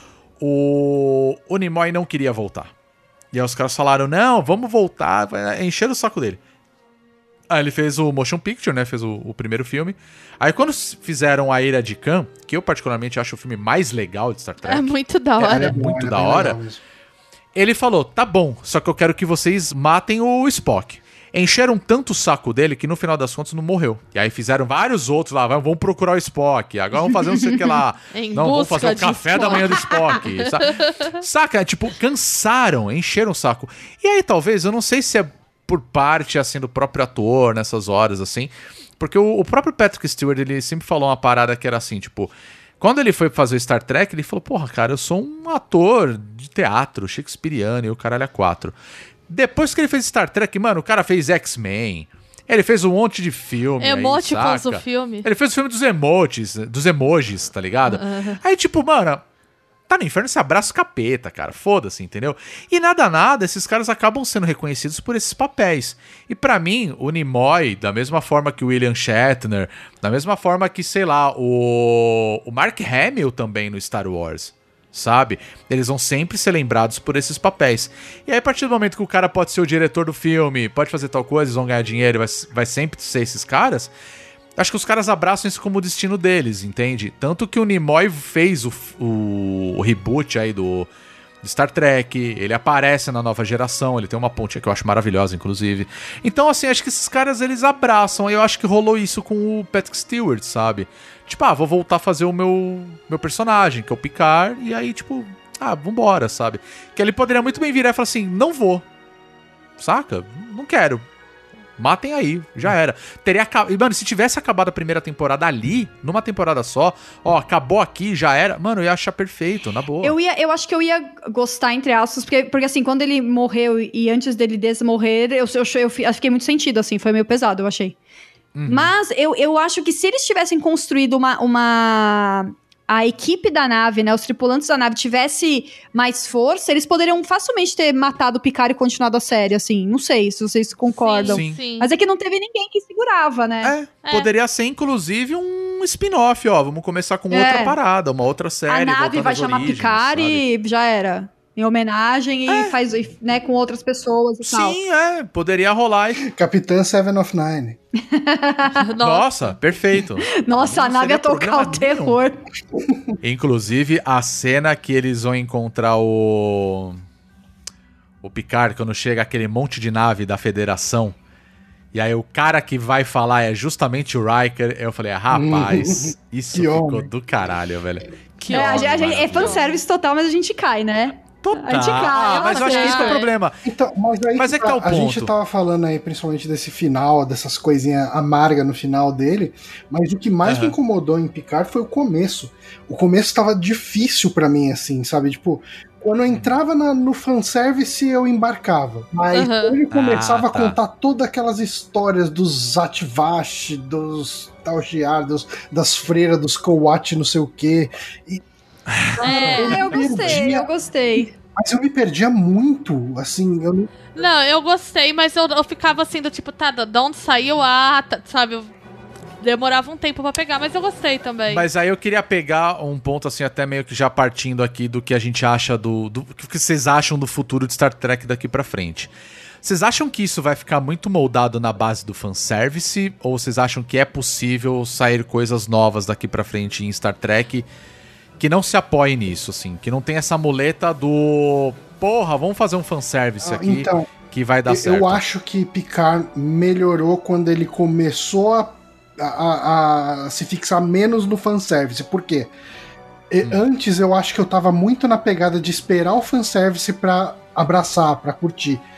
o Nimoy não queria voltar. E aí os caras falaram, não, vamos voltar, encheram o saco dele. Aí ele fez o motion picture, né, fez o primeiro filme. Aí quando fizeram A Ira de Khan, que eu particularmente acho o filme mais legal de Star Trek. É muito da hora. É muito da hora. Ele falou, tá bom, só que eu quero que vocês matem o Spock. Encheram tanto o saco dele que no final das contas não morreu. E aí fizeram vários outros lá, vamos procurar o Spock, agora vamos fazer não sei o que lá. Não, vamos fazer o café da manhã do Spock. Saca? Tipo, cansaram, encheram o saco. E aí talvez, eu não sei se é por parte, assim, do próprio ator nessas horas, assim, porque o próprio Patrick Stewart, ele sempre falou uma parada que era assim, tipo... Quando ele foi fazer Star Trek, ele falou, porra, cara, eu sou um ator de teatro, shakespeariano e o caralho é 4. Depois que ele fez Star Trek, mano, o cara fez X-Men, ele fez um monte de filme Emoticons, o filme. Ele fez o filme dos emojis, tá ligado? Aí, tipo, mano, tá no inferno, você abraça o capeta, cara, foda-se, entendeu? E nada, esses caras acabam sendo reconhecidos por esses papéis. E pra mim, o Nimoy, da mesma forma que o William Shatner, da mesma forma que, sei lá, o Mark Hamill também no Star Wars, sabe? Eles vão sempre ser lembrados por esses papéis. E aí, a partir do momento que o cara pode ser o diretor do filme, pode fazer tal coisa, eles vão ganhar dinheiro, vai sempre ser esses caras, acho que os caras abraçam isso como o destino deles, entende? Tanto que o Nimoy fez o reboot aí do Star Trek, ele aparece na nova geração, ele tem uma ponte que eu acho maravilhosa, inclusive. Então, assim, acho que esses caras, eles abraçam, e eu acho que rolou isso com o Patrick Stewart, sabe? Tipo, vou voltar a fazer o meu personagem, que é o Picard, e aí, tipo, vambora, sabe? Que ele poderia muito bem virar e falar assim, não vou, saca? Não quero. Matem aí, já era. E, mano, se tivesse acabado a primeira temporada ali, numa temporada só, acabou aqui, já era. Mano, eu ia achar perfeito, na boa. Eu acho que eu ia gostar, entre aspas, porque assim, quando ele morreu e antes dele desmorrer, eu fiquei muito sentido, assim, foi meio pesado, eu achei. Mas eu acho que se eles tivessem construído a equipe da nave, né, os tripulantes da nave, tivesse mais força, eles poderiam facilmente ter matado o Picard e continuado a série, assim. Não sei se vocês concordam. Sim. Mas é que não teve ninguém que segurava, né? Poderia ser, inclusive, um spin-off, vamos começar com outra parada, uma outra série. A nave vai chamar Picard, sabe? E já era. Em homenagem e faz, né, com outras pessoas e tal. Sim, poderia rolar. Capitã Seven of Nine. Nossa, perfeito. Nossa, a nave ia tocar o terror. Inclusive, a cena que eles vão encontrar o Picard, quando chega aquele monte de nave da Federação, e aí o cara que vai falar é justamente o Riker, eu falei, rapaz, isso ficou do caralho, velho. É fanservice total, mas a gente cai, né? A gente cai. Mas eu acho que esse é o problema. Então, mas é que tá o ponto. A gente tava falando aí, principalmente desse final, dessas coisinhas amargas no final dele, mas o que mais me incomodou em Picard foi o começo. O começo tava difícil pra mim, assim, sabe? Tipo, quando eu entrava no fanservice, eu embarcava. Mas quando ele começava a contar todas aquelas histórias dos Zatvash, dos Tal-Shiar, das freiras, dos Kowat, não sei o quê. Eu gostei. Mas eu me perdia muito, assim, Não, eu gostei, mas eu ficava assim, do tipo, de onde saiu sabe, eu demorava um tempo pra pegar, mas eu gostei também. Mas aí eu queria pegar um ponto, assim, até meio que já partindo aqui do que a gente acha do que vocês acham do futuro de Star Trek daqui pra frente. Vocês acham que isso vai ficar muito moldado na base do fanservice, ou vocês acham que é possível sair coisas novas daqui pra frente em Star Trek que não se apoie nisso, assim, que não tem essa muleta do vamos fazer um fanservice aqui que vai dar certo. Eu acho que Picard melhorou quando ele começou a se fixar menos no fanservice. Por quê? Antes eu acho que eu tava muito na pegada de esperar o fanservice pra abraçar, pra curtir.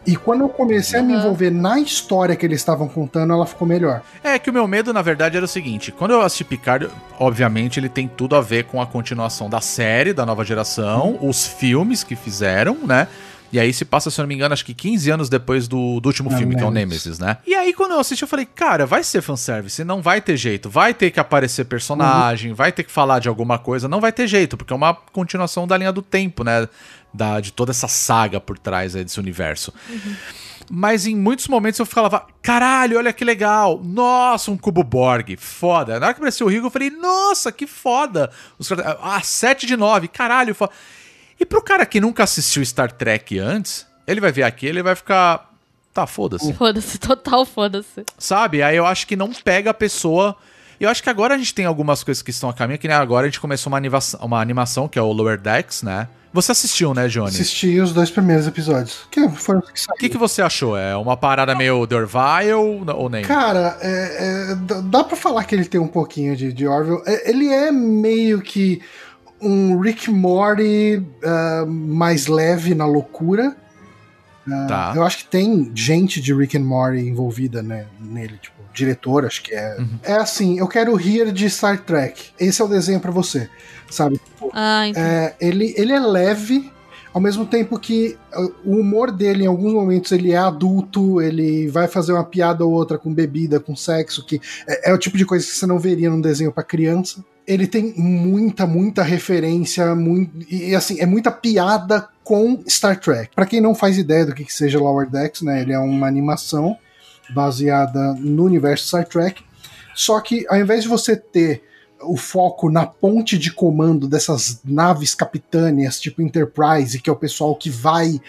E quando eu comecei a me envolver na história que eles estavam contando, ela ficou melhor. É que o meu medo, na verdade, era o seguinte. Quando eu assisti Picard, obviamente, ele tem tudo a ver com a continuação da série, da nova geração, os filmes que fizeram, né? E aí se passa, se eu não me engano, acho que 15 anos depois do último filme, que é o Nemesis, né? E aí quando eu assisti, eu falei, cara, vai ser fanservice, não vai ter jeito. Vai ter que aparecer personagem, vai ter que falar de alguma coisa, não vai ter jeito, porque é uma continuação da linha do tempo, né? De toda essa saga por trás aí desse universo. Mas em muitos momentos eu falava, caralho, olha que legal, nossa, um cubo Borg, foda. Na hora que apareceu o Rigo, eu falei, nossa, que foda. 7 de 9, caralho, foda. E pro cara que nunca assistiu Star Trek antes, ele vai ver aqui, ele vai ficar... Tá, foda-se. Foda-se, total foda-se. Sabe? Aí eu acho que não pega a pessoa... Eu acho que agora a gente tem algumas coisas que estão a caminho, que nem agora a gente começou uma animação, que é o Lower Decks, né? Você assistiu, né, Johnny? Assisti os 2 primeiros episódios. Que foram os que saíram. O que você achou? É uma parada meio The Orville ou nem? Cara, dá pra falar que ele tem um pouquinho de Orville. Ele é meio que um Rick Morty mais leve na loucura. Tá. Eu acho que tem gente de Rick and Morty envolvida, né, nele, tipo, diretor, acho que é. É assim, eu quero rir de Star Trek. Esse é o desenho pra você, sabe? Ele é leve, ao mesmo tempo que o humor dele, em alguns momentos, ele é adulto, ele vai fazer uma piada ou outra com bebida, com sexo, que é o tipo de coisa que você não veria num desenho pra criança. Ele tem muita referência, e assim, é muita piada com Star Trek. Pra quem não faz ideia do que seja Lower Decks, né, ele é uma animação baseada no universo Star Trek, só que ao invés de você ter o foco na ponte de comando dessas naves capitâneas, tipo Enterprise, que é o pessoal que vai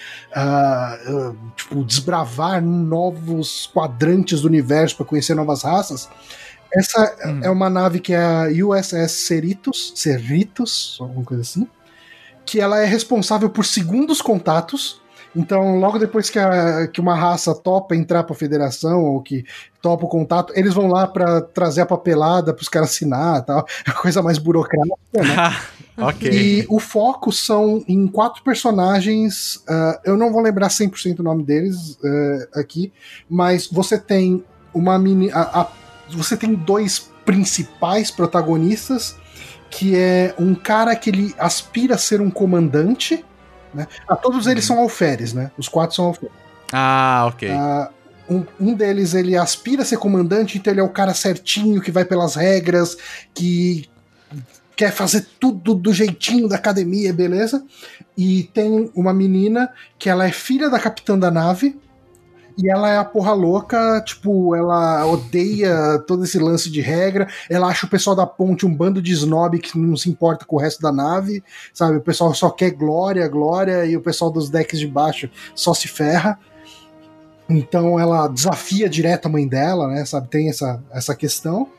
tipo, desbravar novos quadrantes do universo para conhecer novas raças, essa é uma nave que é a USS Cerritos, alguma coisa assim, que ela é responsável por segundos contatos. Então, logo depois que uma raça topa entrar pra federação, ou que topa o contato, eles vão lá pra trazer a papelada pros caras assinar e tal. É uma coisa mais burocrática, né? Ok. E o foco são em 4 personagens, eu não vou lembrar 100% o nome deles aqui, mas você tem você tem 2 principais protagonistas, que é um cara que ele aspira a ser um comandante, né? Todos eles são alferes, né? Os 4 são alferes. Ok. Um deles, ele aspira a ser comandante, então ele é o cara certinho, que vai pelas regras, que quer fazer tudo do jeitinho da academia, beleza? E tem uma menina que ela é filha da capitã da nave, e ela é a porra louca, tipo, ela odeia todo esse lance de regra, ela acha o pessoal da ponte um bando de snob que não se importa com o resto da nave, sabe? O pessoal só quer glória, e o pessoal dos decks de baixo só se ferra. Então ela desafia direto a mãe dela, né, sabe? Tem essa questão.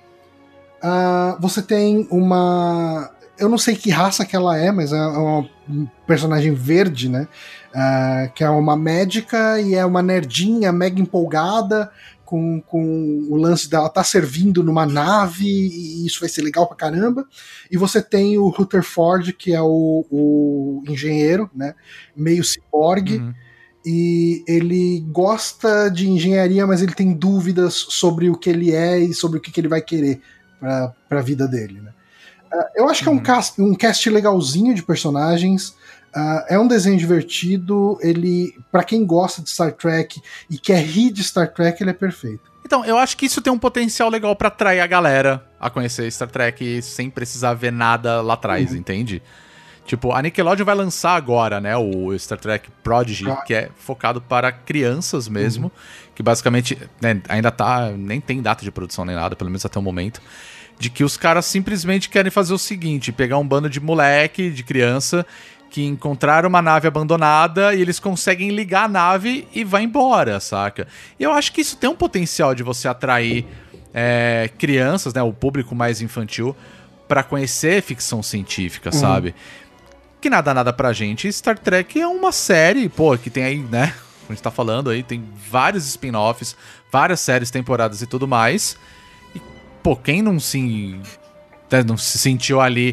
Você tem uma... Eu não sei que raça que ela é, mas é uma personagem verde, né? Que é uma médica e é uma nerdinha mega empolgada com o lance dela tá servindo numa nave e isso vai ser legal pra caramba. E você tem o Rutherford, que é o engenheiro, né? Meio ciborgue. E ele gosta de engenharia, mas ele tem dúvidas sobre o que ele é e sobre o que ele vai querer pra vida dele, né? Eu acho que é um cast legalzinho de personagens. É um desenho divertido. Ele, pra quem gosta de Star Trek e quer rir de Star Trek, ele é perfeito. Então, eu acho que isso tem um potencial legal pra atrair a galera a conhecer Star Trek sem precisar ver nada lá atrás, entende? Tipo, a Nickelodeon vai lançar agora, né, o Star Trek Prodigy, que é focado para crianças mesmo, que basicamente, né, ainda nem tem data de produção nem nada, pelo menos até o momento, de que os caras simplesmente querem fazer o seguinte, pegar um bando de moleque, de criança, que encontraram uma nave abandonada e eles conseguem ligar a nave e vai embora, saca? E eu acho que isso tem um potencial de você atrair crianças, né, o público mais infantil, pra conhecer ficção científica, sabe? Que nada pra gente. Star Trek é uma série, pô, que tem aí, né, a gente tá falando aí, tem vários spin-offs, várias séries, temporadas e tudo mais. E, pô, quem não se sentiu ali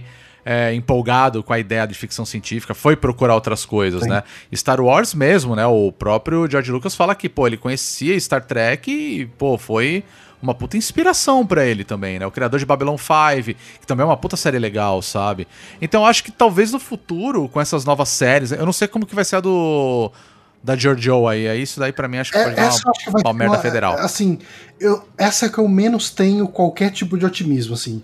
empolgado com a ideia de ficção científica, foi procurar outras coisas, né? Star Wars mesmo, né? O próprio George Lucas fala que, pô, ele conhecia Star Trek e, pô, foi uma puta inspiração pra ele também, né? O criador de Babylon 5, que também é uma puta série legal, sabe? Então eu acho que talvez no futuro, com essas novas séries, eu não sei como que vai ser a da Giorgio aí, isso daí pra mim acho que pode dar uma palmerda federal. Assim, essa que eu menos tenho qualquer tipo de otimismo, assim.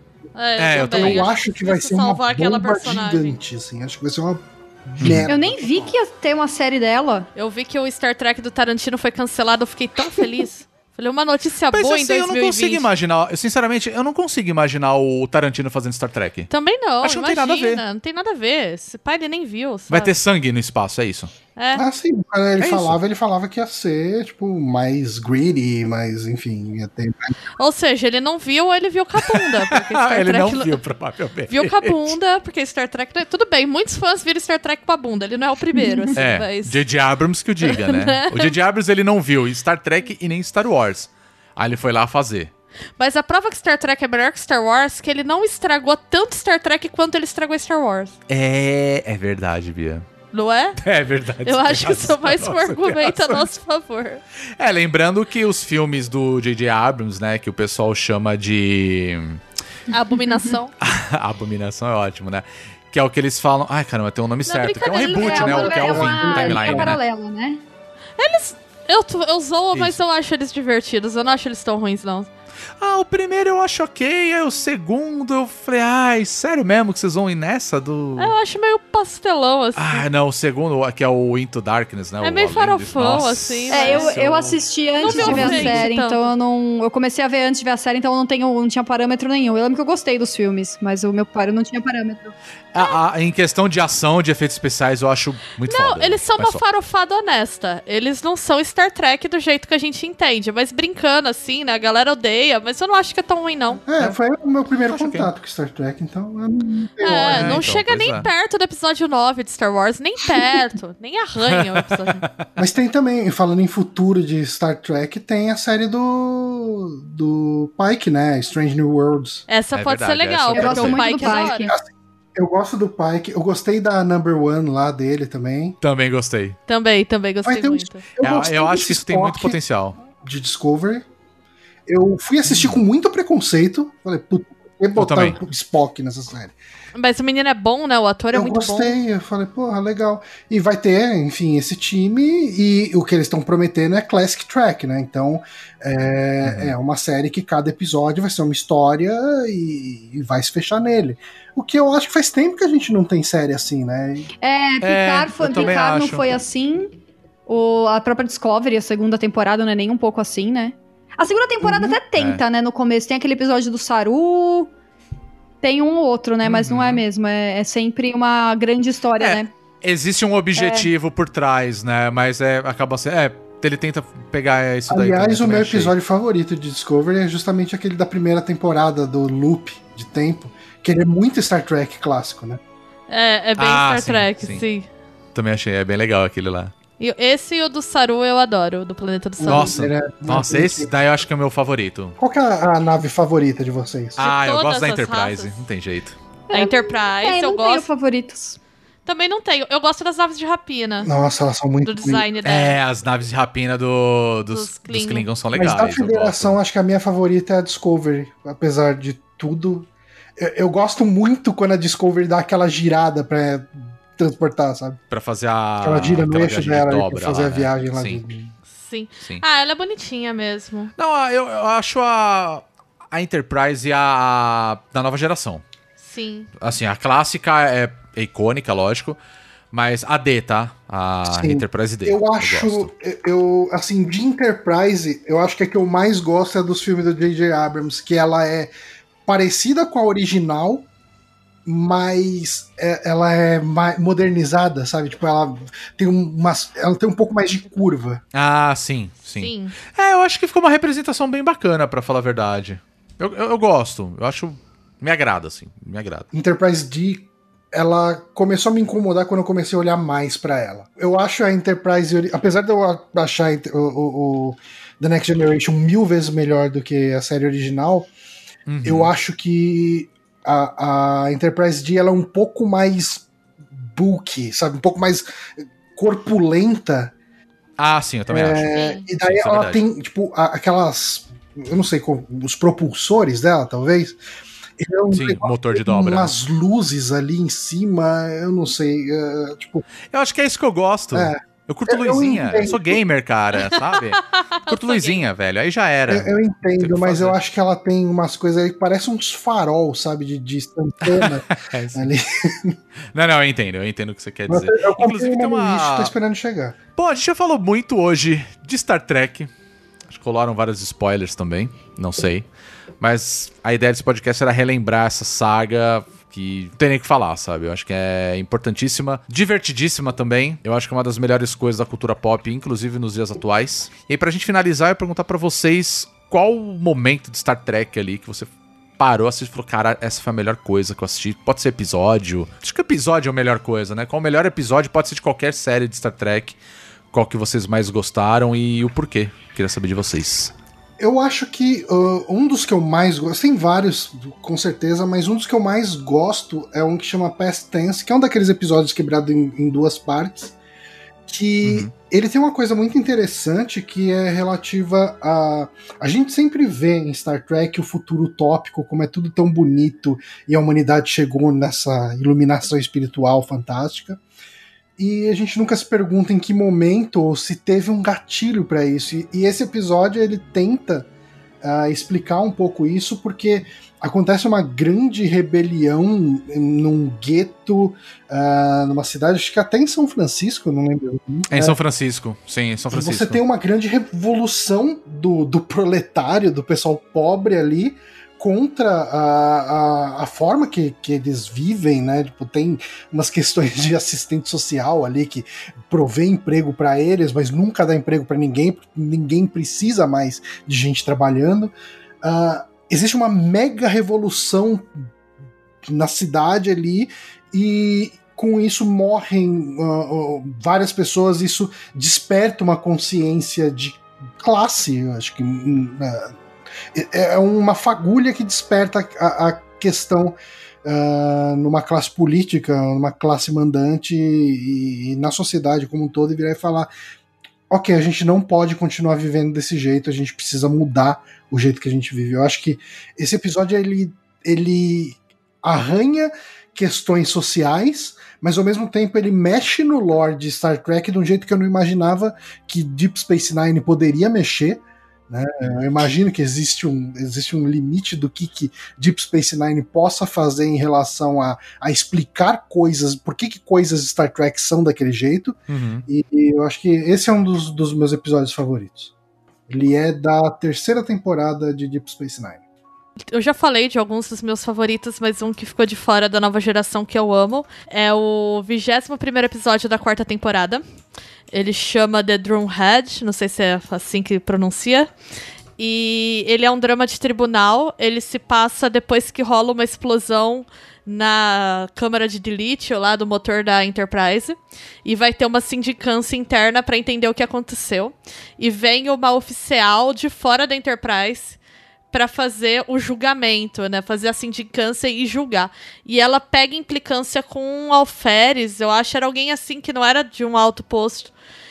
Eu acho que vai ser uma bomba gigante, assim. Acho que vai ser uma merda. Eu nem vi que ia ter uma série dela. Eu vi que o Star Trek do Tarantino foi cancelado, eu fiquei tão feliz. Falei, uma notícia boa em 2020. Eu não consigo imaginar, sinceramente, eu não consigo imaginar o Tarantino fazendo Star Trek. Também não, acho que não tem nada a ver. Não tem nada a ver. Esse pai ele nem viu, sabe? Vai ter sangue no espaço, é isso? Sim, quando ele falava que ia ser, tipo, mais greedy, mais, enfim, ia ter... Ou seja, ele não viu ou ele viu com a bunda. Porque Star ele Trek não viu, provavelmente. Viu com a bunda, porque Star Trek... Tudo bem, muitos fãs viram Star Trek com a bunda, ele não é o primeiro, assim, mas... J.J. Abrams que o diga, né? O J.J. Abrams, ele não viu Star Trek e nem Star Wars. Aí ele foi lá fazer. Mas a prova que Star Trek é melhor que Star Wars, que ele não estragou tanto Star Trek quanto ele estragou Star Wars. É verdade, Bia. Não é? É verdade. Eu acho que isso é mais um argumento a nosso favor. Lembrando que os filmes do J.J. Abrams, né, que o pessoal chama de... Abominação. Abominação é ótimo, né? Que é o que eles falam... Ai, caramba, tem um nome certo. Que é um reboot, né? O Kelvin Timeline, paralela, né? Eles... Eu zoo, mas eu acho eles divertidos. Eu não acho eles tão ruins, não. O primeiro eu acho ok, aí o segundo eu falei, sério mesmo que vocês vão ir nessa do... Eu acho meio pastelão, assim. Não, o segundo, que é o Into Darkness, né? É meio farofão, assim. Eu assisti antes de ver a série, então eu comecei a ver antes de ver a série, então eu não tinha parâmetro nenhum. Eu lembro que eu gostei dos filmes, mas o meu paro não tinha parâmetro. Em questão de ação, de efeitos especiais, eu acho muito foda. Não, eles são uma farofada honesta. Eles não são Star Trek do jeito que a gente entende, mas brincando, assim, né? A galera odeia, mas eu não acho que é tão ruim, não. Foi o meu primeiro contato com Star Trek, então eu não então, chega nem perto do episódio 9 de Star Wars, nem perto, nem arranha o episódio. Mas tem também, falando em futuro de Star Trek, tem a série do Pike, né? Strange New Worlds. Essa pode ser legal, porque o Pike é Pike. Eu gosto do Pike, eu gostei da Number One lá dele também. Também gostei. Também gostei muito. Eu acho que isso tem muito potencial. De Discovery. Eu fui assistir com muito preconceito. Falei, puta, eu botar o Spock nessa série. Mas o menino é bom, né? O ator é muito bom. Eu gostei, eu falei, porra, legal. E vai ter, enfim, esse time, e o que eles estão prometendo é Classic Track, né? Então, é uma série que cada episódio vai ser uma história e vai se fechar nele. O que eu acho que faz tempo que a gente não tem série assim, né? Picard não foi assim. A própria Discovery, a segunda temporada, não é nem um pouco assim, né? A segunda temporada até tenta, né? No começo tem aquele episódio do Saru... Tem um ou outro, né? Mas não é mesmo. É sempre uma grande história, né? Existe um objetivo por trás, né? Mas acaba sendo... ele tenta pegar isso daí. Aliás, o meu episódio favorito de Discovery é justamente aquele da primeira temporada do Loop de tempo, que ele é muito Star Trek clássico, né? É bem Star Trek, sim. Também achei, bem legal aquele lá. Esse e o do Saru eu adoro, o do Planeta do Saru. Nossa, esse daí eu acho que é o meu favorito. Qual que é a nave favorita de vocês? Eu gosto da Enterprise, não tem jeito. A Enterprise, eu gosto. Tenho favoritos. Também não tenho. Eu gosto das naves de rapina. Nossa, elas são muito... Do design dela. As naves de rapina dos Klingons são legais. Mas da Federação, acho que a minha favorita é a Discovery, apesar de tudo. Eu gosto muito quando a Discovery dá aquela girada pra transportar, sabe? Pra fazer a... Ela gira no eixo dela pra fazer lá, a viagem lá. Sim. Ela é bonitinha mesmo. Não, eu acho a Enterprise a da nova geração. Sim. Assim, a clássica é icônica, lógico, mas a D, tá? A Enterprise D. Eu acho, assim, de Enterprise, eu acho que a que eu mais gosto é dos filmes do J.J. Abrams, que ela é parecida com a original, mas ela é mais modernizada, sabe? Tipo, ela tem um pouco mais de curva. Sim. Eu acho que ficou uma representação bem bacana, pra falar a verdade. Eu gosto, eu acho... Me agrada, assim, me agrada. Enterprise D, ela começou a me incomodar quando eu comecei a olhar mais pra ela. Eu acho a Enterprise, apesar de eu achar o The Next Generation 1000 vezes melhor do que a série original, eu acho que a Enterprise D ela é um pouco mais bulky, sabe? Um pouco mais corpulenta. Ah, sim, eu também acho. E daí sim, ela tem, tipo, aquelas... Eu não sei, os propulsores dela, talvez. Sim, motor de dobra. Umas luzes ali em cima, eu não sei. Tipo... Eu acho que é isso que eu gosto. Eu curto luzinha. Eu sou gamer, cara, sabe? Curto luzinha, velho. Aí já era. Eu entendo, mas eu acho que ela tem umas coisas aí que parecem uns farol, sabe? De instantana ali. Não, eu entendo o que você quer dizer. Eu Inclusive tem uma... tô esperando chegar. Bom, a gente já falou muito hoje de Star Trek. Acho que rolaram vários spoilers também, não sei. Mas a ideia desse podcast era relembrar essa saga que não tem nem o que falar, sabe? Eu acho que é importantíssima, divertidíssima também. Eu acho que é uma das melhores coisas da cultura pop, inclusive nos dias atuais. E aí, pra gente finalizar, eu ia perguntar pra vocês qual o momento de Star Trek ali que você parou, assistiu e falou, cara, essa foi a melhor coisa que eu assisti. Pode ser episódio. Acho que episódio é a melhor coisa, né? Qual o melhor episódio pode ser de qualquer série de Star Trek. Qual que vocês mais gostaram e o porquê. Queria saber de vocês. Eu acho que um dos que eu mais gosto, tem vários, com certeza, mas um dos que eu mais gosto é um que chama Past Tense, que é um daqueles episódios quebrado em duas partes, que ele tem uma coisa muito interessante que é relativa a... A gente sempre vê em Star Trek o futuro utópico, como é tudo tão bonito e a humanidade chegou nessa iluminação espiritual fantástica. E a gente nunca se pergunta em que momento ou se teve um gatilho para isso. E esse episódio ele tenta explicar um pouco isso, porque acontece uma grande rebelião num gueto, numa cidade, acho que até em São Francisco, não lembro. É em São Francisco, sim, em São Francisco. Você tem uma grande revolução do proletário, do pessoal pobre ali, contra a forma que eles vivem, né? Tipo, tem umas questões de assistente social ali que provê emprego para eles, mas nunca dá emprego para ninguém, porque ninguém precisa mais de gente trabalhando. Existe uma mega revolução na cidade ali e com isso morrem várias pessoas. Isso desperta uma consciência de classe, eu acho que é uma fagulha que desperta a questão numa classe política, numa classe mandante e na sociedade como um todo, e virar e falar: ok, a gente não pode continuar vivendo desse jeito, a gente precisa mudar o jeito que a gente vive. Eu acho que esse episódio ele arranha questões sociais, mas ao mesmo tempo ele mexe no lore de Star Trek de um jeito que eu não imaginava que Deep Space Nine poderia mexer. Né? Eu imagino que existe um limite do que Deep Space Nine possa fazer em relação a explicar coisas, por que coisas de Star Trek são daquele jeito. E eu acho que esse é um dos meus episódios favoritos. Ele é da 3ª temporada de Deep Space Nine. Eu já falei de alguns dos meus favoritos, mas um que ficou de fora da nova geração que eu amo é o 21º episódio da 4ª temporada. Ele chama The Drumhead, não sei se é assim que pronuncia. E ele é um drama de tribunal. Ele se passa depois que rola uma explosão na câmara de delete lá do motor da Enterprise. E vai ter uma sindicância interna para entender o que aconteceu. E vem uma oficial de fora da Enterprise para fazer o julgamento, né? Fazer a sindicância e julgar. E ela pega implicância com um alferes, eu acho, era alguém assim que não era de um alto posto,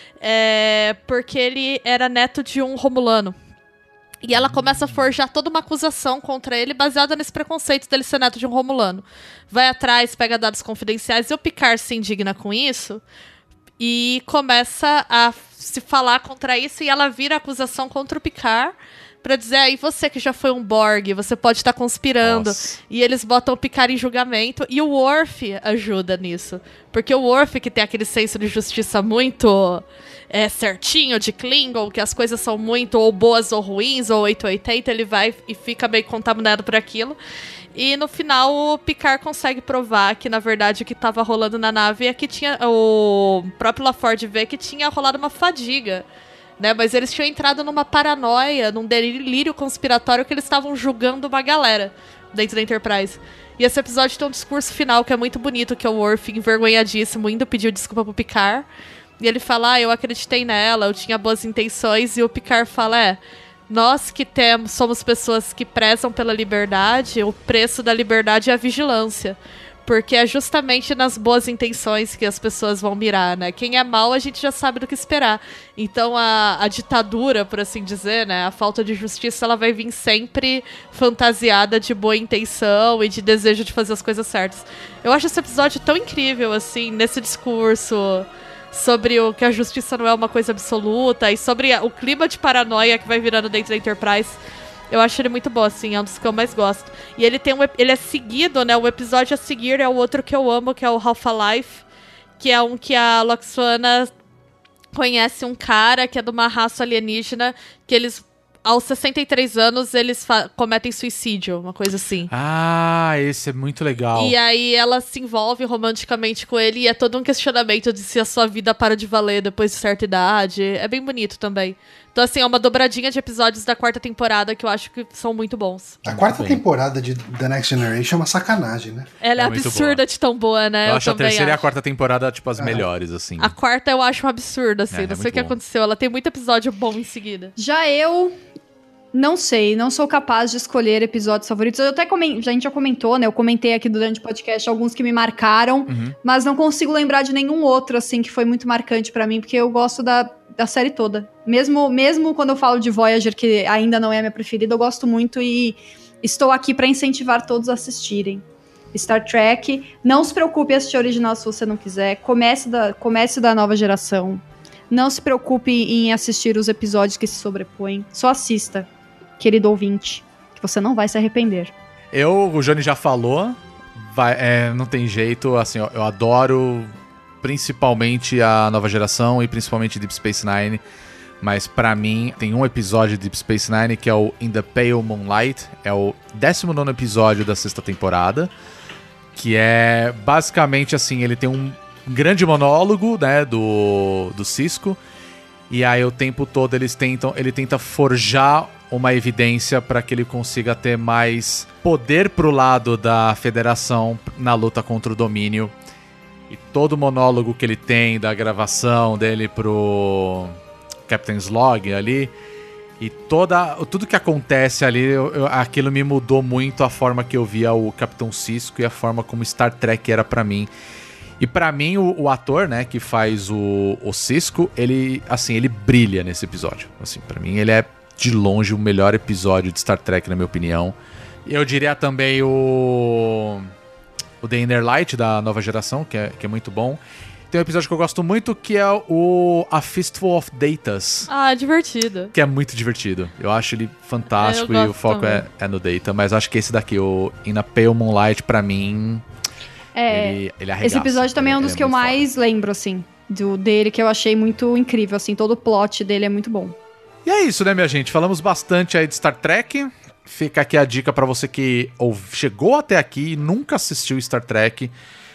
porque ele era neto de um romulano. E ela começa a forjar toda uma acusação contra ele baseada nesse preconceito dele ser neto de um romulano. Vai atrás, pega dados confidenciais, e o Picard se indigna com isso e começa a se falar contra isso, e ela vira acusação contra o Picard pra dizer, aí você que já foi um Borg, você pode estar conspirando. Nossa. E eles botam o Picard em julgamento, e o Worf ajuda nisso. Porque o Worf, que tem aquele senso de justiça muito certinho, de Klingon, que as coisas são muito ou boas ou ruins, ou 880, ele vai e fica meio contaminado por aquilo. E no final o Picard consegue provar que, na verdade, o que estava rolando na nave é que tinha... O próprio LaForge vê que tinha rolado uma fadiga, né? Mas eles tinham entrado numa paranoia, num delírio conspiratório, que eles estavam julgando uma galera dentro da Enterprise. E esse episódio tem um discurso final que é muito bonito, que é o Worf envergonhadíssimo, indo pedir desculpa pro Picard. E ele fala, eu acreditei nela, eu tinha boas intenções. E o Picard fala, nós que somos pessoas que prezam pela liberdade, o preço da liberdade é a vigilância. Porque é justamente nas boas intenções que as pessoas vão mirar, né? Quem é mal, a gente já sabe do que esperar. Então, a ditadura, por assim dizer, né? A falta de justiça, ela vai vir sempre fantasiada de boa intenção e de desejo de fazer as coisas certas. Eu acho esse episódio tão incrível, assim, nesse discurso sobre o que a justiça não é uma coisa absoluta e sobre o clima de paranoia que vai virando dentro da Enterprise. Eu acho ele muito bom, assim, é um dos que eu mais gosto. E ele ele é seguido, né? O episódio a seguir é o outro que eu amo, que é o Half-Life, que é um que a Lwaxana conhece um cara que é de uma raça alienígena, que eles, aos 63 anos, eles cometem suicídio, uma coisa assim. Ah, esse é muito legal. E aí ela se envolve romanticamente com ele e é todo um questionamento de se a sua vida para de valer depois de certa idade. É bem bonito também. Então, assim, é uma dobradinha de episódios da 4ª temporada que eu acho que são muito bons. A 4ª temporada de The Next Generation é uma sacanagem, né? Ela é absurda boa. De tão boa, né? Eu acho a 3ª e a 4ª temporada, tipo, as melhores, assim. A 4ª eu acho um absurdo, assim. Não sei o que aconteceu. Ela tem muito episódio bom em seguida. Já eu... Não sei, não sou capaz de escolher episódios favoritos. Eu até a gente já comentou, né? Eu comentei aqui durante o podcast alguns que me marcaram, mas não consigo lembrar de nenhum outro, assim, que foi muito marcante pra mim, porque eu gosto da série toda. Mesmo quando eu falo de Voyager, que ainda não é a minha preferida, eu gosto muito e estou aqui pra incentivar todos a assistirem. Star Trek, não se preocupe em assistir a original se você não quiser. Comece da nova geração. Não se preocupe em assistir os episódios que se sobrepõem. Só assista. Querido ouvinte, que você não vai se arrepender. O Johnny já falou, não tem jeito, assim, eu adoro principalmente a nova geração e principalmente Deep Space Nine, mas pra mim tem um episódio de Deep Space Nine que é o In the Pale Moonlight, é o 19º episódio da 6ª temporada, que é basicamente assim, ele tem um grande monólogo, né, do Sisko, e aí o tempo todo ele tenta forjar uma evidência para que ele consiga ter mais poder pro lado da Federação na luta contra o domínio. E todo o monólogo que ele tem da gravação dele pro Captain's Log ali, e tudo que acontece ali, aquilo me mudou muito a forma que eu via o Capitão Sisko e a forma como Star Trek era para mim. E pra mim, o ator, né, que faz o Sisko, ele brilha nesse episódio. Assim, pra mim, ele é, de longe, o melhor episódio de Star Trek, na minha opinião. Eu diria também o The Inner Light, da nova geração, que é muito bom. Tem um episódio que eu gosto muito, que é A Fistful of Datas. Ah, divertido. Que é muito divertido. Eu acho ele fantástico e o foco é no Data. Mas eu acho que esse daqui, o In a Pale Moonlight, pra mim... Ele arregaça. Esse episódio também é um dos que eu mais lembro, assim, dele, que eu achei muito incrível, assim, todo o plot dele é muito bom. E é isso, né, minha gente? Falamos bastante aí de Star Trek. Fica aqui a dica pra você que chegou até aqui e nunca assistiu Star Trek.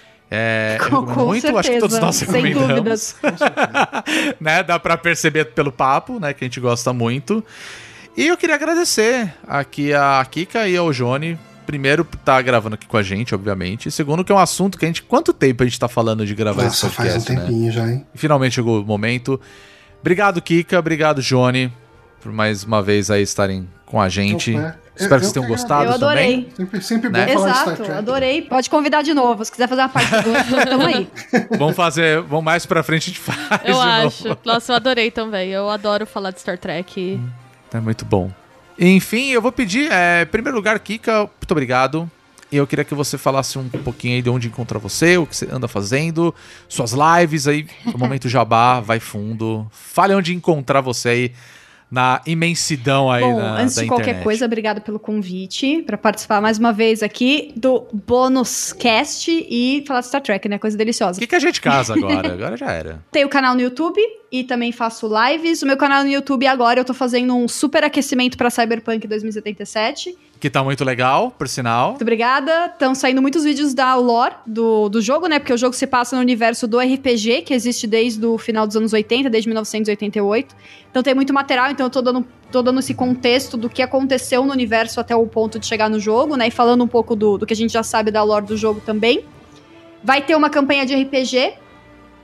Com muito, certeza, acho que todos nós recomendamos. Sem dúvidas. Né? Dá pra perceber pelo papo, né, que a gente gosta muito. E eu queria agradecer aqui a Kika e ao Johnny. Primeiro, por estar gravando aqui com a gente, obviamente. Segundo, que é um assunto que quanto tempo a gente tá falando de gravar esse podcast, faz um tempinho, né? Já, hein? E finalmente chegou o momento. Obrigado, Kika. Obrigado, Johnny, por mais uma vez aí estarem com a gente. Espero que vocês tenham gostado. Eu adorei. Também. Sempre bom falar de Star Trek. Exato, adorei. Pode convidar de novo. Se quiser fazer uma parte 2, tamo aí. Vamos mais pra frente, a gente faz. Eu acho. Novo. Nossa, eu adorei também. Eu adoro falar de Star Trek. É muito bom. Enfim, eu vou pedir, em primeiro lugar, Kika, muito obrigado. E eu queria que você falasse um pouquinho aí de onde encontrar você, o que você anda fazendo, suas lives aí, no momento jabá, vai fundo. Fale onde encontrar você aí na imensidão aí da antes de internet. Qualquer coisa, obrigado pelo convite para participar mais uma vez aqui do Bônus Cast e falar de Star Trek, né? Coisa deliciosa. O que a gente casa agora? Agora já era. Tenho o canal no YouTube e também faço lives. O meu canal no YouTube agora eu tô fazendo um super aquecimento para Cyberpunk 2077. Que tá muito legal, por sinal. Muito obrigada. Estão saindo muitos vídeos da lore do jogo, né? Porque o jogo se passa no universo do RPG, que existe desde o final dos anos 80, desde 1988. Então tem muito material, então eu tô dando esse contexto do que aconteceu no universo até o ponto de chegar no jogo, né? E falando um pouco do que a gente já sabe da lore do jogo também. Vai ter uma campanha de RPG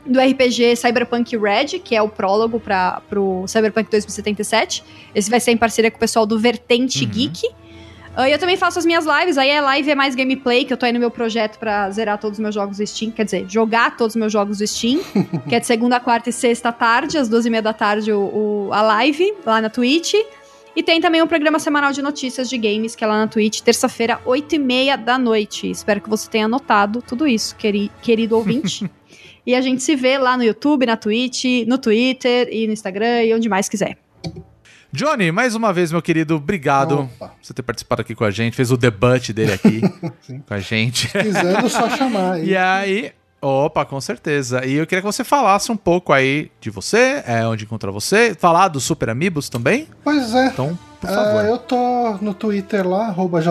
do RPG Cyberpunk Red, que é o prólogo pro Cyberpunk 2077. Esse vai ser em parceria com o pessoal do Vertente Geek. E eu também faço as minhas lives, aí a live é mais gameplay, que eu tô aí no meu projeto pra zerar todos os meus jogos do Steam, quer dizer, jogar todos os meus jogos do Steam, que é de segunda, quarta e sexta à tarde, às 2h30 da tarde a live, lá na Twitch. E tem também um programa semanal de notícias de games, que é lá na Twitch, terça-feira, 8h30 da noite. Espero que você tenha anotado tudo isso, querido ouvinte. E a gente se vê lá no YouTube, na Twitch, no Twitter e no Instagram e onde mais quiser. Johnny, mais uma vez, meu querido, obrigado por você ter participado aqui com a gente, fez o debate dele aqui com a gente. Se quiser, só chamar aí. E aí, com certeza. E eu queria que você falasse um pouco aí de você, onde encontrar você, falar dos Super Amigos também. Pois é. Então, por favor. Eu tô no Twitter lá,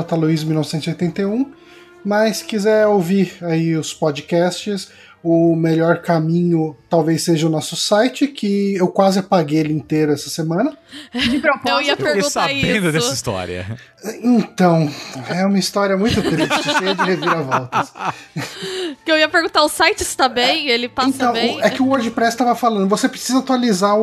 @jluiz1981, mas se quiser ouvir aí os podcasts, o melhor caminho talvez seja o nosso site, que eu quase apaguei ele inteiro essa semana. De propósito. Eu ia perguntar sabendo isso. dessa história. Então, é uma história muito triste, cheia de reviravoltas. Que eu ia perguntar, o site está bem? Ele passa Então, bem? é que o WordPress tava falando, você precisa atualizar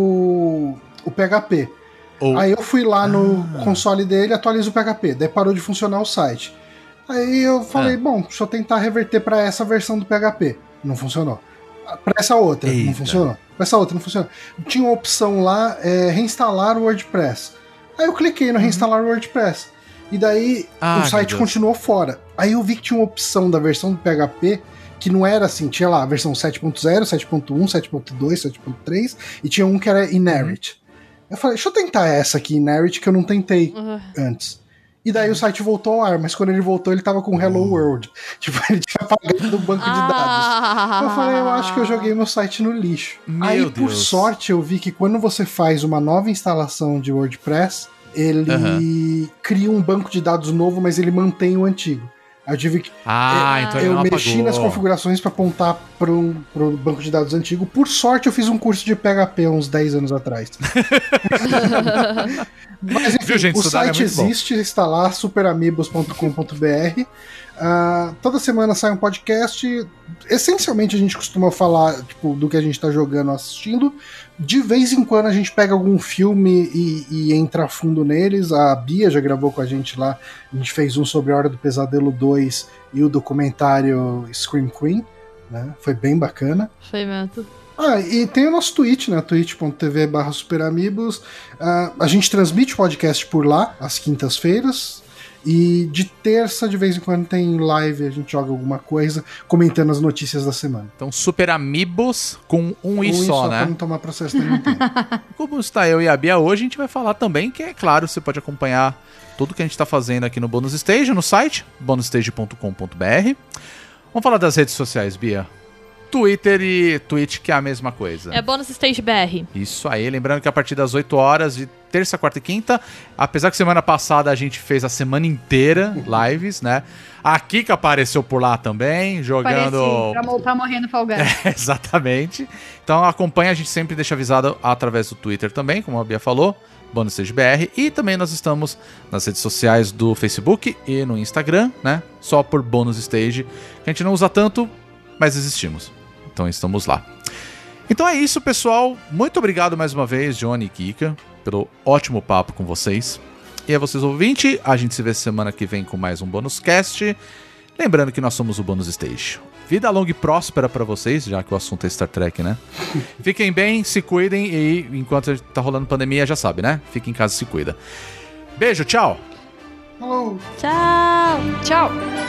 o PHP. Aí eu fui lá no console dele, atualizo o PHP, daí parou de funcionar o site. Aí eu falei, bom, deixa eu tentar reverter para essa versão do PHP. Não funcionou. Para essa outra, não funcionou. Para essa outra, não funcionou. Tinha uma opção lá, reinstalar o WordPress. Aí eu cliquei no reinstalar o WordPress. E daí o site continuou fora. Aí eu vi que tinha uma opção da versão do PHP que não era assim, tinha lá a versão 7.0, 7.1, 7.2, 7.3 e tinha um que era Inherit. Eu falei, deixa eu tentar essa aqui, Inherit, que eu não tentei antes. E daí o site voltou ao ar, mas quando ele voltou, ele tava com Hello World. Tipo, ele tinha apagado do banco de dados. Eu falei, eu acho que eu joguei meu site no lixo. Aí, por sorte, eu vi que quando você faz uma nova instalação de WordPress, ele cria um banco de dados novo, mas ele mantém o antigo. Aí eu tive que... então eu mexi nas configurações para apontar pro banco de dados antigo. Por sorte, eu fiz um curso de PHP uns 10 anos atrás. Mas enfim, gente, o site existe, está lá, superamigos.com.br. Toda semana sai um podcast. Essencialmente a gente costuma falar tipo, do que a gente está jogando, assistindo. De vez em quando a gente pega algum filme e entra a fundo neles. A Bia já gravou com a gente lá. A gente fez um sobre a Hora do Pesadelo 2 e o documentário Scream Queen, né? Foi bem bacana. Foi mesmo. E tem o nosso Twitch, né? twitch.tv/superamigos. A gente transmite o podcast por lá, às quintas-feiras. E de terça, de vez em quando, tem live, a gente joga alguma coisa, comentando as notícias da semana. Então, Super Amigos com um i só, né? Pra não tomar processo da Nintendo. Como está eu e a Bia hoje, a gente vai falar também que, é claro, você pode acompanhar tudo que a gente está fazendo aqui no Bonus Stage, no site, bonusstage.com.br. Vamos falar das redes sociais, Bia. Twitter e Twitch, que é a mesma coisa. É Bonus Stage BR. Isso aí, lembrando que a partir das 8 horas de terça, quarta e quinta, apesar que semana passada a gente fez a semana inteira lives, né? A Kika apareceu por lá também, jogando... Pra morrer no Fall Guys. Exatamente. Então acompanha, a gente sempre deixa avisado através do Twitter também, como a Bia falou, Bonus Stage BR, e também nós estamos nas redes sociais do Facebook e no Instagram, né? Só por Bonus Stage, que a gente não usa tanto, mas existimos. Então estamos lá. Então é isso, pessoal. Muito obrigado mais uma vez, Johnny e Kika, pelo ótimo papo com vocês. E a vocês, ouvintes, a gente se vê semana que vem com mais um Bonus Cast. Lembrando que nós somos o Bonus Stage. Vida longa e próspera pra vocês, já que o assunto é Star Trek, né? Fiquem bem, se cuidem e enquanto tá rolando pandemia, já sabe, né? Fique em casa e se cuida. Beijo, tchau! Falou! Tchau! Tchau!